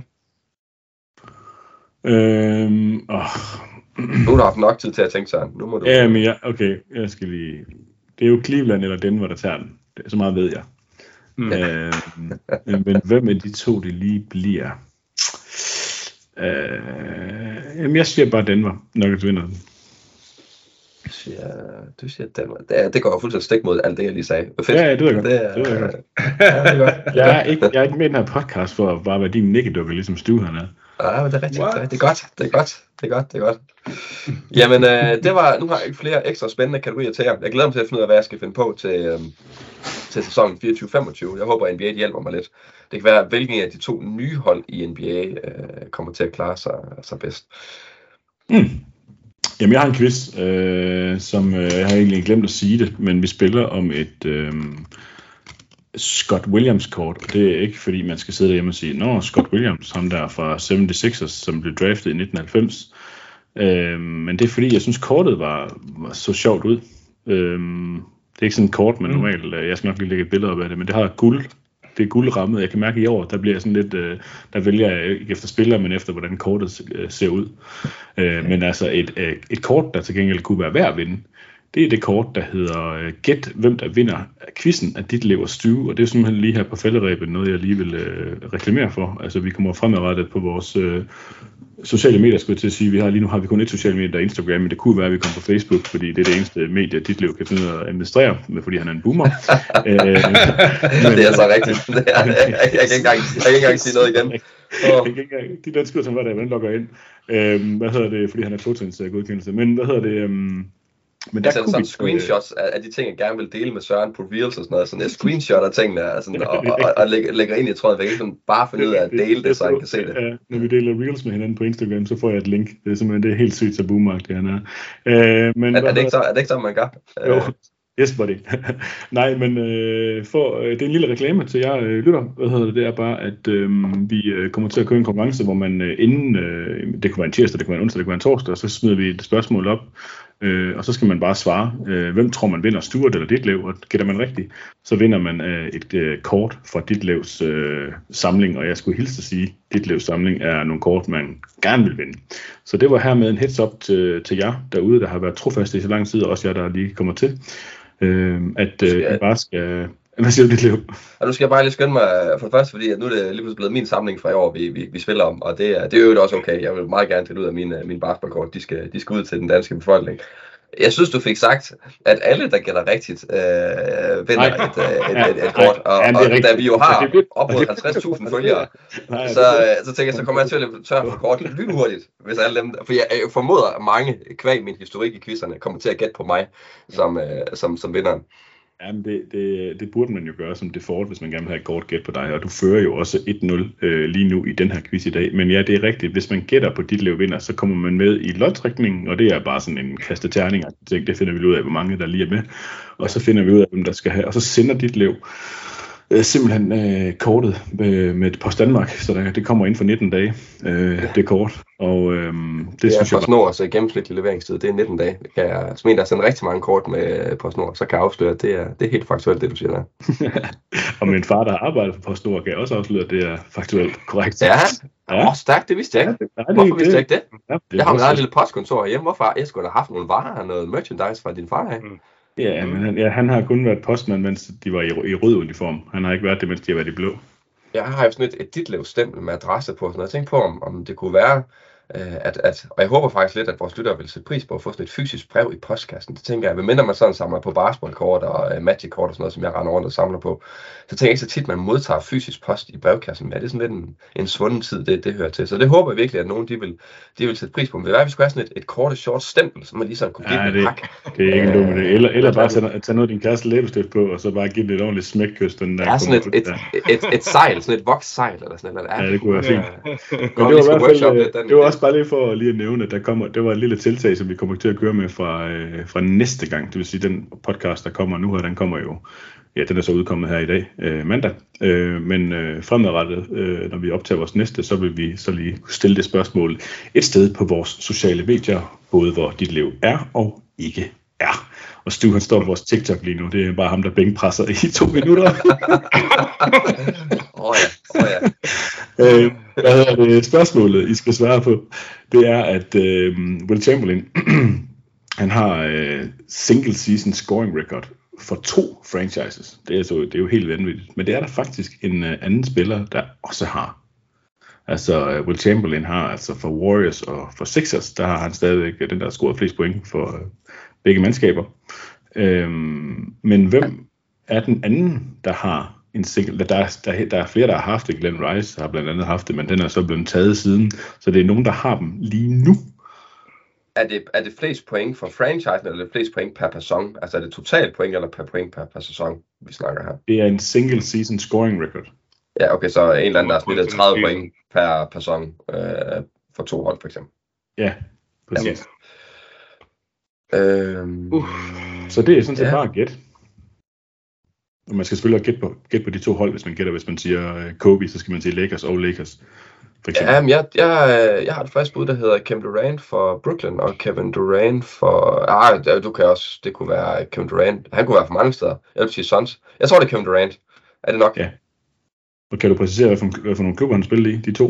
Øhm, åh. Nu har du haft nok tid til at tænke sig. Nu må du... Ja, men jeg, okay, jeg skal lige... Det er jo Cleveland eller Denver, der tager den. Det, så meget ved jeg. Mm. Øh, men hvem af de to, det lige bliver? Øh, jamen, jeg siger bare Denver, når jeg vinder den. Du siger, du siger Denver. Det, det går jo fuldstændig stik mod alt det, jeg lige sagde. Fedt. Ja, ja, det ved jeg godt. Det er, det ved jeg godt. Ja, det er godt. Jeg er ikke, jeg er ikke med i den her podcast for at bare være din nikkedukke, ligesom Stu han er. Ja, men det er rigtigt. Det er godt. Det er godt. Det er godt. Det er godt. Jamen, øh, det var, nu har jeg ikke flere ekstra spændende kategorier til jer. Jeg glæder mig til at finde ud af, hvad jeg skal finde på til, øh, til sæsonen fireogtyve femogtyve. Jeg håber, at N B A hjælper mig lidt. Det kan være, hvilken af de to nye hold i N B A øh, kommer til at klare sig, sig bedst. Mm. Jamen, jeg har en quiz, øh, som øh, jeg har egentlig glemt at sige det, men vi spiller om et øh, Scott Williams-kort, og det er ikke fordi, man skal sidde derhjemme og sige, nå, Scott Williams, ham der fra seventy-sixers, som blev draftet i nitten halvfems. Øh, men det er fordi, jeg synes, kortet var, var så sjovt ud. Øh, det er ikke sådan et kort, man normalt, øh, jeg skal nok lige lægge et billede op af det, men det har guld. Det er guldrammet. Jeg kan mærke i år, der bliver sådan lidt, øh, der vælger jeg ikke efter spillere, men efter hvordan kortet øh, ser ud. Øh, men altså et, øh, et kort, der til gengæld kunne være værd at vinde, det er det kort, der hedder øh, Gæt, hvem der vinder quizzen af dit lever Stue, og det er simpelthen lige her på falderæbet noget, jeg lige vil øh, reklamere for. Altså vi kommer fremadrettet på vores øh, sociale medier, skulle jeg til at sige. Vi har lige nu har vi kun et sociale medier, der er Instagram, men det kunne være, at vi kommer på Facebook, fordi det er det eneste medie, dit lever kan finde ud af at administrere, fordi han er en boomer. øh, men, det er så rigtigt. Det er, jeg, jeg, jeg, kan ikke engang, jeg kan ikke engang sige noget igen. Oh. Jeg kan ikke engang, de der skud, som var der, hvordan logger ind. Øh, hvad hedder det, fordi han er totens godkendelse. Men hvad hedder det... Øh, Men der kunne sådan screenshots af, af de ting, jeg gerne vil dele med Søren på Reels og sådan noget. Sådan jeg screenshotter tingene altså, og, og, og, og lægger, lægger ind i tråden væk. Sådan bare finde ud af at dele det, så jeg kan se det. Ja, når vi deler Reels med hinanden på Instagram, så får jeg et link. Det er simpelthen det er helt sygt, så boomeragt det han er. Øh, men, er, er, det ikke så, er det ikke så, man gør? Jo. Yes, buddy. Nej, men øh, for, øh, det er en lille reklame til jer øh, lytter. Hvad hedder det? Det er bare, at øh, vi øh, kommer til at køre en konkurrence, hvor man øh, inden, øh, det kunne være en tirsdag, det kunne være en onsdag, det kunne være en torsdag, og så smider vi et spørgsmål op, øh, og så skal man bare svare, øh, hvem tror man vinder, Stuart eller Ditlevs, og gætter man rigtigt, så vinder man øh, et øh, kort fra Ditlevs øh, samling, og jeg skulle hilse at sige, at Ditlevs samling er nogle kort, man gerne vil vinde. Så det var hermed en heads up til, til jer derude, der har været trofaste i så lang tid, og også jer, der lige kommer til. Øh, at øh, jeg bare skal... Hvad siger du, Ditlev? Og nu skal jeg bare lige skynde mig for det første, fordi at nu er det lige pludselig blevet min samling fra i år, vi, vi, vi spiller om, og det er, det er jo også okay. Jeg vil meget gerne tage ud af mine, mine basketballkort. De skal, de skal ud til den danske befolkning. Jeg synes, du fik sagt, at alle, der gætter rigtigt, øh, vinder et, et, et, et, et kort. Og, og, og da vi jo har op mod halvtreds tusind følgere, så, så tænker jeg, så kommer jeg til at løbe tør for kort lynhurtigt, hvis alle dem, for jeg, jeg formoder, at mange kvæg min historik i quizzerne kommer til at gætte på mig som, øh, som, som vinderen. Jamen, det, det, det burde man jo gøre som default, hvis man gerne vil have et kort gæt på dig, og du fører jo også et nul øh, lige nu i den her quiz i dag. Men ja, det er rigtigt. Hvis man gætter på dit lev vinder, så kommer man med i lodtrækningen, og det er bare sådan en kaste terninger. Det finder vi ud af, hvor mange der lige er med, og så finder vi ud af, hvem der skal have, og så sender dit lev øh, simpelthen øh, kortet øh, med Post Danmark, så der, det kommer ind for nitten dage, øh, ja. Det kort. Og øh, det, det synes jeg PostNord, så gennemsnitlig leveringstid, det er nitten dage. Kan jeg, som en, der har sendt rigtig mange kort med PostNord, så kan jeg afsløre, at det er, det er helt faktuelt, det du siger der. Og min far, der har arbejdet for PostNord, kan også afsløre, at det er faktuelt korrekt. Ja, ja. Oh, stærkt, det vidste jeg ikke. Ja, det, Hvorfor det, vidste jeg ikke det? Ja, det jeg har jo et lille postkontor herhjemme. Hvorfor? Jeg skulle have haft nogle varer og noget merchandise fra din far af. Mm. Ja, men han, ja, han har kun været postmand, mens de var i, i rød uniform. Han har ikke været det, mens de har været i blå. Jeg har jo sådan et, et Ditlev-stempel med adresse på, så jeg tænkte på, om, om det kunne være, at, at, og jeg håber faktisk lidt, at vores lyttere vil sætte pris på at få sådan et fysisk brev i postkassen. Det tænker jeg, medmindre man sådan samler på basketballkort og uh, magic-kort og sådan noget, som jeg render rundt og samler på, så tænker jeg ikke så tit, man modtager fysisk post i brevkassen. Ja, det er sådan lidt en, en svunden tid, det, det hører til. Så det håber jeg virkelig, at nogen de vil, de vil sætte pris på. Men det er, at vi skulle have sådan et, et kort short stempel, som man lige sådan kunne give ja, det, en hak. Det er ikke en dum idé. Eller, eller bare tage, tage noget af din kæreste læbestift på, og så bare give det et ordentligt smækkys. Den der ja, sådan et, et, et, et, et sejl, sådan et vokssejl eller sådan noget. Ja, det kunne være fint. Ja. Men det var, i hvert fald, det var også bare lige for lige at nævne, at der kommer, det var et lille tiltag, som vi kommer til at køre med fra, øh, fra næste gang. Det vil sige, den podcast, der kommer nu her, den kommer jo, ja, den er så udkommet her i dag, øh, mandag. Øh, men øh, fremadrettet, øh, når vi optager vores næste, så vil vi så lige stille det spørgsmål et sted på vores sociale medier, både hvor dit liv er og ikke er. Og Stu, han står på vores TikTok lige nu. Det er bare ham, der bænkpresser i to minutter. Åh oh ja, oh ja. øh, hvad hedder det? Spørgsmålet, I skal svare på, det er, at øh, Will Chamberlain, han har øh, single season scoring record for to franchises. Det er, så, det er jo helt vanvittigt. Men det er der faktisk en øh, anden spiller, der også har. Altså øh, Will Chamberlain har altså for Warriors og for Sixers, der har han stadigvæk den, der har scoret flest point for øh, begge mandskaber. Øhm, men hvem er den anden, der har en single? Der er, der, der er flere, der har haft det. Glenn Rice har blandt andet haft det, men den er så blevet taget siden. Så det er nogen, der har dem lige nu. Er det, er det flest point for franchisen, eller er det flest point per person? Altså er det totalt point, eller per point per, per sæson, vi snakker her? Det er en single season scoring record. Ja, okay, så en eller anden, der har snittet tredive point per person øh, for to hold, for eksempel. Ja, præcis. Ja. Øhm, uh. Så det er sådan set ja. bare gæt. Og man skal selvfølgelig gætte på, gætte på de to hold, hvis man gætter. Hvis man siger Kobe, så skal man sige Lakers og Lakers. Ja, men jeg, jeg, jeg har et fast bud, der hedder Kevin Durant for Brooklyn, og Kevin Durant for... Ah, du kan også... Det kunne være Kevin Durant. Han kunne være for mange steder. Jeg vil sige Suns. Jeg tror, det er Kevin Durant. Er det nok? Ja. Og kan du præcisere, hvad for, hvad for nogle klubber han spillede i, de to?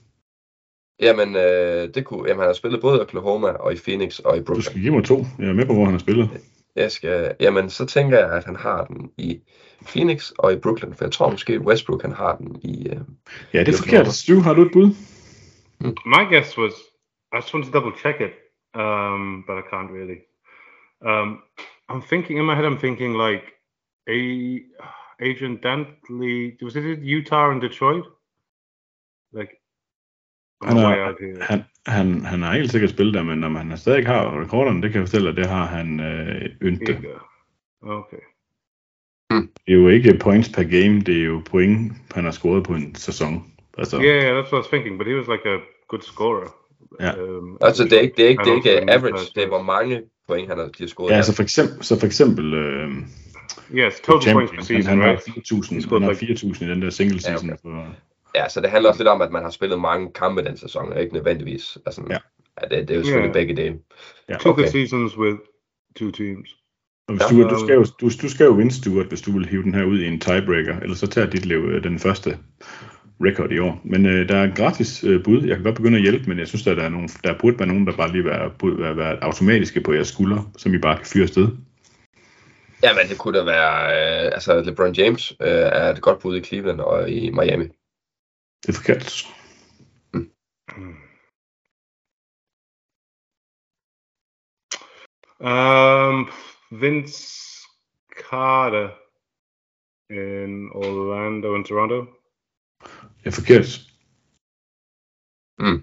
Jamen, øh, det kunne, jamen, han har spillet både i Oklahoma og i Phoenix og i Brooklyn. Du skal give mig to. Jeg er med på, hvor han har spillet. Jeg skal, jamen, så tænker jeg, at han har den i Phoenix og i Brooklyn, for jeg tror måske, Westbrook han har den i... Øh, ja, det er forkert. Stu, har du et bud? Mm. My guess was, I just wanted to double check it, um, but I can't really. Um, I'm thinking, in my head I'm thinking like, a... Adrian Dantley, was it Utah and Detroit? Like, han, er, han, han, han har helt sikkert spillet der, men når han stadig har rekorderne, det kan jeg fortælle, at det har han øh, yndet. Okay. Hmm. Det er jo ikke points per game, det er jo point, han har scoret på en sæson. Altså, yeah, yeah, that's what I was thinking, but he was like a good scorer. Ja. Um, altså, det er ikke, det er ikke, det er ikke average, det er hvor mange point han har, de har scoret. Ja, så for eksempel, så for eksempel øh, yes, total points per season, han, han right? har fire tusind, han har fire tusind i den der single season. Ja, okay. for, ja, så det handler også lidt om, at man har spillet mange kampe den sæson, og ikke nødvendigvis. Altså, ja. Ja, det, det er jo selvfølgelig yeah. begge dele. Ja. Two okay. seasons with two teams. Og hvis ja. du, du, skal jo, du, du skal jo vinde, Stuart, hvis du vil hive den her ud i en tiebreaker, eller så tager dit liv den første record i år. Men øh, der er gratis øh, bud. Jeg kan godt begynde at hjælpe, men jeg synes, at der, er nogle, der burde være nogen, der bare lige være, burde være, være automatiske på jeres skuldre, som I bare kan fyre afsted. Ja, men det kunne da være, øh, altså LeBron James øh, er et godt bud i Cleveland og i Miami. Det er forkert. Mm. Um, Vince Carter in Orlando and Toronto. Det er forkert. Mm.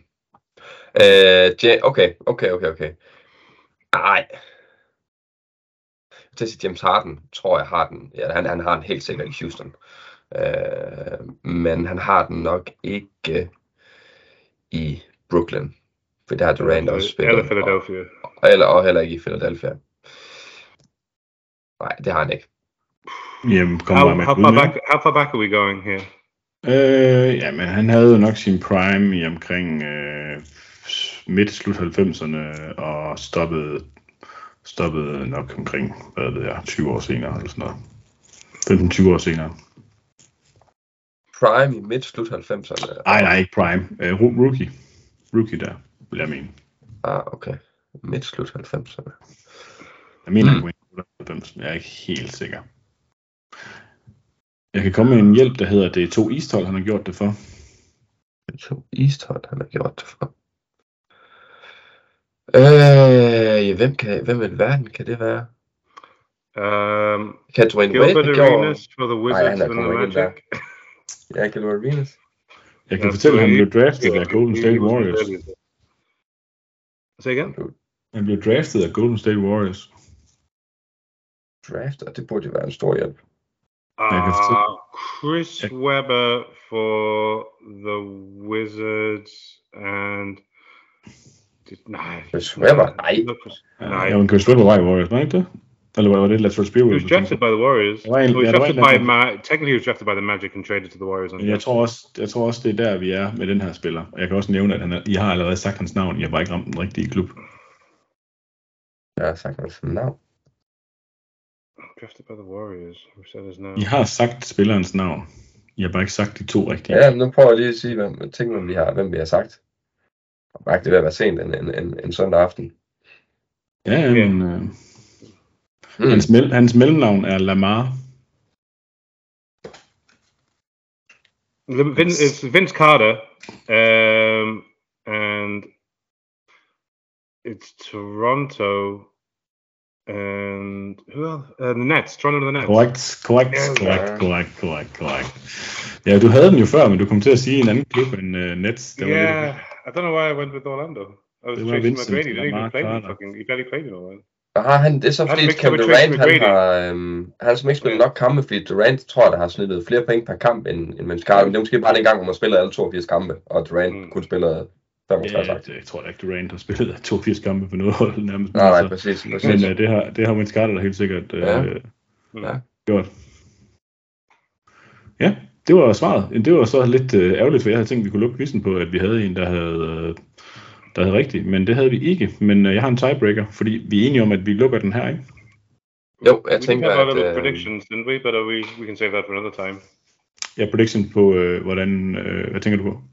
Uh, okay, okay, okay, okay. Nej. til sit James Harden, tror jeg har den, ja, han, han har den helt sikkert i Houston. Øh, men han har den nok ikke i Brooklyn, for der har Durant også spillet. Eller Philadelphia. Og, eller, og heller ikke i Philadelphia. Nej, det har han ikke. Jamen, kom how, med how, far back, how far back are we going here? Øh, ja, men han havde jo nok sin prime i omkring øh, midt slut halvfemserne og stoppede, stoppede nok omkring, hvad ved jeg, tyve år senere eller sådan noget. femten til tyve år senere. Prime i midt slut halvfemserne? Nej, nej, ikke prime. Uh, rookie. Rookie der, vil jeg mene. Ah, okay. Midt slut halvfemserne. Jeg mener, mm. halvfems. Jeg er ikke helt sikker. Jeg kan komme med en hjælp, der hedder, det er to Easthold, han har gjort det for. Det er to Easthold, han har gjort det for. Øh, hvem, kan, hvem i verden kan det være? Um, kan Dwayne Wade have gjort? For the Wizards and the Magic. Ja, Gilbert Arenas. Jeg kan ja, fortælle, at han blev draftet af Golden State Warriors. Say igen? Han blev draftet af Golden State Warriors. Draftet? Det burde jo være en stor hjælp. Uh, Chris ja. Webber for the Wizards and... Nej. Chris Webber? Nej. Nej. Ja, men Chris Webber var i Warriors, var ikke det? Eller var det Lateral Spearway? He was drafted by the Warriors. He was ja, drafted by Ma- technically he was drafted by the Magic and traded to the Warriors. Jeg tror også, jeg tror også det er der vi er med den her spiller. Og jeg kan også nævne at han er, I har allerede sagt hans navn. Jeg har bare ikke ramt den rigtige klub. Jeg har sagt hans navn. Drafted by the Warriors. Who said his name? I har sagt spillerens navn. I har bare ikke sagt de to rigtige. Ja, nu prøver jeg lige at sige hvem, tænk, hvem vi har, hvem vi har sagt. Og bare det vil være sent en, en, en, en søndag aften. Ja, okay. men øh, mm. hans, mel- hans mellemnavn er Lamar. Vince, it's Vince Carter, um, and it's Toronto, and who else? Uh, the Nets, Toronto the Nets. Correct, correct, yeah, correct, correct, correct, correct. Ja, du havde den jo før, men du kom til at sige en anden klub end uh, Nets. Det yeah, var I don't know why I went with Orlando. I was chasing McGrady. He didn't even play me fucking. He barely played me all that. Aha, han, det er så fordi Kevin Durant, han har, øhm, han har som ikke spillet nok kampe, fordi Durant tror, der har snittet flere point per kamp end, end Vince Carter. Men det er måske bare den gang, hvor man spiller alle toogfirs kampe, og Durant mm. kun spiller femogtres. Ja, det, jeg tror da ikke, Durant har spillet toogfirs kampe for noget hold nærmest. Nej, nej, præcis. præcis. Men uh, det, har, det har Vince Carter da helt sikkert uh, ja. Ja. gjort. Ja, det var svaret. Det var så lidt uh, ærgerligt, for jeg havde tænkt, at vi kunne lukke quizzen på, at vi havde en, der havde... Uh, der havde rigtigt, men det havde vi ikke. Men uh, jeg har en tiebreaker, fordi vi er enige om, at vi lukker den her, ikke? Jo, jeg tænker, at... We uh, predictions, didn't we? But uh, we, we can save that for another time. Ja, prediction på, uh, hvordan... Uh, hvad tænker du på?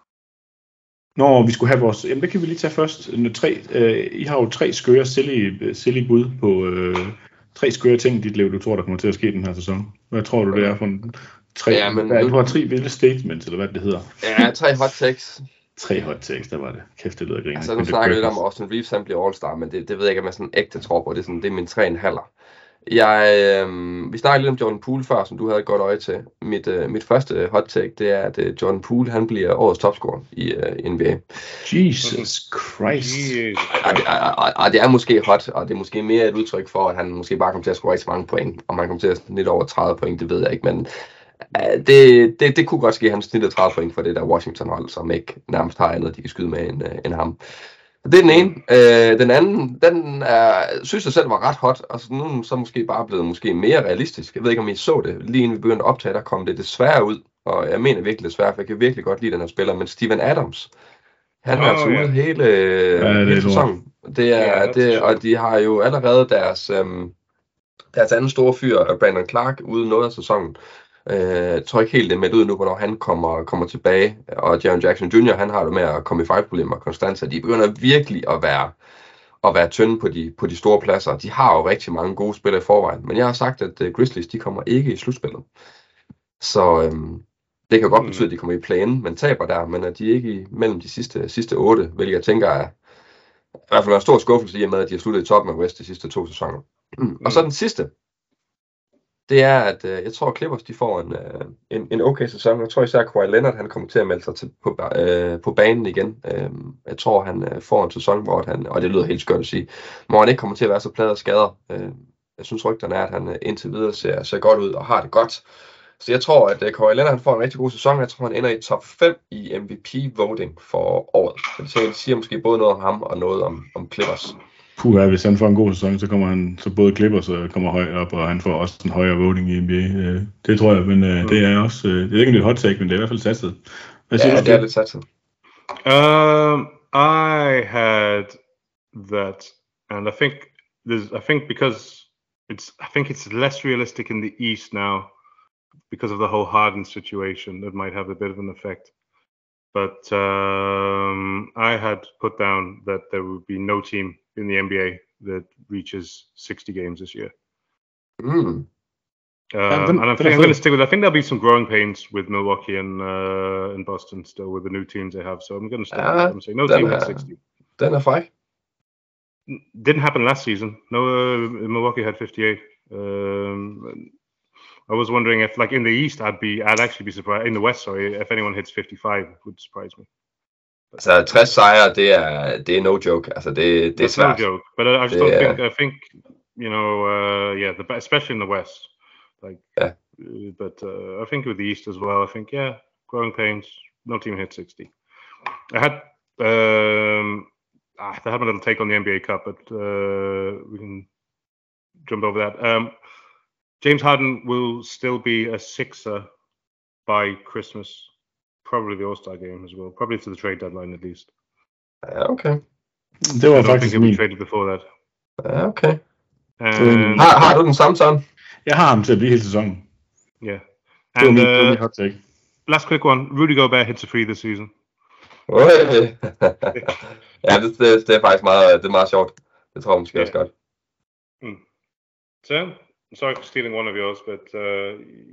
Nå, vi skulle have vores... Jamen, det kan vi lige tage først. Tre, uh, I har jo tre skøre, silly, silly bud på... Uh, tre skøre ting i dit liv, du tror, der kommer til at ske den her sæson. Hvad tror du, det er for en... Tre, ja, men hvad, nu... Du har tre vilde statements, eller hvad det hedder. Ja, tre hot takes. Tre hot takes, der var det. Kæft, det lyder griner. Altså, nu snakker vi lidt om Austin Reeves, han bliver All-Star, men det, det ved jeg ikke, om jeg sådan ægte tror på. Det er, sådan, det er min tre komma fem. Jeg, øh, vi snakkede lidt om Jordan Poole før, som du havde et godt øje til. Mit, øh, mit første hot take, det er, at øh, Jordan Poole, han bliver årets topscorer i øh, N B A. Jesus Christ. Og det, og, og, og det er måske hot, og det er måske mere et udtryk for, at han måske bare kommer til at score ikke så mange point. Om han kommer til at lidt over tredive point, det ved jeg ikke, men... Det, det, det kunne godt ske, at han snittede tredive point for det der Washington-hold, som ikke nærmest har andet, de kan skyde med end, uh, end ham. Det er den ene. Uh, den anden, den er, synes jeg selv var ret hot, og så nu er så måske bare blevet måske mere realistisk. Jeg ved ikke, om I så det. Lige inden vi begyndte at optage, der kom det desværre ud, og jeg mener virkelig desværre, for jeg kan virkelig godt lide den her spiller, men Steven Adams, han er oh, altså ude ja. hele, ja, hele sæsonen. Det er, ja, det, og de har jo allerede deres, um, deres anden store fyr, Brandon Clark, ude noget af sæsonen. Jeg uh, tror ikke helt det med ud nu, hvornår han kommer, kommer tilbage, og Jaren Jackson junior, han har det med at komme i fight-problemer konstant, så de begynder virkelig at være, at være tynde på de, på de store pladser. De har jo rigtig mange gode spillere i forvejen, men jeg har sagt, at uh, Grizzlies, de kommer ikke i slutspillet. Så um, det kan godt mm. betyde, at de kommer i play-in, men taber der, men at de ikke i mellem de sidste, sidste otte, hvilket jeg tænker er i hvert fald en stor skuffelse i og med, at de har sluttet i toppen af West de sidste to sæsoner. Mm. Og så den sidste, det er, at øh, jeg tror, at Clippers de får en, øh, en, en okay sæson. Jeg tror især, at Kawhi Leonard han kommer til at melde sig til, på, øh, på banen igen. Øh, jeg tror, han øh, får en sæson, hvor han, og det lyder helt skørt at sige, hvor han ikke kommer til at være så plaget af skader. Øh, Jeg synes rygterne er, at han indtil videre ser, ser godt ud og har det godt. Så jeg tror, at Kawhi Leonard han får en rigtig god sæson. Jeg tror, han ender i top fem i M V P-voting for året. Så det siger måske både noget om ham og noget om, om Clippers. Puh, hvis han får en god sæson, så kommer han, så både Clippers kommer højt op, og han får også en højere voting i N B A. Det tror jeg, men mm. det er også, det er ikke en lidt hot take, men det er i hvert fald satset. Hvad siger ja, du? Det er lidt satset. Um, I had that, and I think there's, I think because it's, I think it's less realistic in the East now because of the whole Harden situation. That might have a bit of an effect. But um, I had put down that there would be no team in the N B A that reaches sixty games this year. Mm. Um, and I think I'm going to stick with. I think there'll be some growing pains with Milwaukee and uh, and Boston still with the new teams they have. So I'm going to stick with them. Say no team at sixty. Then a five. Didn't happen last season. No, uh, Milwaukee had fifty-eight. Um, I was wondering if, like in the East, I'd be, I'd actually be surprised. In the West, sorry, if anyone hits fifty-five, it would surprise me. Altså tres sejre, det er, det er no joke. Altså det, det er svært. No joke, but I, I just det, don't think. I think, you know, uh, yeah, the, especially in the West, like. Yeah. Uh, but uh, I think with the East as well. I think, yeah, growing pains. No team hit sixty. I had, um, I had my little take on the N B A Cup, but uh, we can jump over that. Um. James Harden will still be a sixer by Christmas, probably the All-Star game as well, probably to the trade deadline at least. Ja, okay. Det var I faktisk think min. Traded before that. Ja, okay. Um, har, har du den samme sådan? Jeg har ham til at blive hele sæsonen. Yeah. And, det uh, hot take. Last quick one. Rudy Gobert hits a free this season. Okay. Ja, det, det, det er faktisk meget, det er meget sjovt. Det tror jeg måske yeah. også godt. Mm. So, sorry for stealing one of yours, but uh,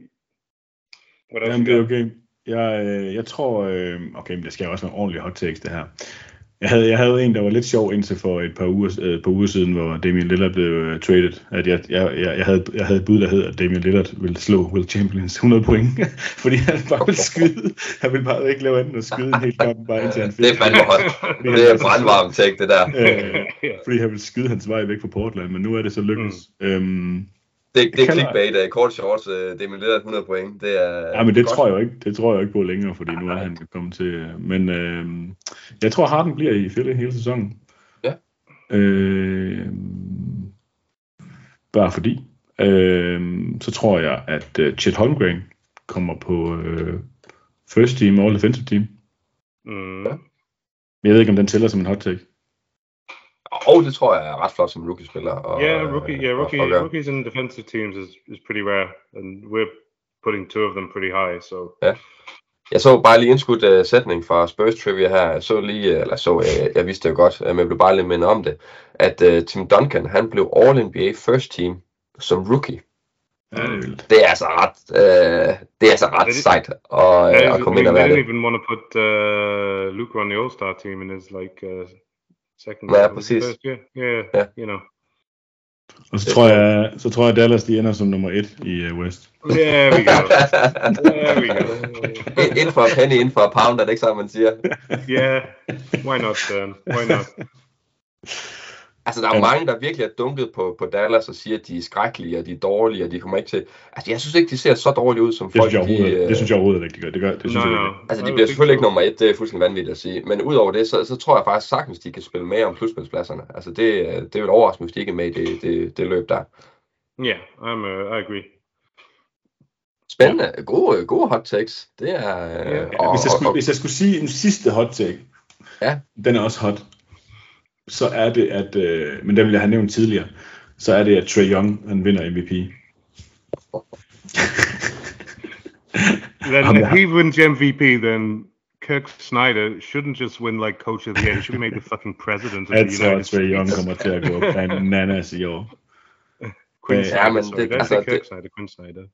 what else? Jamen, det er okay. Jeg, øh, jeg tror, øh, okay, men det skal også være ordentligt hot takes det her. Jeg havde, jeg havde en, der var lidt sjov indtil for et par uger, øh, par uger siden, hvor Damian Lillard blev uh, traded. At jeg, jeg, jeg, jeg, havde, jeg havde et bud, der hed, at Damian Lillard ville slå Will Chamberlains hundrede point, fordi han bare ville skyde. Han ville bare ikke lave andet end at skyde en hel kamp, bare indtil han fik. Det er fandme hot. Det er brandvarmt take, det der. Øh, fordi han ville skyde hans vej væk fra Portland, men nu er det så lykkedes. Mm. Øhm, Det, det er clickbait af kort shorts, det er med lidt hundrede point. Det er ja, men det godt. tror jeg jo ikke. Det tror jeg ikke på længere, fordi nu er han kommet til. Men øh, jeg tror Harden bliver i Philly hele sæsonen. Ja. Øh, bare fordi. Øh, så tror jeg, at uh, Chet Holmgren kommer på uh, first team all defensive team. Mm. Jeg ved ikke, om den tæller som en hot take. Og det tror jeg er ret flot som rookie-spiller. Yeah, rookie, yeah, rookie, rookies in defensive teams is, is pretty rare, and we're putting two of them pretty high. So. Ja. Jeg så bare lige indskudt uh, sætning fra Spurs Trivia her. Jeg så lige, eller så, uh, jeg vidste det jo godt, men jeg blev bare lidt mindet om det, at uh, Tim Duncan, han blev All N B A First Team som rookie. Ja, det er vildt. Det er altså ret, uh, det er altså ret sejt at, yeah, at komme ind og være det. I didn't even want to put uh, Luka on the All-Star team, and it's like. Uh, Second ja, præcis. Yeah, yeah, yeah. You know. Og så tror jeg, så tror jeg Dallas de ender som nummer et i uh, West. Yeah, we go. There we go. Inden for a penny, inden for a pound, er det ikke sådan, man siger? Yeah, why not, then? Why not? Altså, der er jo mange, der virkelig er dunket på, på Dallas og siger, at de er skrækkelige, og de er dårlige, og de kommer ikke til. Altså, jeg synes ikke, de ser så dårlige ud, som det folk. Synes de, øh... Det synes jeg overhovedet ikke, de gør. Det gør det synes no, jeg no. ikke. Altså, de bliver selvfølgelig ikke nummer et, det er fuldstændig vanvittigt at sige. Men udover det, så, så tror jeg faktisk sagtens, de kan spille med om plusspilspladserne. Altså, det, det er jo et overraskende, hvis de ikke er med i det, det, det løb der. Yeah, I'm, uh, I agree. Spændende. Gode, gode hot takes. Det er... Yeah. Og, hvis, jeg skulle, og, hvis jeg skulle sige en sidste hot take, ja. Den er også hot. Så er det, at, øh, men den ville jeg have nævnt tidligere, så er det, at Trae Young, han vinder M V P. Then if he wins M V P, then Kirk Snyder shouldn't just win like coach of the year. He should be made the fucking president of the United States. Trae Young kommer til at gå bananas i år. Quinn Snyder, ja, men sorry. Det, altså, Kirk det, Snyder, Quinn Snyder.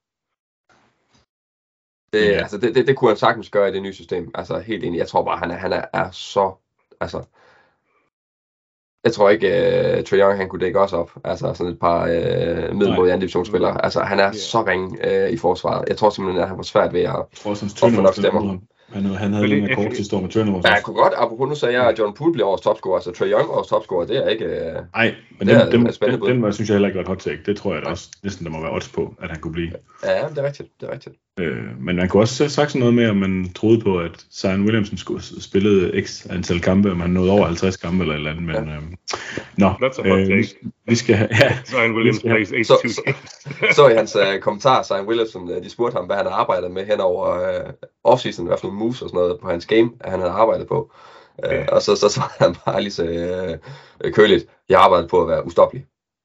Det, ja. altså, det, det, det kunne han sagtens gøre i det nye system. Altså helt enig. Jeg tror bare, han er, han er, er så... Altså, jeg tror ikke, uh, Trae Young, han kunne dække også op. Altså sådan et par uh, middelmådige anden divisionsspillere. Altså han er yeah. så ringe uh, i forsvaret. Jeg tror simpelthen, at han var svært ved at, at få nok stemmer. Han, han havde en kort sidste år med turnovers. Ja, jeg kunne godt, apropos nu sagde jeg, at Jordan Poole bliver årets topscorer, altså Trae Young årets topscorer, det er ikke... Nej, men den, er, den, den, den, den synes jeg heller ikke var et hot take. Det tror jeg da også næsten, der må være odds på, at han kunne blive. Ja, det er rigtigt, det er rigtigt. Øh, men man kunne også have sagt sådan noget med, om man troede på, at Zion Williamson skulle spille x antal kampe, om han nåede over halvtreds kampe eller et eller andet, men... Ja. Øh, nå, øh, vi, vi skal have... Ja, Zion Williamson plays eighty-two så, så, så i hans uh, kommentar, Zion Williamson, de spurgte ham, hvad han har arbejdet med hen over uh, offseason, hvad for nogle moves og sådan noget på hans game, at han havde arbejdet på. Uh, yeah. Og så så svarede han bare lige så uh, køligt, jeg arbejdede på at være ustoppelig.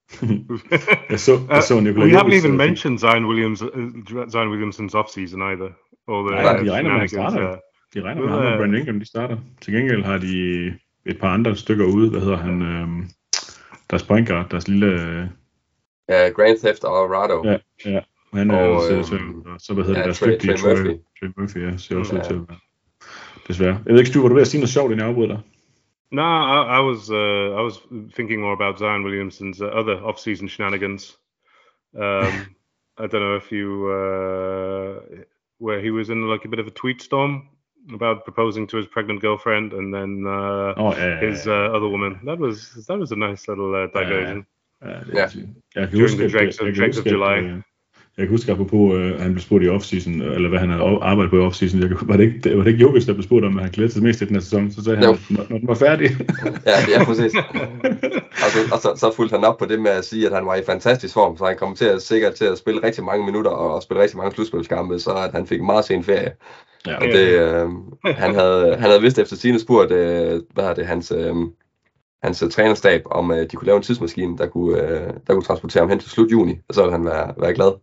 jeg så, jeg så uh, we haven't even mentioned Zion, Williams, uh, Zion Williamson's offseason either. All the, Nej, de regner med, at han starter. De regner med, at han og Brandon Ingram, de starter. Til gengæld har de et par andre stykker ude. Hvad hedder han? Uh, deres point guard, deres lille... Uh, Ja, Grand Theft Auto. Ja, ja. Han er og, øh, så, så hvad hedder ja, det, der Trey, Trey Murphy. Trey Murphy, ja, ser også ud til at være. Desværre. Jeg ved ikke, Stu, var du ved at sige noget sjovt, inden jeg afbryder dig? No, I, I was uh, I was thinking more about Zion Williamson's uh, other off-season shenanigans. Um, I don't know if you uh, where he was in like a bit of a tweet storm about proposing to his pregnant girlfriend, and then uh, oh, yeah, his uh, other woman. That was that was a nice little uh, diversion. Uh, Ja, det er ja. Jeg kan huske, at, jeg, jeg, kan huske at, jeg kan huske, apropos, at han blev spurgt i off-season, eller hvad han havde arbejdet på i off-season. Jeg, var, det ikke, var det ikke Jokic, der blev spurgt om, at han glædede sig mest i den her sæson? Så sagde han, når, når den var færdig. ja, det er præcis. Og, så, og så, så fulgte han op på det med at sige, at han var i fantastisk form, så han kom til at, sikkert til at spille rigtig mange minutter og spille rigtig mange slutspilskampe, så at han fik meget sen ferie. Ja, okay. det, øh, han, havde, han havde vist efter sine spurgt, øh, hvad er det, hans... Øh, hans uh, trænerstab, om uh, de kunne lave en tidsmaskine, der kunne, uh, der kunne transportere ham hen til slut juni, og så ville han være, være glad.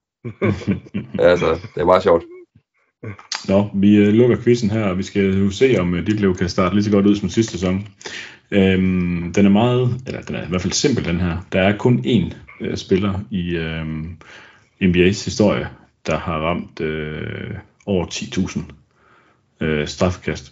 altså, det er meget sjovt. Nå, vi uh, lukker quizzen her, og vi skal jo se, om uh, Ditlev kan starte lige så godt ud som sidste sæson. Øhm, den er meget, eller den er i hvert fald simpel, den her. Der er kun én uh, spiller i uh, N B A's historie, der har ramt uh, over ti tusind uh, straffekast.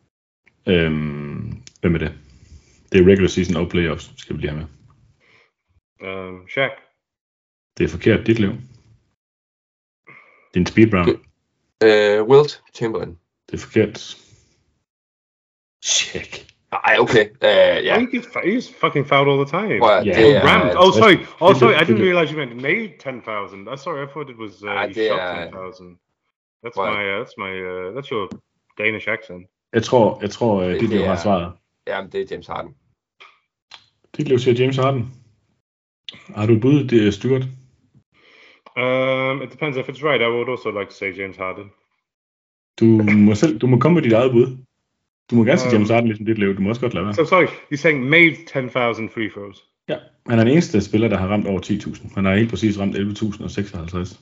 Øhm, hvem er det? Det er regular season og playoffs, skal vi lige have med. Um, Shaq. Det er forkert, dit liv. Det er en speed round. Uh, Wilt Chamberlain. Det er forkert. Shaq. Ej, okay. Uh, yeah. He's, he's fucking fouled all the time. Well, yeah. Oh, rammed. Oh, sorry. Oh, sorry. I didn't realize you meant made ten thousand. I'm sorry. I thought it was uh, uh, he shot ten thousand. That's well, my. Uh, that's my. Uh, that's your Danish accent. Jeg tror. Jeg tror. Uh, dit liv har svaret. Jamen, det er James Harden. Dit liv siger James Harden. Har du et bud, det er Stuart? Um, it depends if it's right. I would also like to say James Harden. Du må selv, du må komme med dit eget bud. Du må gerne sige um, James Harden ligesom dit liv. Du må også godt lade være. So sorry, you're saying made ten thousand free throws? Ja, han er den eneste spiller, der har ramt over ti tusind. Han har helt præcis ramt elleve tusind og seksoghalvtreds.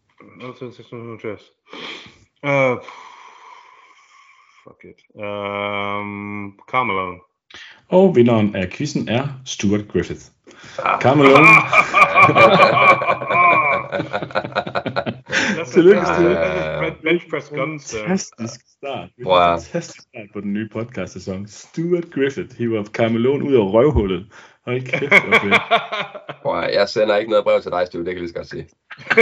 Uh, fuck it. Um, Carmelo. Og vinderen af quizzen er Stuart Griffith. Carmelo. Tillykke, Stuart. Bench press guns. Fantastisk start. Fantastisk start på den nye podcast-sæson. Stuart Griffith hiver Carmelo ud af røvhullet. Hold kæft, okay. Wow, jeg sender ikke noget brev til dig, Stuart. Det kan jeg lige så godt sige.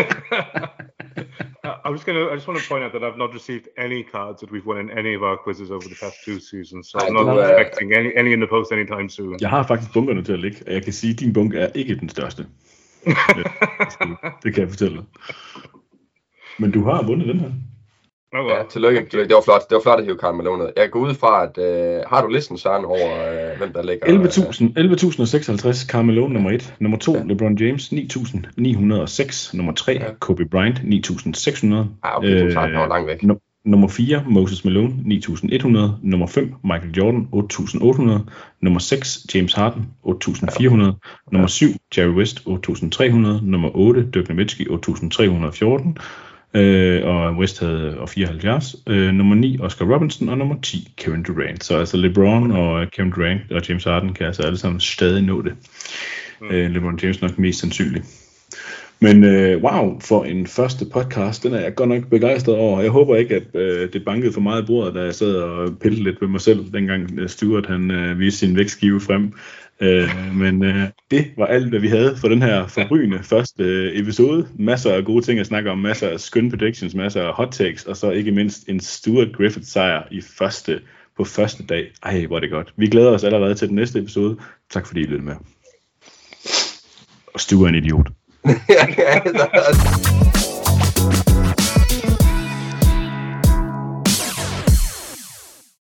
I'm just gonna. I just want to point out that I've not received any cards that we've won in any of our quizzes over the past two seasons, so I'm not uh, expecting any any in the post anytime soon. Jeg har faktisk bunkerne til at ligge, og jeg kan sige, at din bunke er ikke den største. Det kan jeg fortælle dig. Men du har vundet den her. Okay. Ja, tillykke. tillykke. Det var flot. Det var flot at hive Carmelo ned. Jeg går ud fra, at øh, har du listen, Søren, over øh, hvem der ligger? elleve tusind og seksoghalvtreds, Carmelo nummer et. Nummer to, ja. LeBron James, ni tusind ni hundrede og seks. Nummer tre, ja. Kobe Bryant, ni tusind seks hundrede. Ah, okay, du tager den langt væk. No, nummer fire, Moses Malone, ni tusind et hundrede. Nummer fem, Michael Jordan, otte tusind otte hundrede. Nummer seks, James Harden, otte tusind fire hundrede. Ja. Nummer syv, Jerry West, otte tusind tre hundrede. Nummer otte, Dirk Nowitzki, otte tusind tre hundrede og fjorten. Øh, og West havde og fireoghalvfjerds. Øh, nummer ni, Oscar Robinson, og nummer ti, Kevin Durant. Så altså LeBron og Kevin Durant og James Harden kan altså alle sammen stadig nå det. Mm. Øh, LeBron James nok mest sandsynligt. Men øh, wow, for en første podcast, den er jeg godt nok begejstret over. Jeg håber ikke, at øh, det bankede for meget i bordet, da jeg sad og pillede lidt ved mig selv, dengang Stuart han øh, viste sin vægtskive frem. Øh, men øh, det var alt, hvad vi havde for den her forrygende første øh, episode. Masser af gode ting at snakke om, masser af skønne predictions, masser af hot takes, og så ikke mindst en Stuart Griffith sejr i første, på første dag. Ej, hvor er det godt. Vi glæder os allerede til den næste episode. Tak fordi I lyttede med. Og Stuart er en idiot.